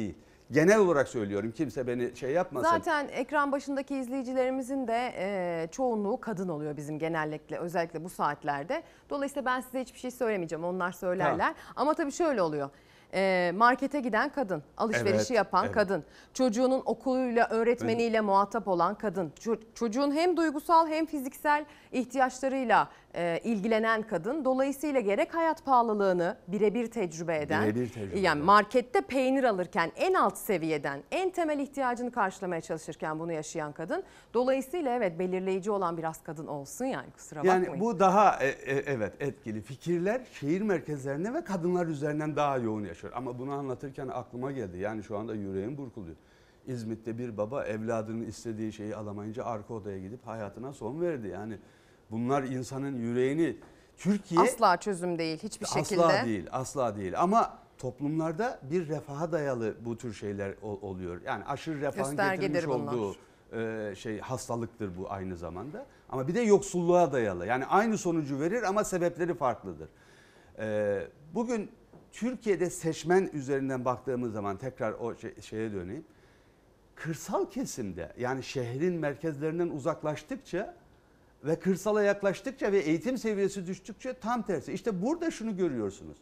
Genel olarak söylüyorum, kimse beni şey yapmasın. Zaten ekran başındaki izleyicilerimizin de e, çoğunluğu kadın oluyor bizim genellikle, özellikle bu saatlerde. Dolayısıyla ben size hiçbir şey söylemeyeceğim, onlar söylerler. Ha. Ama tabii şöyle oluyor. E, markete giden kadın, alışverişi Evet, yapan evet. kadın, çocuğunun okuluyla, öğretmeniyle evet. muhatap olan kadın, Ço- çocuğun hem duygusal hem fiziksel ihtiyaçlarıyla e, ilgilenen kadın. Dolayısıyla gerek hayat pahalılığını birebir tecrübe eden, Birebir tecrübe yani eden. markette peynir alırken en alt seviyeden, en temel ihtiyacını karşılamaya çalışırken bunu yaşayan kadın. Dolayısıyla evet, belirleyici olan biraz kadın olsun yani, kusura Yani bakmayın. bu daha e, e, evet etkili. Fikirler şehir merkezlerine ve kadınlar üzerinden daha yoğun yaşıyor. Ama bunu anlatırken aklıma geldi. Yani şu anda yüreğim burkuluyor. İzmit'te bir baba evladının istediği şeyi alamayınca arka odaya gidip hayatına son verdi. Yani bunlar insanın yüreğini, Türkiye asla çözüm değil hiçbir asla şekilde. Asla değil, asla değil. Ama toplumlarda bir refaha dayalı bu tür şeyler oluyor. Yani aşırı refahın getirmiş bunlar. olduğu e, şey hastalıktır bu aynı zamanda. Ama bir de yoksulluğa dayalı. Yani aynı sonucu verir ama sebepleri farklıdır. E, bugün Türkiye'de seçmen üzerinden baktığımız zaman tekrar o şey, şeye döneyim. Kırsal kesimde, yani şehrin merkezlerinden uzaklaştıkça ve kırsala yaklaştıkça ve eğitim seviyesi düştükçe tam tersi. İşte burada şunu görüyorsunuz.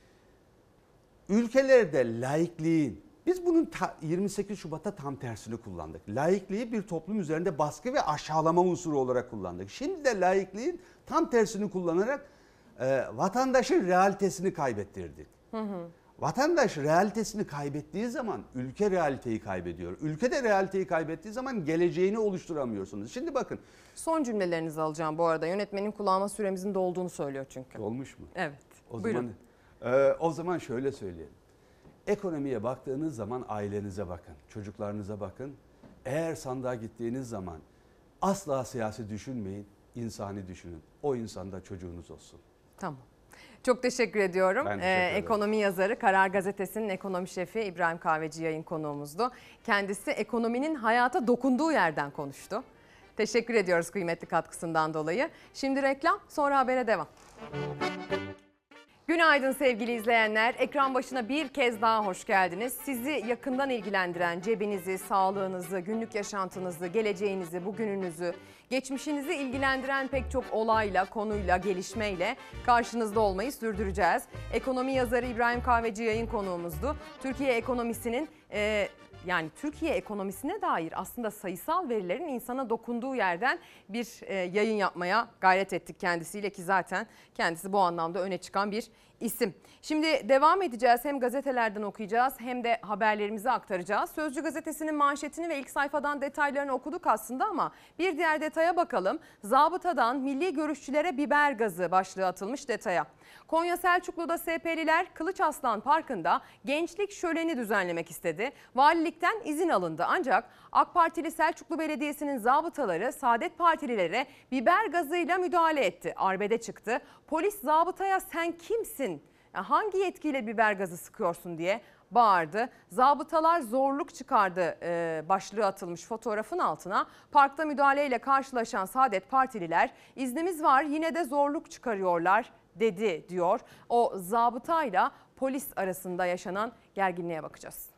Ülkelerde laikliğin, biz bunun yirmi sekiz Şubat'ta tam tersini kullandık. Laikliği bir toplum üzerinde baskı ve aşağılama unsuru olarak kullandık. Şimdi de laikliğin tam tersini kullanarak e, vatandaşın realitesini kaybettirdik. Hı hı. Vatandaş realitesini kaybettiği zaman ülke realiteyi kaybediyor. Ülke de realiteyi kaybettiği zaman geleceğini oluşturamıyorsunuz. Şimdi bakın. Son cümlelerinizi alacağım bu arada. Yönetmenin kulağıma süremizin dolduğunu söylüyor çünkü. Olmuş mu? Evet. O Buyurun. zaman e, o zaman şöyle söyleyelim. Ekonomiye baktığınız zaman ailenize bakın, çocuklarınıza bakın. Eğer sandığa gittiğiniz zaman asla siyasi düşünmeyin, insani düşünün. O insanda çocuğunuz olsun. Tamam. Çok teşekkür ediyorum. Ben teşekkür ederim. Ee, ekonomi yazarı, Karar Gazetesi'nin ekonomi şefi İbrahim Kahveci yayın konuğumuzdu. Kendisi ekonominin hayata dokunduğu yerden konuştu. Teşekkür ediyoruz kıymetli katkısından dolayı. Şimdi reklam, sonra habere devam. Günaydın sevgili izleyenler. Ekran başına bir kez daha hoş geldiniz. Sizi yakından ilgilendiren cebinizi, sağlığınızı, günlük yaşantınızı, geleceğinizi, bugününüzü, geçmişinizi ilgilendiren pek çok olayla, konuyla, gelişmeyle karşınızda olmayı sürdüreceğiz. Ekonomi yazarı İbrahim Kahveci yayın konuğumuzdu. Türkiye ekonomisinin e, yani Türkiye ekonomisine dair aslında sayısal verilerin insana dokunduğu yerden bir e, yayın yapmaya gayret ettik kendisiyle ki zaten kendisi bu anlamda öne çıkan bir isim. Şimdi devam edeceğiz, hem gazetelerden okuyacağız hem de haberlerimizi aktaracağız. Sözcü gazetesinin manşetini ve ilk sayfadan detaylarını okuduk aslında ama bir diğer detaya bakalım. Zabıtadan milli görüşçülere biber gazı başlığı atılmış detaya. Konya Selçuklu'da S P L'liler Kılıçarslan Parkı'nda gençlik şöleni düzenlemek istedi. Valilikten izin alındı ancak AK Partili Selçuklu Belediyesi'nin zabıtaları Saadet Partililere biber gazıyla müdahale etti. Arbede çıktı. Polis zabıtaya sen kimsin? Hangi yetkiyle biber gazı sıkıyorsun diye bağırdı. Zabıtalar zorluk çıkardı e, başlığı atılmış fotoğrafın altına. Parkta müdahaleyle karşılaşan Saadet Partililer iznimiz var yine de zorluk çıkarıyorlar dedi diyor. O zabıtayla polis arasında yaşanan gerginliğe bakacağız.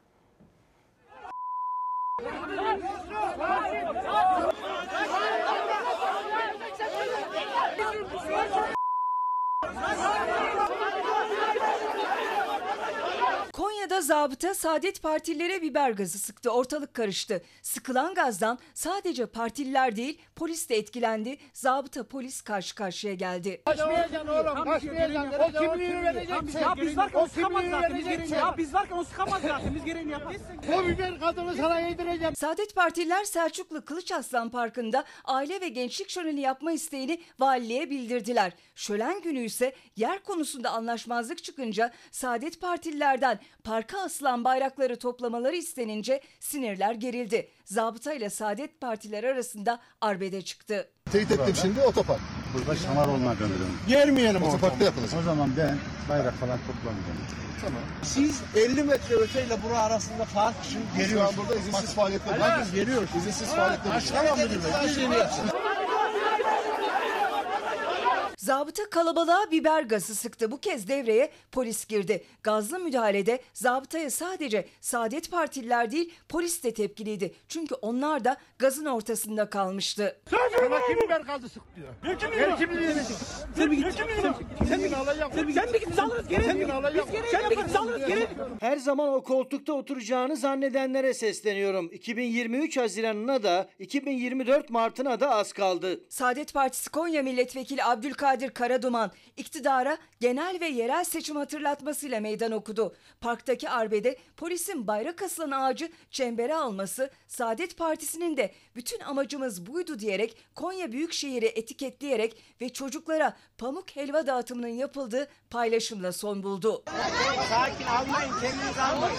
Konya'da zabıta Saadet Partililere biber gazı sıktı. Ortalık karıştı. Sıkılan gazdan sadece partililer değil polis de etkilendi. Zabıta polis karşı karşıya geldi. Kaçmayacaksın oğlum, kaçmayacaksın. O kimliğini vereceksin. Ya biz varken o sıkamaz zaten. Biz ya biz varken o sıkamaz zaten. Biz gereğini yaparız. O biber gazını sana yedireceğim. Saadet Partililer Selçuklu Kılıçarslan Parkı'nda aile ve gençlik şöleni yapma isteğini valiliğe bildirdiler. Şölen günü ise yer konusunda anlaşmazlık çıkınca Saadet Partililerden parka asılan bayrakları toplamaları istenince sinirler gerildi. Zabıta ile Saadet Partiler arasında arbede çıktı. Teyit ettim şimdi otopark. Burada şamar olmadığını diyorum. Yermeyelim otoparkta yapılacak. O zaman ben bayrak falan toplamayacağım. Tamam. Siz elli metre öteyle bura arasında fark için geliyorsunuz. Şu an burada izinsiz faaliyetler. Herkes geliyor. İzinsiz faaliyetler. Tamam müdür bey. Bir şeyini yapsın. Zabıta kalabalığa biber gazı sıktı. Bu kez devreye polis girdi. Gazlı müdahalede zabıtaya sadece Saadet Partililer değil polis de tepkiliydi. Çünkü onlar da gazın ortasında kalmıştı. Sana kim biber gazı sık diyor. Ben kim biliyorum? Ben kim biliyorum? Sen mi git? Sen mi git? Sen mi git? Alırız geri. Sen mi git? Alırız geri. Her zaman o koltukta oturacağını zannedenlere sesleniyorum. iki bin yirmi üç Haziran'ına da iki bin yirmi dört Mart'ına da az kaldı. Saadet Partisi Konya Milletvekili Abdülkadir Karaduman iktidara genel ve yerel seçim hatırlatmasıyla meydan okudu. Parktaki arbede polisin bayrak asılan ağacı çembere alması, Saadet Partisi'nin de bütün amacımız buydu diyerek Konya Büyükşehir'i etiketleyerek ve çocuklara pamuk helva dağıtımının yapıldığı paylaşımla son buldu. Sakin almayın, kendinizi almayın.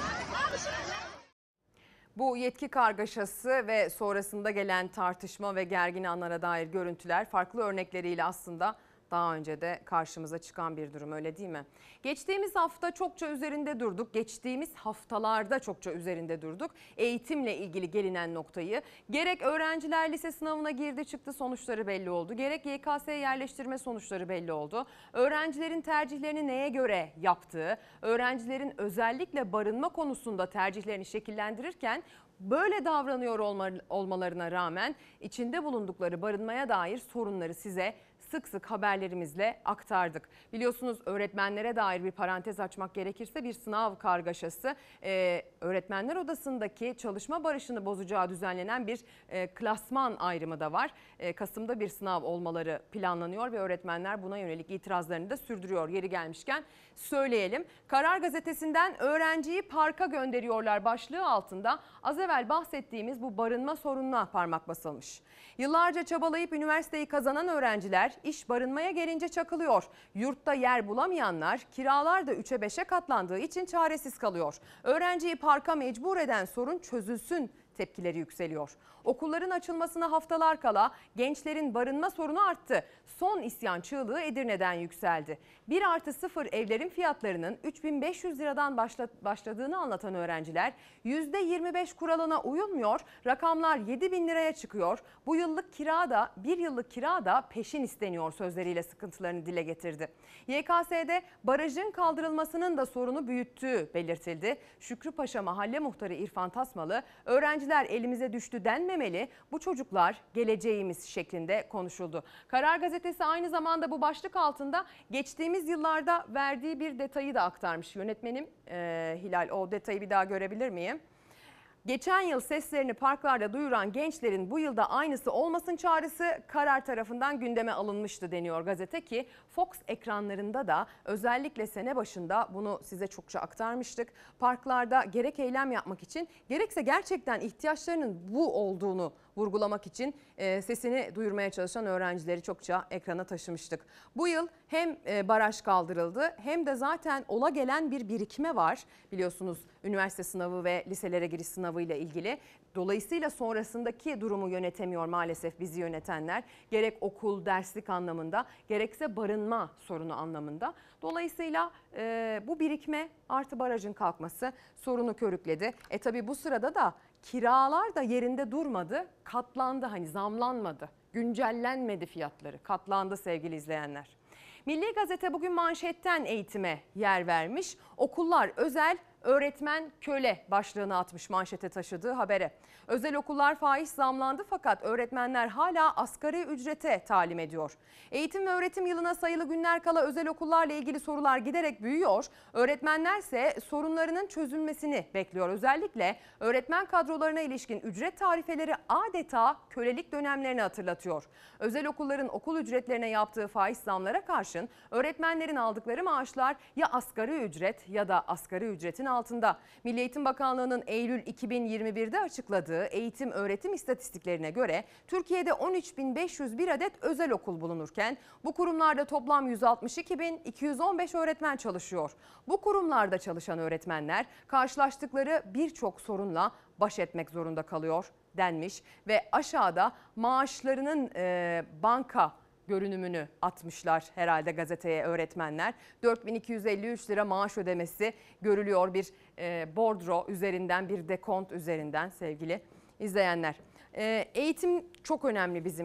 Bu yetki kargaşası ve sonrasında gelen tartışma ve gergin anlara dair görüntüler farklı örnekleriyle aslında daha önce de karşımıza çıkan bir durum, öyle değil mi? Geçtiğimiz hafta çokça üzerinde durduk. Geçtiğimiz haftalarda çokça üzerinde durduk. Eğitimle ilgili gelinen noktayı, gerek öğrenciler lise sınavına girdi çıktı sonuçları belli oldu. Gerek Y K S yerleştirme sonuçları belli oldu. Öğrencilerin tercihlerini neye göre yaptığı, öğrencilerin özellikle barınma konusunda tercihlerini şekillendirirken böyle davranıyor olmalarına rağmen içinde bulundukları barınmaya dair sorunları size sık sık haberlerimizle aktardık. Biliyorsunuz öğretmenlere dair bir parantez açmak gerekirse bir sınav kargaşası, e, öğretmenler odasındaki çalışma barışını bozacağı düzenlenen bir e, klasman ayrımı da var. E, Kasım'da bir sınav olmaları planlanıyor ve öğretmenler buna yönelik itirazlarını da sürdürüyor. Yeri gelmişken söyleyelim. Karar Gazetesi'nden öğrenciyi parka gönderiyorlar başlığı altında az evvel bahsettiğimiz bu barınma sorununa parmak basılmış. Yıllarca çabalayıp üniversiteyi kazanan öğrenciler iş barınmaya gelince çakılıyor. Yurtta yer bulamayanlar kiralar da üçe beşe katlandığı için çaresiz kalıyor. Öğrenciyi parka mecbur eden sorun çözülsün tepkileri yükseliyor. Okulların açılmasına haftalar kala gençlerin barınma sorunu arttı. Son isyan çığlığı Edirne'den yükseldi. bir artı sıfır evlerin fiyatlarının üç bin beş yüz liradan başladığını anlatan öğrenciler yüzde yirmi beş kuralına uyulmuyor, rakamlar yedi bin liraya çıkıyor. Bu yıllık kira da bir yıllık kira da peşin isteniyor sözleriyle sıkıntılarını dile getirdi. Y K S'de barajın kaldırılmasının da sorunu büyüttüğü belirtildi. Şükrüpaşa Mahalle Muhtarı İrfan Tasmalı, öğrenciler elimize düştü denmemeli, bu çocuklar geleceğimiz şeklinde konuşuldu. Karar Gazetesi aynı zamanda bu başlık altında geçtiğimiz yıllarda verdiği bir detayı da aktarmış. Yönetmenim e, Hilal, o detayı bir daha görebilir miyim? Geçen yıl seslerini parklarda duyuran gençlerin bu yılda aynısı olmasın çağrısı Karar tarafından gündeme alınmıştı deniyor gazete ki Fox ekranlarında da özellikle sene başında bunu size çokça aktarmıştık. Parklarda gerek eylem yapmak için gerekse gerçekten ihtiyaçlarının bu olduğunu vurgulamak için e, sesini duyurmaya çalışan öğrencileri çokça ekrana taşımıştık. Bu yıl hem e, baraj kaldırıldı hem de zaten ola gelen bir birikme var. Biliyorsunuz üniversite sınavı ve liselere giriş sınavı ile ilgili. Dolayısıyla sonrasındaki durumu yönetemiyor maalesef bizi yönetenler. Gerek okul, derslik anlamında gerekse barınma sorunu anlamında. Dolayısıyla e, bu birikme artı barajın kalkması sorunu körükledi. E tabi bu sırada da kiralar da yerinde durmadı, katlandı, hani zamlanmadı, güncellenmedi fiyatları, katlandı sevgili izleyenler. Milli Gazete bugün manşetten eğitime yer vermiş. Okullar özel, öğretmen köle başlığını atmış manşete taşıdığı habere. Özel okullar faiz zamlandı fakat öğretmenler hala asgari ücrete talim ediyor. Eğitim ve öğretim yılına sayılı günler kala özel okullarla ilgili sorular giderek büyüyor. Öğretmenlerse sorunlarının çözülmesini bekliyor. Özellikle öğretmen kadrolarına ilişkin ücret tarifeleri adeta kölelik dönemlerini hatırlatıyor. Özel okulların okul ücretlerine yaptığı faiz zamlara karşın öğretmenlerin aldıkları maaşlar ya asgari ücret ya da asgari ücretin altında. Milli Eğitim Bakanlığı'nın Eylül iki bin yirmi bir'de açıkladığı eğitim öğretim istatistiklerine göre Türkiye'de on üç bin beş yüz bir adet özel okul bulunurken bu kurumlarda toplam yüz altmış iki bin iki yüz on beş öğretmen çalışıyor. Bu kurumlarda çalışan öğretmenler karşılaştıkları birçok sorunla baş etmek zorunda kalıyor denmiş ve aşağıda maaşlarının e, banka görünümünü atmışlar herhalde gazeteye öğretmenler. dört bin iki yüz elli üç lira maaş ödemesi görülüyor bir e, bordro üzerinden, bir dekont üzerinden sevgili izleyenler. E, eğitim çok önemli bizim için.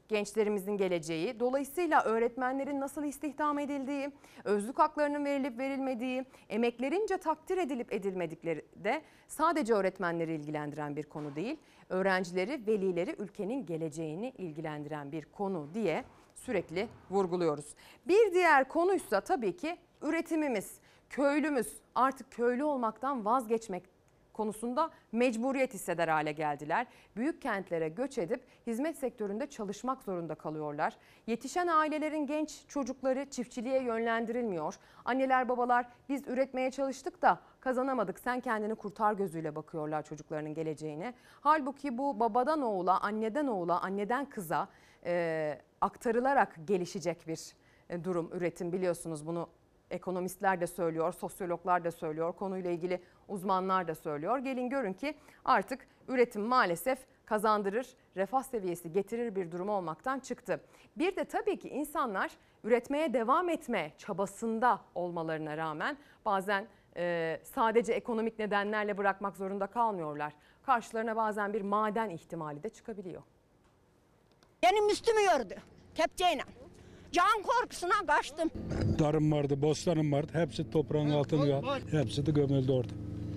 gençlerimizin geleceği, dolayısıyla öğretmenlerin nasıl istihdam edildiği, özlük haklarının verilip verilmediği, emeklerince takdir edilip edilmedikleri de sadece öğretmenleri ilgilendiren bir konu değil, öğrencileri, velileri, ülkenin geleceğini ilgilendiren bir konu diye sürekli vurguluyoruz. Bir diğer konuysa tabii ki üretimimiz, köylümüz artık köylü olmaktan vazgeçmek konusunda mecburiyet hisseder hale geldiler. Büyük kentlere göç edip hizmet sektöründe çalışmak zorunda kalıyorlar. Yetişen ailelerin genç çocukları çiftçiliğe yönlendirilmiyor. Anneler babalar biz üretmeye çalıştık da kazanamadık, sen kendini kurtar gözüyle bakıyorlar çocuklarının geleceğine. Halbuki bu babadan oğula, anneden oğula, anneden kıza e, aktarılarak gelişecek bir e, durum, üretim, biliyorsunuz bunu. Ekonomistler de söylüyor, sosyologlar da söylüyor, konuyla ilgili uzmanlar da söylüyor. Gelin görün ki artık üretim maalesef kazandırır, refah seviyesi getirir bir durum olmaktan çıktı. Bir de tabii ki insanlar üretmeye devam etme çabasında olmalarına rağmen bazen e, sadece ekonomik nedenlerle bırakmak zorunda kalmıyorlar. Karşılarına bazen bir maden ihtimali de çıkabiliyor. Benim üstümü gördü kepçeyle. Can korkusuna kaçtım. Darım vardı, bostanım vardı. Hepsi toprağın altını yattı. Hepsi de gömüldü orada.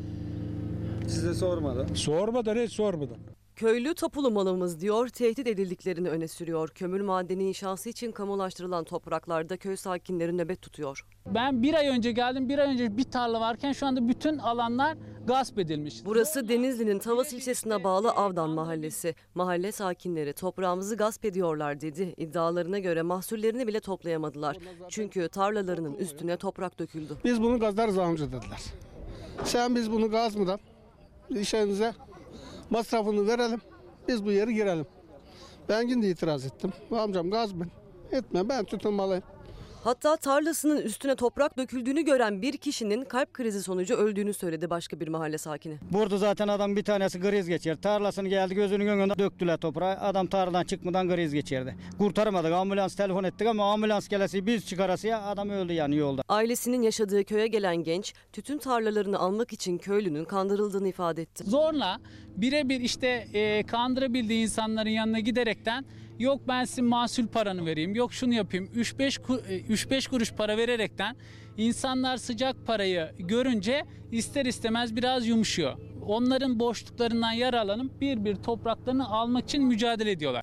Size sormadı. Sormadı, hiç sormadı. Köylü tapulu malımız diyor, tehdit edildiklerini öne sürüyor. Kömür madeni inşası için kamulaştırılan topraklarda köy sakinleri nöbet tutuyor. Ben bir ay önce geldim, bir ay önce bir tarla varken şu anda bütün alanlar gasp edilmiş. Burası Denizli'nin Tavas ilçesine bağlı Avdan mahallesi. Mahalle sakinleri toprağımızı gasp ediyorlar dedi. İddialarına göre mahsullerini bile toplayamadılar. Çünkü tarlalarının üstüne toprak döküldü. Biz bunu gazlarız amca dediler. Sen biz bunu gazmadan işinize masrafını verelim. Biz bu yeri girelim. Ben yine itiraz ettim. Amcam gaz ben. Etme, ben tutunmalıyım. Hatta tarlasının üstüne toprak döküldüğünü gören bir kişinin kalp krizi sonucu öldüğünü söyledi başka bir mahalle sakini. Burada zaten adam bir tanesi kriz geçer. Tarlasını geldi gözünün önünde döktüler toprağa. Adam tarladan çıkmadan kriz geçirdi. Kurtaramadık. Ambulans telefon ettik ama ambulans gelesi biz çıkarasıya adam öldü yani yolda. Ailesinin yaşadığı köye gelen genç tütün tarlalarını almak için köylünün kandırıldığını ifade etti. Zorla birebir işte e, kandırabildiği insanların yanına giderekten yok ben sizin mahsul paranı vereyim, yok şunu yapayım, üç beş kuruş para vererekten insanlar sıcak parayı görünce ister istemez biraz yumuşuyor. Onların boşluklarından yararlanıp bir bir topraklarını almak için mücadele ediyorlar.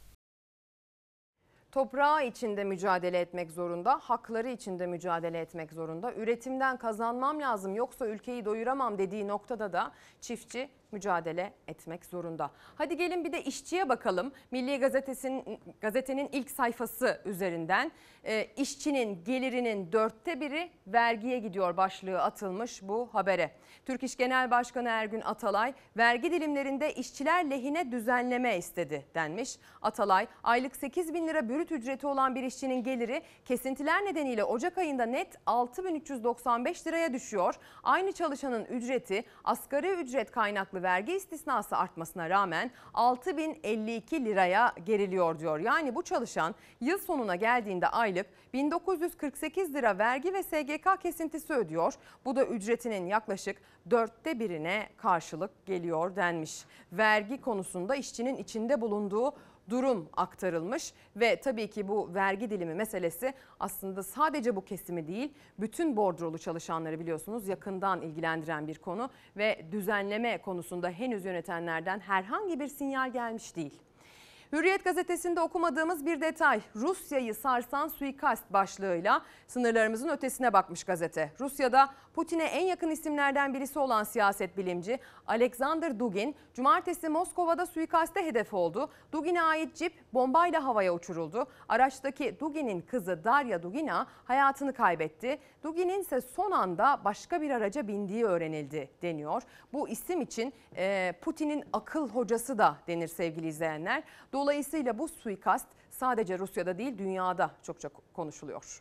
Toprağı içinde mücadele etmek zorunda, hakları içinde mücadele etmek zorunda. Üretimden kazanmam lazım yoksa ülkeyi doyuramam dediği noktada da çiftçi mücadele etmek zorunda. Hadi gelin bir de işçiye bakalım. Milli Gazetesi'nin gazetenin ilk sayfası üzerinden e, işçinin gelirinin dörtte biri vergiye gidiyor başlığı atılmış bu habere. Türk İş Genel Başkanı Ergün Atalay vergi dilimlerinde işçiler lehine düzenleme istedi denmiş. Atalay aylık sekiz bin lira brüt ücreti olan bir işçinin geliri kesintiler nedeniyle Ocak ayında net altı bin üç yüz doksan beş liraya düşüyor. Aynı çalışanın ücreti asgari ücret kaynaklı vergi istisnası artmasına rağmen altı bin elli iki liraya geriliyor diyor. Yani bu çalışan yıl sonuna geldiğinde aylık bin dokuz yüz kırk sekiz lira vergi ve S G K kesintisi ödüyor. Bu da ücretinin yaklaşık dörtte birine karşılık geliyor denmiş. Vergi konusunda işçinin içinde bulunduğu durum aktarılmış ve tabii ki bu vergi dilimi meselesi aslında sadece bu kesimi değil, bütün bordrolu çalışanları biliyorsunuz yakından ilgilendiren bir konu ve düzenleme konusunda henüz yönetenlerden herhangi bir sinyal gelmiş değil. Hürriyet gazetesinde okumadığımız bir detay, Rusya'yı sarsan suikast başlığıyla sınırlarımızın ötesine bakmış gazete. Rusya'da Putin'e en yakın isimlerden birisi olan siyaset bilimci Alexander Dugin, cumartesi Moskova'da suikaste hedef oldu. Dugin'e ait cip bombayla havaya uçuruldu. Araçtaki Dugin'in kızı Darya Dugina hayatını kaybetti. Dugin'in ise son anda başka bir araca bindiği öğrenildi deniyor. Bu isim için e, Putin'in akıl hocası da denir sevgili izleyenler. Dolayısıyla bu suikast sadece Rusya'da değil dünyada çokça konuşuluyor.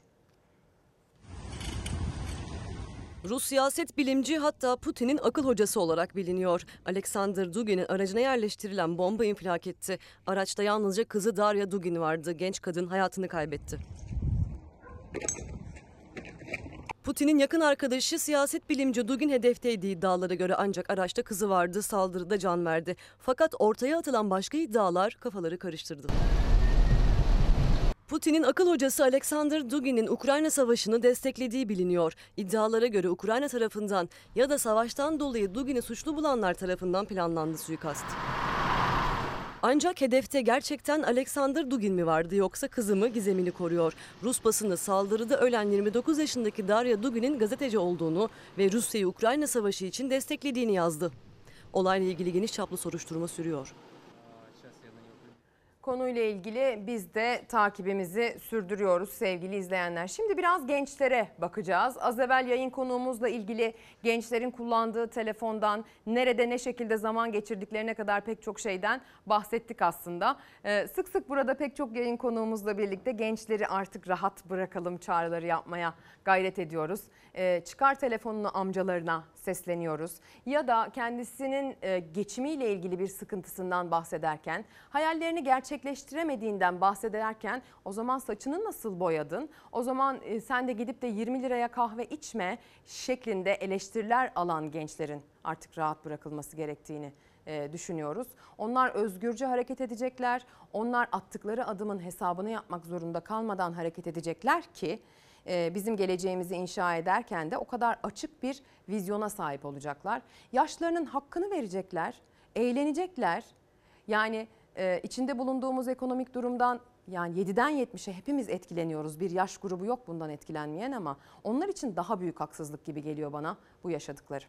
Rus siyaset bilimci hatta Putin'in akıl hocası olarak biliniyor. Alexander Dugin'in aracına yerleştirilen bomba infilak etti. Araçta yalnızca kızı Darya Dugin vardı. Genç kadın hayatını kaybetti. Putin'in yakın arkadaşı siyaset bilimci Dugin hedefteydi iddialara göre ancak araçta kızı vardı, saldırıda can verdi. Fakat ortaya atılan başka iddialar kafaları karıştırdı. Putin'in akıl hocası Alexander Dugin'in Ukrayna Savaşı'nı desteklediği biliniyor. İddialara göre Ukrayna tarafından ya da savaştan dolayı Dugin'i suçlu bulanlar tarafından planlandı suikast. Ancak hedefte gerçekten Alexander Dugin mi vardı yoksa kızı mı gizemini koruyor. Rus basını saldırıda ölen yirmi dokuz yaşındaki Darya Dugin'in gazeteci olduğunu ve Rusya'yı Ukrayna Savaşı için desteklediğini yazdı. Olayla ilgili geniş çaplı soruşturma sürüyor. Konuyla ilgili biz de takibimizi sürdürüyoruz sevgili izleyenler. Şimdi biraz gençlere bakacağız. Az evvel yayın konuğumuzla ilgili gençlerin kullandığı telefondan nerede ne şekilde zaman geçirdiklerine kadar pek çok şeyden bahsettik aslında. Ee, sık sık burada pek çok yayın konuğumuzla birlikte gençleri artık rahat bırakalım çağrıları yapmaya gayret ediyoruz. Ee, çıkar telefonunu amcalarına sesleniyoruz. Ya da kendisinin e, geçimiyle ilgili bir sıkıntısından bahsederken, hayallerini gerçekleştiremediğinden bahsederken o zaman saçını nasıl boyadın? O zaman e, sen de gidip de yirmi liraya kahve içme şeklinde eleştiriler alan gençlerin artık rahat bırakılması gerektiğini e, düşünüyoruz. Onlar özgürce hareket edecekler. Onlar attıkları adımın hesabını yapmak zorunda kalmadan hareket edecekler ki bizim geleceğimizi inşa ederken de o kadar açık bir vizyona sahip olacaklar. Yaşlarının hakkını verecekler, eğlenecekler. Yani içinde bulunduğumuz ekonomik durumdan yani yediden yetmişe hepimiz etkileniyoruz. Bir yaş grubu yok bundan etkilenmeyen ama onlar için daha büyük haksızlık gibi geliyor bana bu yaşadıkları.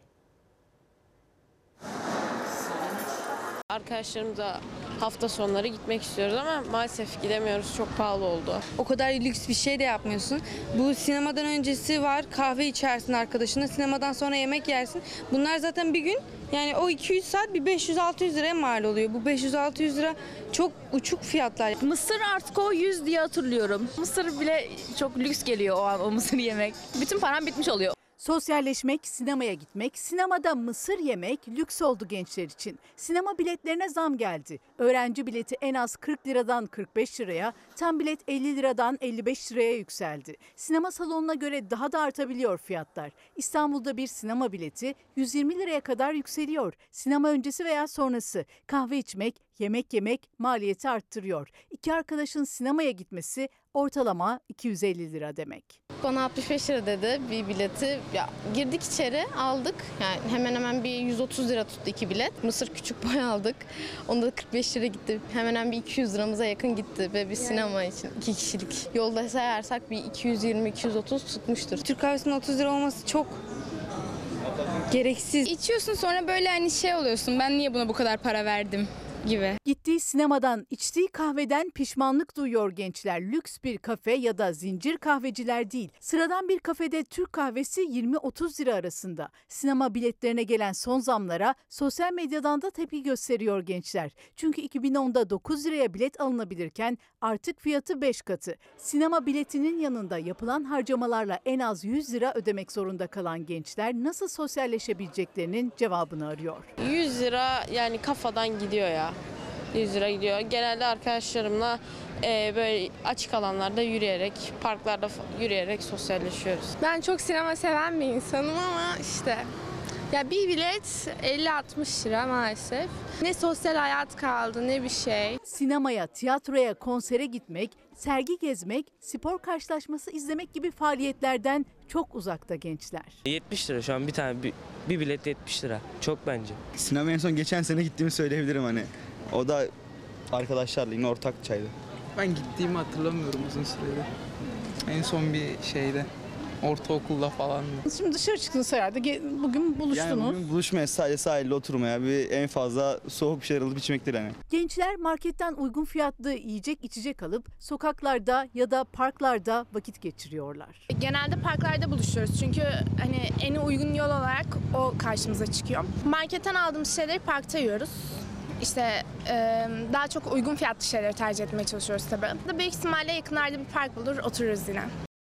Arkadaşlarımızla hafta sonları gitmek istiyoruz ama maalesef gidemiyoruz. Çok pahalı oldu. O kadar lüks bir şey de yapmıyorsun. Bu sinemadan öncesi var. Kahve içersin arkadaşına. Sinemadan sonra yemek yersin. Bunlar zaten bir gün yani o iki yüz saat bir beş yüz altı yüz liraya mal oluyor. Bu beş yüz altı yüz lira çok uçuk fiyatlar. Mısır artık o yüz diye hatırlıyorum. Mısır bile çok lüks geliyor o an o mısır yemek. Bütün param bitmiş oluyor. Sosyalleşmek, sinemaya gitmek, sinemada mısır yemek lüks oldu gençler için. Sinema biletlerine zam geldi. Öğrenci bileti en az kırk liradan kırk beş liraya, tam bilet elli liradan elli beş liraya yükseldi. Sinema salonuna göre daha da artabiliyor fiyatlar. İstanbul'da bir sinema bileti yüz yirmi liraya kadar yükseliyor. Sinema öncesi veya sonrası kahve içmek, yemek yemek maliyeti arttırıyor. İki arkadaşın sinemaya gitmesi ortalama iki yüz elli lira demek. Bana altmış beş lira dedi bir bileti. Ya, girdik içeri aldık. Yani hemen hemen bir yüz otuz lira tuttu iki bilet. Mısır küçük boy aldık. Onda kırk beş lira gitti. Hemen hemen bir iki yüz liramıza yakın gitti ve bir sinema için iki kişilik. Yolda sayarsak bir iki yüz yirmi iki yüz otuz tutmuştur. Türk kahvesinin otuz lira olması çok gereksiz. İçiyorsun sonra böyle hani şey oluyorsun. Ben niye buna bu kadar para verdim gibi. Gittiği sinemadan, içtiği kahveden pişmanlık duyuyor gençler. Lüks bir kafe ya da zincir kahveciler değil. Sıradan bir kafede Türk kahvesi yirmi otuz lira arasında. Sinema biletlerine gelen son zamlara sosyal medyadan da tepki gösteriyor gençler. Çünkü iki bin onda dokuz liraya bilet alınabilirken artık fiyatı beş katı. Sinema biletinin yanında yapılan harcamalarla en az yüz lira ödemek zorunda kalan gençler nasıl sosyalleşebileceklerinin cevabını arıyor. yüz lira yani kafadan gidiyor ya. yüz lira gidiyor. Genelde arkadaşlarımla e, böyle açık alanlarda yürüyerek, parklarda yürüyerek sosyalleşiyoruz. Ben çok sinema seven bir insanım ama işte ya bir bilet elli altmış lira maalesef. Ne sosyal hayat kaldı ne bir şey. Sinemaya, tiyatroya, konsere gitmek, sergi gezmek, spor karşılaşması izlemek gibi faaliyetlerden çok uzakta gençler. yetmiş lira şu an bir tane bir, bir bilet yetmiş lira. Çok bence. Sinemaya en son geçen sene gittiğimi söyleyebilirim hani. O da arkadaşlarla yine ortak çaydı. Ben gittiğimi hatırlamıyorum uzun süredir. En son bir şeyde ortaokulda falan. Şimdi dışarı çıktınız herhalde. Bugün buluştunuz. Yani bugün buluşmaya sadece sahilde oturmaya bir en fazla soğuk bir şeyler alıp içmektir hani. Gençler marketten uygun fiyatlı yiyecek içecek alıp sokaklarda ya da parklarda vakit geçiriyorlar. Genelde parklarda buluşuyoruz çünkü hani en uygun yol olarak o karşımıza çıkıyor. Marketten aldığımız şeyleri parkta yiyoruz. İşte e, daha çok uygun fiyatlı şeyleri tercih etmeye çalışıyoruz tabii. Büyük ihtimalle yakınlarda bir park bulur otururuz yine.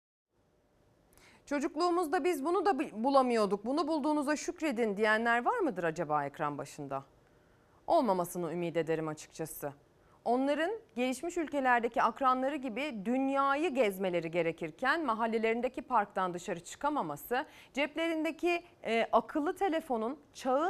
Çocukluğumuzda biz bunu da bulamıyorduk. Bunu bulduğunuza şükredin diyenler var mıdır acaba ekran başında? Olmamasını ümit ederim açıkçası. Onların gelişmiş ülkelerdeki akranları gibi dünyayı gezmeleri gerekirken mahallelerindeki parktan dışarı çıkamaması, ceplerindeki e, akıllı telefonun çağın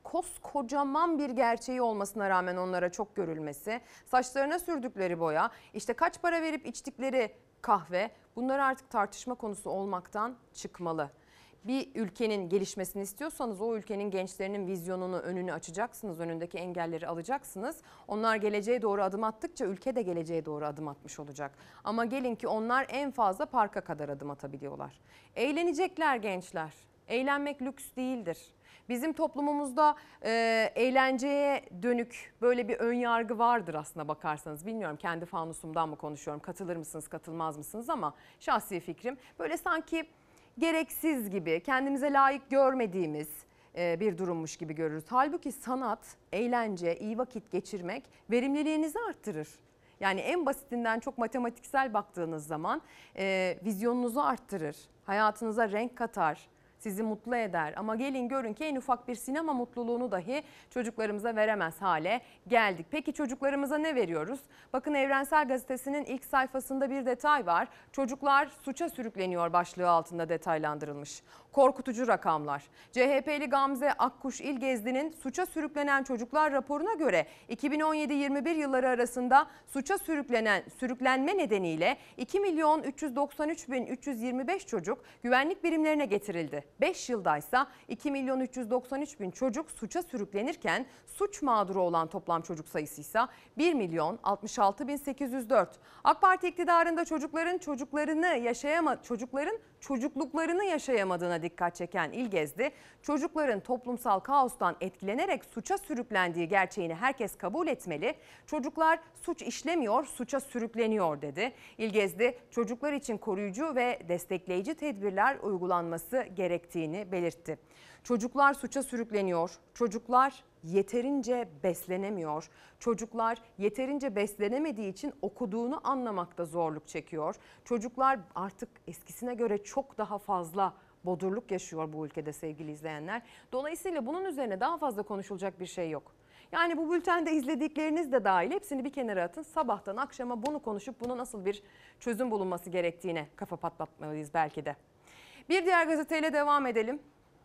koskocaman bir gerçeği olmasına rağmen onlara çok görülmesi, saçlarına sürdükleri boya, işte kaç para verip içtikleri kahve, bunlar artık tartışma konusu olmaktan çıkmalı. Bir ülkenin gelişmesini istiyorsanız o ülkenin gençlerinin vizyonunu, önünü açacaksınız, önündeki engelleri alacaksınız. Onlar geleceğe doğru adım attıkça ülke de geleceğe doğru adım atmış olacak. Ama gelin ki onlar en fazla parka kadar adım atabiliyorlar. Eğlenecekler gençler. Eğlenmek lüks değildir. Bizim toplumumuzda e, eğlenceye dönük böyle bir ön yargı vardır aslına bakarsanız. Bilmiyorum, kendi fanusumdan mı konuşuyorum, katılır mısınız, katılmaz mısınız, ama şahsi fikrim böyle sanki gereksiz gibi, kendimize layık görmediğimiz bir durummuş gibi görürüz. Halbuki sanat, eğlence, iyi vakit geçirmek verimliliğinizi arttırır. Yani en basitinden çok matematiksel baktığınız zaman e, vizyonunuzu arttırır, hayatınıza renk katar, sizi mutlu eder. Ama gelin görün ki en ufak bir sinema mutluluğunu dahi çocuklarımıza veremez hale geldik. Peki çocuklarımıza ne veriyoruz? Bakın Evrensel Gazetesi'nin ilk sayfasında bir detay var. Çocuklar suça sürükleniyor başlığı altında detaylandırılmış. Korkutucu rakamlar. C H P'li Gamze Akkuş İlgezdi'nin suça sürüklenen çocuklar raporuna göre iki bin on yedi yirmi bir yılları arasında suça sürüklenen sürüklenme nedeniyle iki milyon üç yüz doksan üç bin üç yüz yirmi beş çocuk güvenlik birimlerine getirildi. beş yıldaysa iki milyon üç yüz doksan üç bin çocuk suça sürüklenirken suç mağduru olan toplam çocuk sayısı ise bir milyon altmış altı bin sekiz yüz dört. AK Parti iktidarında çocukların çocuklarını yaşayama çocukların çocukluklarını yaşayamadığına dikkat çeken İlgezdi, çocukların toplumsal kaostan etkilenerek suça sürüklendiği gerçeğini herkes kabul etmeli. Çocuklar suç işlemiyor, suça sürükleniyor dedi. İlgezdi, çocuklar için koruyucu ve destekleyici tedbirler uygulanması gerektiğini belirtti. Çocuklar suça sürükleniyor, çocuklar yeterince beslenemiyor, çocuklar yeterince beslenemediği için okuduğunu anlamakta zorluk çekiyor. Çocuklar artık eskisine göre çok daha fazla bodurluk yaşıyor bu ülkede sevgili izleyenler. Dolayısıyla bunun üzerine daha fazla konuşulacak bir şey yok. Yani bu bültende izledikleriniz de dahil hepsini bir kenara atın. Sabahtan akşama bunu konuşup buna nasıl bir çözüm bulunması gerektiğine kafa patlatmalıyız belki de. Bir diğer gazeteyle devam edelim.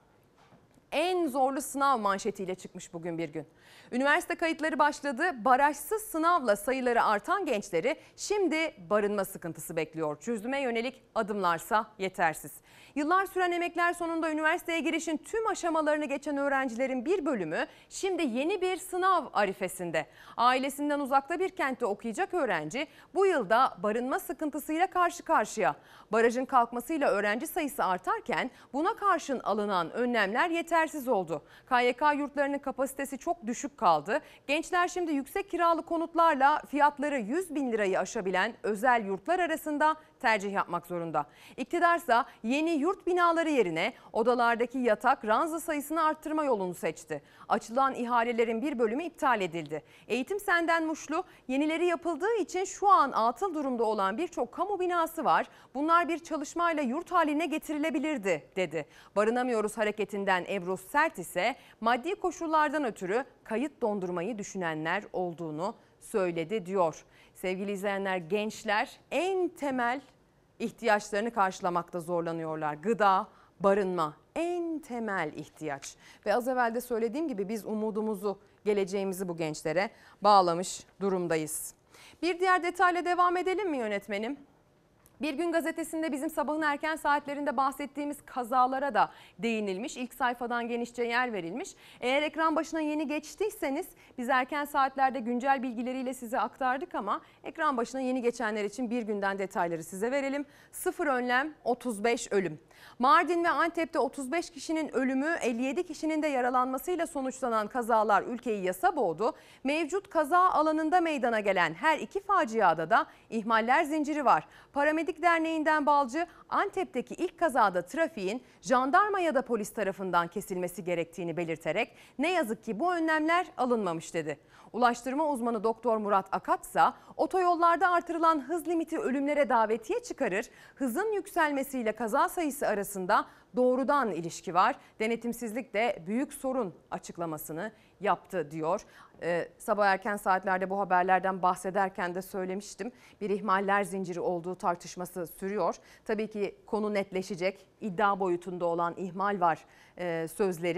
En zorlu sınav manşetiyle çıkmış bugün bir gün. Üniversite kayıtları başladı. Barajsız sınavla sayıları artan gençleri şimdi barınma sıkıntısı bekliyor. Çözüme yönelik adımlarsa yetersiz. Yıllar süren emekler sonunda üniversiteye girişin tüm aşamalarını geçen öğrencilerin bir bölümü şimdi yeni bir sınav arifesinde. Ailesinden uzakta bir kentte okuyacak öğrenci bu yılda barınma sıkıntısıyla karşı karşıya. Barajın kalkmasıyla öğrenci sayısı artarken buna karşın alınan önlemler yetersiz oldu. K Y K yurtlarının kapasitesi çok düşük kaldı. Gençler şimdi yüksek kiralı konutlarla fiyatları yüz bin lirayı aşabilen özel yurtlar arasında tercih yapmak zorunda. İktidarsa yeni yurt binaları yerine odalardaki yatak, ranza sayısını arttırma yolunu seçti. Açılan ihalelerin bir bölümü iptal edildi. Eğitim Senden Muşlu, yenileri yapıldığı için şu an atıl durumda olan birçok kamu binası var. Bunlar bir çalışmayla yurt haline getirilebilirdi dedi. Barınamıyoruz hareketinden Ebru Sert ise maddi koşullardan ötürü kayıt dondurmayı düşünenler olduğunu söyledi diyor. Sevgili izleyenler, gençler en temel ihtiyaçlarını karşılamakta zorlanıyorlar. Gıda, barınma en temel ihtiyaç. Ve az evvel de söylediğim gibi biz umudumuzu, geleceğimizi bu gençlere bağlamış durumdayız. Bir diğer detayla devam edelim mi yönetmenim? Bir Gün Gazetesi'nde bizim sabahın erken saatlerinde bahsettiğimiz kazalara da değinilmiş. İlk sayfadan genişçe yer verilmiş. Eğer ekran başına yeni geçtiyseniz biz erken saatlerde güncel bilgileriyle size aktardık ama ekran başına yeni geçenler için Bir Günden detayları size verelim. Sıfır önlem, otuz beş ölüm. Mardin ve Antep'te otuz beş kişinin ölümü, elli yedi kişinin de yaralanmasıyla sonuçlanan kazalar ülkeyi yasa boğdu. Mevcut kaza alanında meydana gelen her iki faciada da ihmaller zinciri var. Paramedik Derneği'nden Balcı, Antep'teki ilk kazada trafiğin jandarma ya da polis tarafından kesilmesi gerektiğini belirterek ne yazık ki bu önlemler alınmamış dedi. Ulaştırma uzmanı Doktor Murat Akat ise otoyollarda artırılan hız limiti ölümlere davetiye çıkarır. Hızın yükselmesiyle kaza sayısı arasında doğrudan ilişki var. Denetimsizlik de büyük sorun açıklamasını yaptı diyor. Ee, sabah erken saatlerde bu haberlerden bahsederken de söylemiştim. Bir ihmaller zinciri olduğu tartışması sürüyor. Tabii ki konu netleşecek. İddia boyutunda olan ihmal var e, sözleri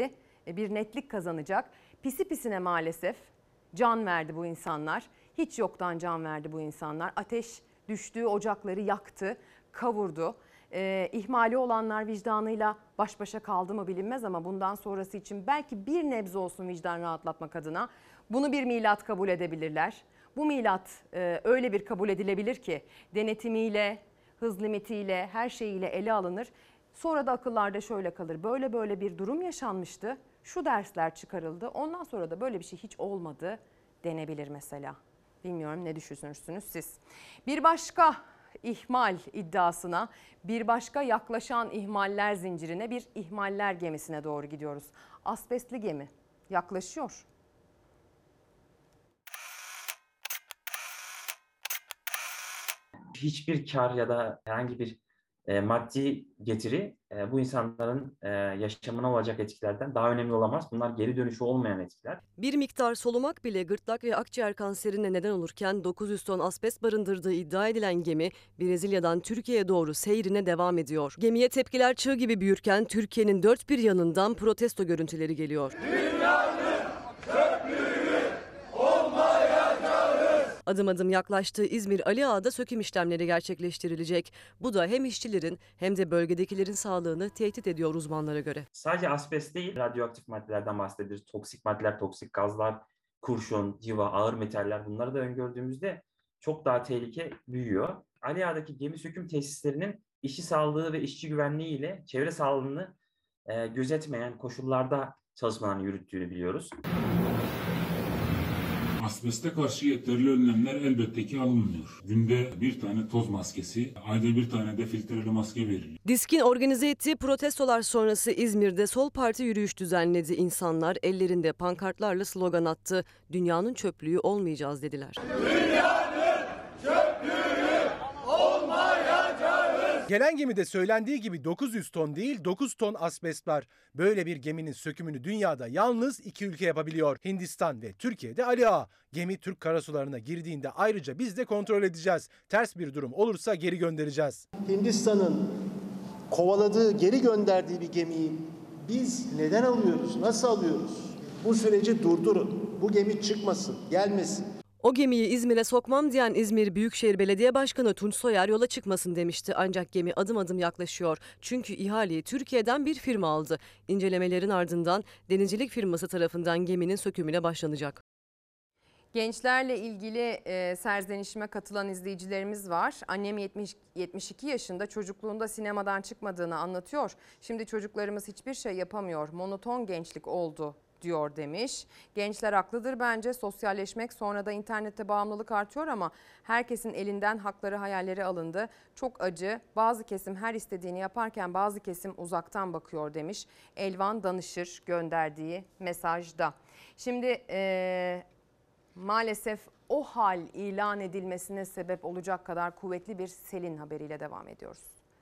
e, bir netlik kazanacak. Pisi pisine maalesef can verdi bu insanlar. Hiç yoktan can verdi bu insanlar. Ateş düştüğü ocakları yaktı, kavurdu. E, ihmali olanlar vicdanıyla baş başa kaldı mı bilinmez ama bundan sonrası için belki bir nebze olsun vicdan rahatlatmak adına bunu bir milat kabul edebilirler. Bu milat e, öyle bir kabul edilebilir ki denetimiyle, hız limitiyle, her şeyiyle ele alınır. Sonra da akıllarda şöyle kalır. Böyle böyle bir durum yaşanmıştı. Şu dersler çıkarıldı. Ondan sonra da böyle bir şey hiç olmadı denebilir mesela. Bilmiyorum, ne düşünürsünüz siz? Bir başka ihmal iddiasına, bir başka yaklaşan ihmaller zincirine, bir ihmaller gemisine doğru gidiyoruz. Asbestli gemi yaklaşıyor. Hiçbir kar ya da herhangi bir e, maddi getiri e, bu insanların e, yaşamına olacak etkilerden daha önemli olamaz. Bunlar geri dönüşü olmayan etkiler. Bir miktar solumak bile gırtlak ve akciğer kanserine neden olurken dokuz yüz ton asbest barındırdığı iddia edilen gemi Brezilya'dan Türkiye'ye doğru seyrine devam ediyor. Gemiye tepkiler çığ gibi büyürken Türkiye'nin dört bir yanından protesto görüntüleri geliyor. Adım adım yaklaştığı İzmir Ali Ağa'da söküm işlemleri gerçekleştirilecek. Bu da hem işçilerin hem de bölgedekilerin sağlığını tehdit ediyor uzmanlara göre. Sadece asbest değil, radyoaktif maddelerden bahsederiz. Toksik maddeler, toksik gazlar, kurşun, civa, ağır metaller, bunları da öngördüğümüzde çok daha tehlike büyüyor. Ali Ağa'daki gemi söküm tesislerinin işçi sağlığı ve işçi güvenliği ile çevre sağlığını e, gözetmeyen koşullarda çalışmalarını yürüttüğünü biliyoruz. Asbeste karşı yeterli önlemler elbette ki alınmıyor. Günde bir tane toz maskesi, ayda bir tane de filtreli maske veriliyor. DİSK'in organize ettiği protestolar sonrası İzmir'de Sol Parti yürüyüş düzenledi. İnsanlar ellerinde pankartlarla slogan attı. Dünyanın çöplüğü olmayacağız dediler. Dünyanın çöplüğü olmayacağız. Gelen gemide söylendiği gibi dokuz yüz ton değil dokuz ton asbest var. Böyle bir geminin sökümünü dünyada yalnız iki ülke yapabiliyor. Hindistan ve Türkiye'de Ali Ağa. Gemi Türk karasularına girdiğinde ayrıca biz de kontrol edeceğiz. Ters bir durum olursa geri göndereceğiz. Hindistan'ın kovaladığı, geri gönderdiği bir gemiyi biz neden alıyoruz, nasıl alıyoruz? Bu süreci durdurun. Bu gemi çıkmasın, gelmesin. O gemiyi İzmir'e sokmam diyen İzmir Büyükşehir Belediye Başkanı Tunç Soyer yola çıkmasın demişti. Ancak gemi adım adım yaklaşıyor. Çünkü ihaleyi Türkiye'den bir firma aldı. İncelemelerin ardından denizcilik firması tarafından geminin sökümüne başlanacak. Gençlerle ilgili e, serzenişime katılan izleyicilerimiz var. Annem yetmiş, yetmiş iki yaşında, çocukluğunda sinemadan çıkmadığını anlatıyor. Şimdi çocuklarımız hiçbir şey yapamıyor. Monoton gençlik oldu diyor demiş. Gençler haklıdır bence. Sosyalleşmek, sonra da internette bağımlılık artıyor ama herkesin elinden hakları, hayalleri alındı. Çok acı. Bazı kesim her istediğini yaparken bazı kesim uzaktan bakıyor demiş. Elvan Danışır gönderdiği mesajda. Şimdi e, maalesef o hal ilan edilmesine sebep olacak kadar kuvvetli bir selin haberiyle devam ediyoruz.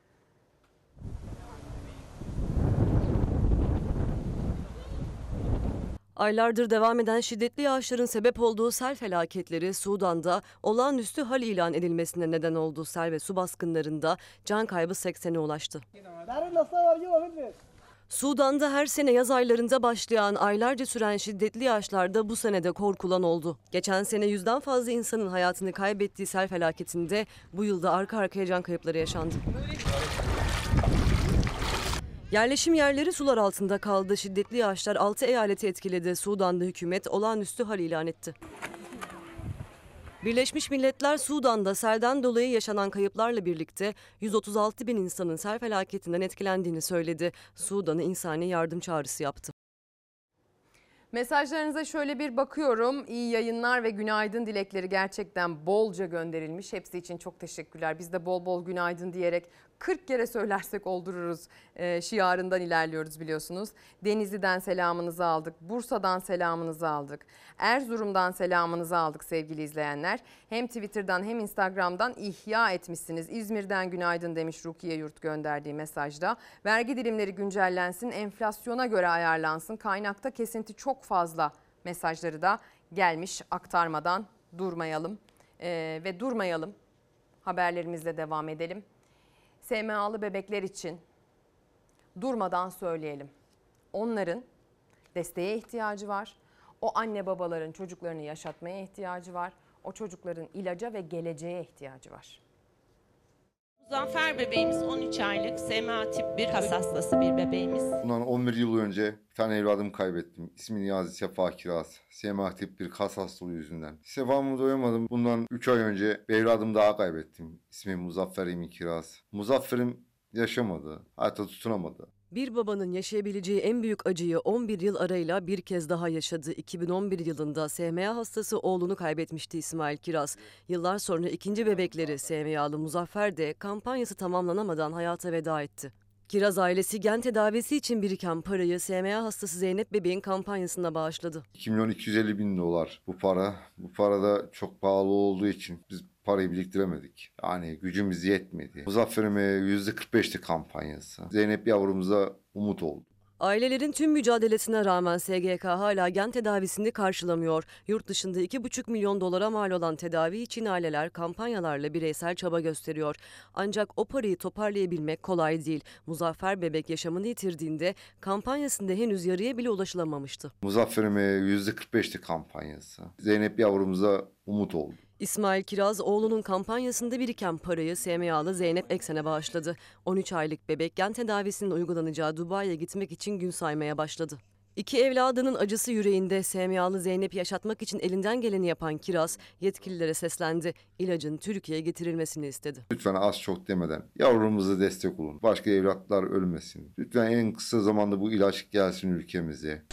Aylardır devam eden şiddetli yağışların sebep olduğu sel felaketleri Sudan'da olağanüstü hal ilan edilmesine neden oldu. Sel ve su baskınlarında can kaybı seksene ulaştı. Sudan'da her sene yaz aylarında başlayan, aylarca süren şiddetli yağışlarda bu sene de korkulan oldu. Geçen sene yüzden fazla insanın hayatını kaybettiği sel felaketinde bu yılda arka arkaya can kayıpları yaşandı. Yerleşim yerleri sular altında kaldı. Şiddetli yağışlar altı eyaleti etkiledi. Sudan'da hükümet olağanüstü hal ilan etti. Birleşmiş Milletler Sudan'da selden dolayı yaşanan kayıplarla birlikte yüz otuz altı bin insanın sel felaketinden etkilendiğini söyledi. Sudan'a insani yardım çağrısı yaptı. Mesajlarınıza şöyle bir bakıyorum. İyi yayınlar ve günaydın dilekleri gerçekten bolca gönderilmiş. Hepsi için çok teşekkürler. Biz de bol bol günaydın diyerek kırk kere söylersek oldururuz e, şiarından ilerliyoruz biliyorsunuz. Denizli'den selamınızı aldık. Bursa'dan selamınızı aldık. Erzurum'dan selamınızı aldık sevgili izleyenler. Hem Twitter'dan hem Instagram'dan ihya etmişsiniz. İzmir'den günaydın demiş Rukiye Yurt gönderdiği mesajda. Vergi dilimleri güncellensin, enflasyona göre ayarlansın. Kaynakta kesinti çok fazla mesajları da gelmiş, aktarmadan durmayalım ee, ve durmayalım. Haberlerimizle devam edelim. S M A'lı bebekler için durmadan söyleyelim. Onların Desteğe ihtiyacı var. O anne babaların çocuklarını yaşatmaya ihtiyacı var. O çocukların ilaca ve geleceğe ihtiyacı var. Muzaffer bebeğimiz on üç aylık S M A tip bir kas hastası bir bebeğimiz. Bundan on bir yıl önce bir tane evladımı kaybettim. İsmi Niyazi Sefa Kiraz. S M A tip bir kas hastalığı yüzünden. Sefamı doyamadım. Bundan üç ay önce bir evladımı daha kaybettim. İsmi Muzaffer Emin Kiraz. Muzaffer'im yaşamadı. Hayata tutunamadı. Bir babanın yaşayabileceği en büyük acıyı on bir yıl arayla bir kez daha yaşadı. iki bin on bir yılında S M A hastası oğlunu kaybetmişti İsmail Kiraz. Yıllar sonra ikinci bebekleri S M A'lı Muzaffer de kampanyası tamamlanamadan hayata veda etti. Kiraz ailesi gen tedavisi için biriken parayı S M A hastası Zeynep bebeğin kampanyasına bağışladı. iki milyon iki yüz elli bin dolar bu para. Bu para da çok pahalı olduğu için biz parayı biriktiremedik. Yani gücümüz yetmedi. Muzaffer'ime yüzde kırk beşti kampanyası. Zeynep yavrumuza umut oldu. Ailelerin tüm mücadelesine rağmen S G K hala gen tedavisini karşılamıyor. Yurt dışında iki buçuk milyon dolara mal olan tedavi için aileler kampanyalarla bireysel çaba gösteriyor. Ancak o parayı toparlayabilmek kolay değil. Muzaffer bebek yaşamını yitirdiğinde kampanyasında henüz yarıya bile ulaşılamamıştı. Muzaffer'ime yüzde kırk beşti kampanyası. Zeynep yavrumuza umut oldu. İsmail Kiraz oğlunun kampanyasında biriken parayı S M A'lı Zeynep Eksen'e bağışladı. on üç aylık bebek gen tedavisinin uygulanacağı Dubai'ye gitmek için gün saymaya başladı. İki evladının acısı yüreğinde S M A'lı Zeynep'i yaşatmak için elinden geleni yapan Kiraz yetkililere seslendi. İlacın Türkiye'ye getirilmesini istedi. Lütfen az çok demeden yavrumuza destek olun. Başka evlatlar ölmesin. Lütfen en kısa zamanda bu ilaç gelsin ülkemize.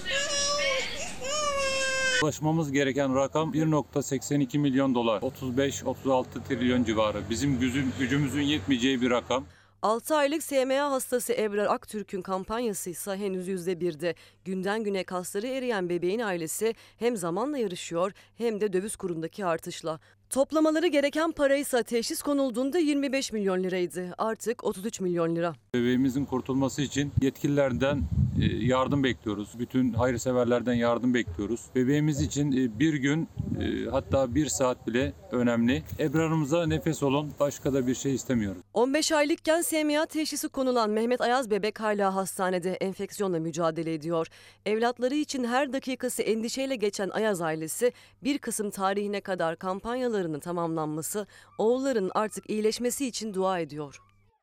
Ulaşmamız gereken rakam bir nokta seksen iki milyon dolar. otuz beş otuz altı trilyon civarı. Bizim gücün, gücümüzün yetmeyeceği bir rakam. altı aylık S M A hastası Ebrar Aktürk'ün kampanyası ise henüz yüzde birde. Günden güne kasları eriyen bebeğin ailesi hem zamanla yarışıyor hem de döviz kurundaki artışla. Toplamaları gereken paraysa teşhis konulduğunda yirmi beş milyon liraydı. Artık otuz üç milyon lira. Bebeğimizin kurtulması için yetkililerden yardım bekliyoruz. Bütün hayırseverlerden yardım bekliyoruz. Bebeğimiz için bir gün hatta bir saat bile önemli. Ebrar'ımıza nefes olun. Başka da bir şey istemiyoruz. on beş aylıkken S M A teşhisi konulan Mehmet Ayaz bebek hala hastanede enfeksiyonla mücadele ediyor. Evlatları için her dakikası endişeyle geçen Ayaz ailesi bir Kasım tarihine kadar kampanyalarının tamamlanması, oğulların artık iyileşmesi için dua ediyor.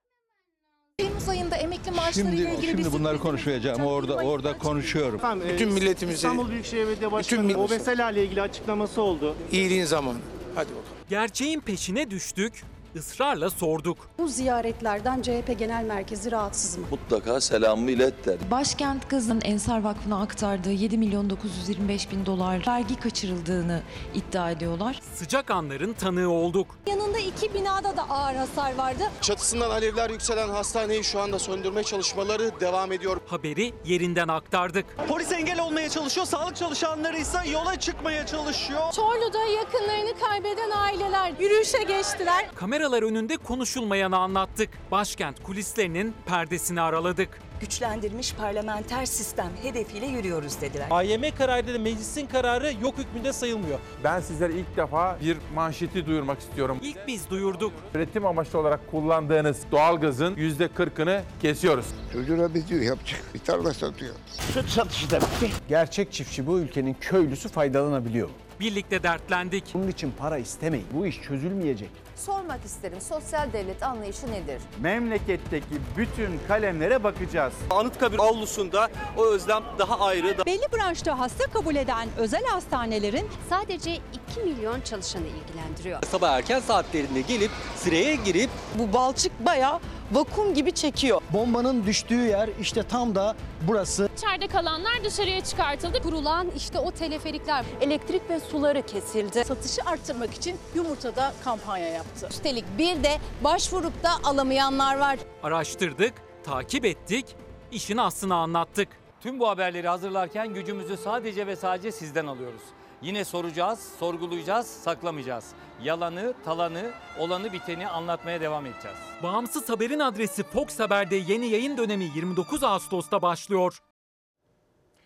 Temmuz ayında emekli maaşları ile ilgili Şimdi bir bunları konuşmayacağım. Orada orada konuşuyorum. Efendim, Bütün milletimizi İstanbul Büyükşehir Belediye Başkanı'nın o meseleyle ilgili açıklaması oldu. iyiliğin zamanı. Hadi bakalım. Gerçeğin peşine düştük, ısrarla sorduk. Bu ziyaretlerden C H P Genel Merkezi rahatsız mı? Mutlaka selamımı ilet der. Başkent Gaz'ın Ensar Vakfı'na aktardığı yedi milyon dokuz yüz yirmi beş bin dolar vergi kaçırıldığını iddia ediyorlar. Sıcak anların tanığı olduk. Yanında iki binada da ağır hasar vardı. Çatısından alevler yükselen hastaneyi şu anda söndürme çalışmaları devam ediyor. Haberi yerinden aktardık. Polis engel olmaya çalışıyor, sağlık çalışanları ise yola çıkmaya çalışıyor. Çorlu'da yakınlarını kaybeden aileler yürüyüşe geçtiler. Kameralar önünde konuşulmayanı anlattık. Başkent kulislerinin perdesini araladık. Güçlendirilmiş parlamenter sistem hedefiyle yürüyoruz dediler. A Y M kararıyla da meclisin kararı yok hükmünde sayılmıyor. Ben sizlere ilk defa bir manşeti duyurmak istiyorum. İlk biz duyurduk. Üretim amaçlı olarak kullandığınız doğalgazın yüzde kırkını kesiyoruz. Çocuğuna bir diyor yapacak, bir tarla satıyor. Süt satışı da bitti. Gerçek çiftçi bu ülkenin köylüsü faydalanabiliyor. Birlikte dertlendik. Bunun için para istemeyin. Bu iş çözülmeyecek. Sormak isterim, sosyal devlet anlayışı nedir? Memleketteki bütün kalemlere bakacağız. Anıtkabir avlusunda o özlem daha ayrı. Belli branşta hasta kabul eden özel hastanelerin Sadece iki milyon çalışanı ilgilendiriyor. Sabah erken saatlerinde gelip sıraya girip Bu balçık bayağı vakum gibi çekiyor. Bombanın düştüğü yer işte tam da burası. İçeride kalanlar dışarıya çıkartıldı. Kurulan işte o teleferikler, elektrik ve suları kesildi. satışı arttırmak için yumurtada kampanya yaptı. Üstelik bir de başvurup da alamayanlar var. Araştırdık, takip ettik, işin aslını anlattık. Tüm bu haberleri hazırlarken gücümüzü sadece ve sadece sizden alıyoruz. Yine soracağız, sorgulayacağız, saklamayacağız. Yalanı, talanı, olanı biteni anlatmaya devam edeceğiz. Bağımsız haberin adresi Fox Haber'de yeni yayın dönemi yirmi dokuz Ağustos'ta başlıyor.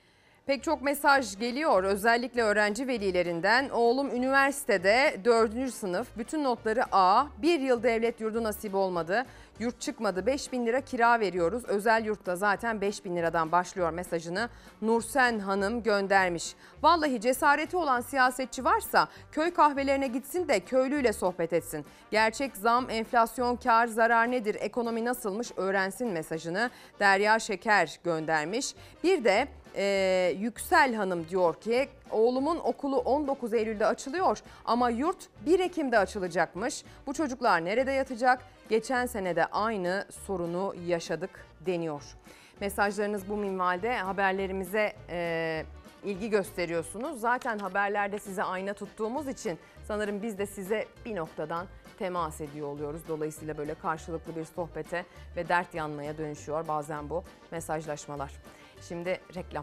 Pek çok mesaj geliyor özellikle öğrenci velilerinden. Oğlum üniversitede dördüncü sınıf, bütün notları A, bir yıl devlet yurdu nasip olmadı. Yurt çıkmadı, beş bin lira kira veriyoruz. Özel yurtta zaten beş bin liradan başlıyor mesajını Nursen Hanım göndermiş. Vallahi cesareti olan siyasetçi varsa köy kahvelerine gitsin de köylüyle sohbet etsin. Gerçek zam, enflasyon, kar, zarar nedir, ekonomi nasılmış öğrensin mesajını Derya Şeker göndermiş. Bir de Ee, Yüksel Hanım diyor ki oğlumun okulu on dokuz Eylül'de açılıyor ama yurt bir Ekim'de açılacakmış. Bu çocuklar nerede yatacak? Geçen sene de aynı sorunu yaşadık deniyor. Mesajlarınız bu minvalde, haberlerimize e, ilgi gösteriyorsunuz. Zaten haberlerde size ayna tuttuğumuz için sanırım biz de size bir noktadan temas ediyor oluyoruz. Dolayısıyla böyle karşılıklı bir sohbete ve dert yanmaya dönüşüyor bazen bu mesajlaşmalar. Şimdi reklam.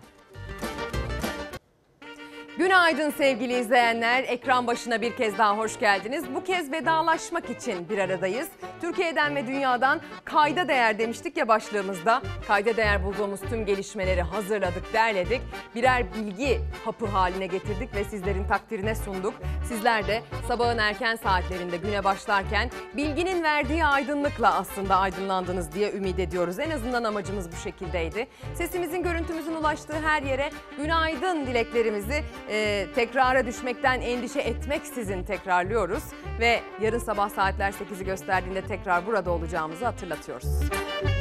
Günaydın sevgili izleyenler. Ekran başına bir kez daha hoş geldiniz. Bu kez vedalaşmak için bir aradayız. Türkiye'den ve dünyadan kayda değer demiştik ya başlığımızda. Kayda değer bulduğumuz tüm gelişmeleri hazırladık, derledik. Birer bilgi hapı haline getirdik ve sizlerin takdirine sunduk. Sizler de sabahın erken saatlerinde güne başlarken bilginin verdiği aydınlıkla aslında aydınlandınız diye ümit ediyoruz. En azından amacımız bu şekildeydi. Sesimizin, görüntümüzün ulaştığı her yere günaydın dileklerimizi e, tekrara düşmekten endişe etmeksizin tekrarlıyoruz. Ve yarın sabah saatler sekizi gösterdiğinde tekrar burada olacağımızı hatırlatıyoruz.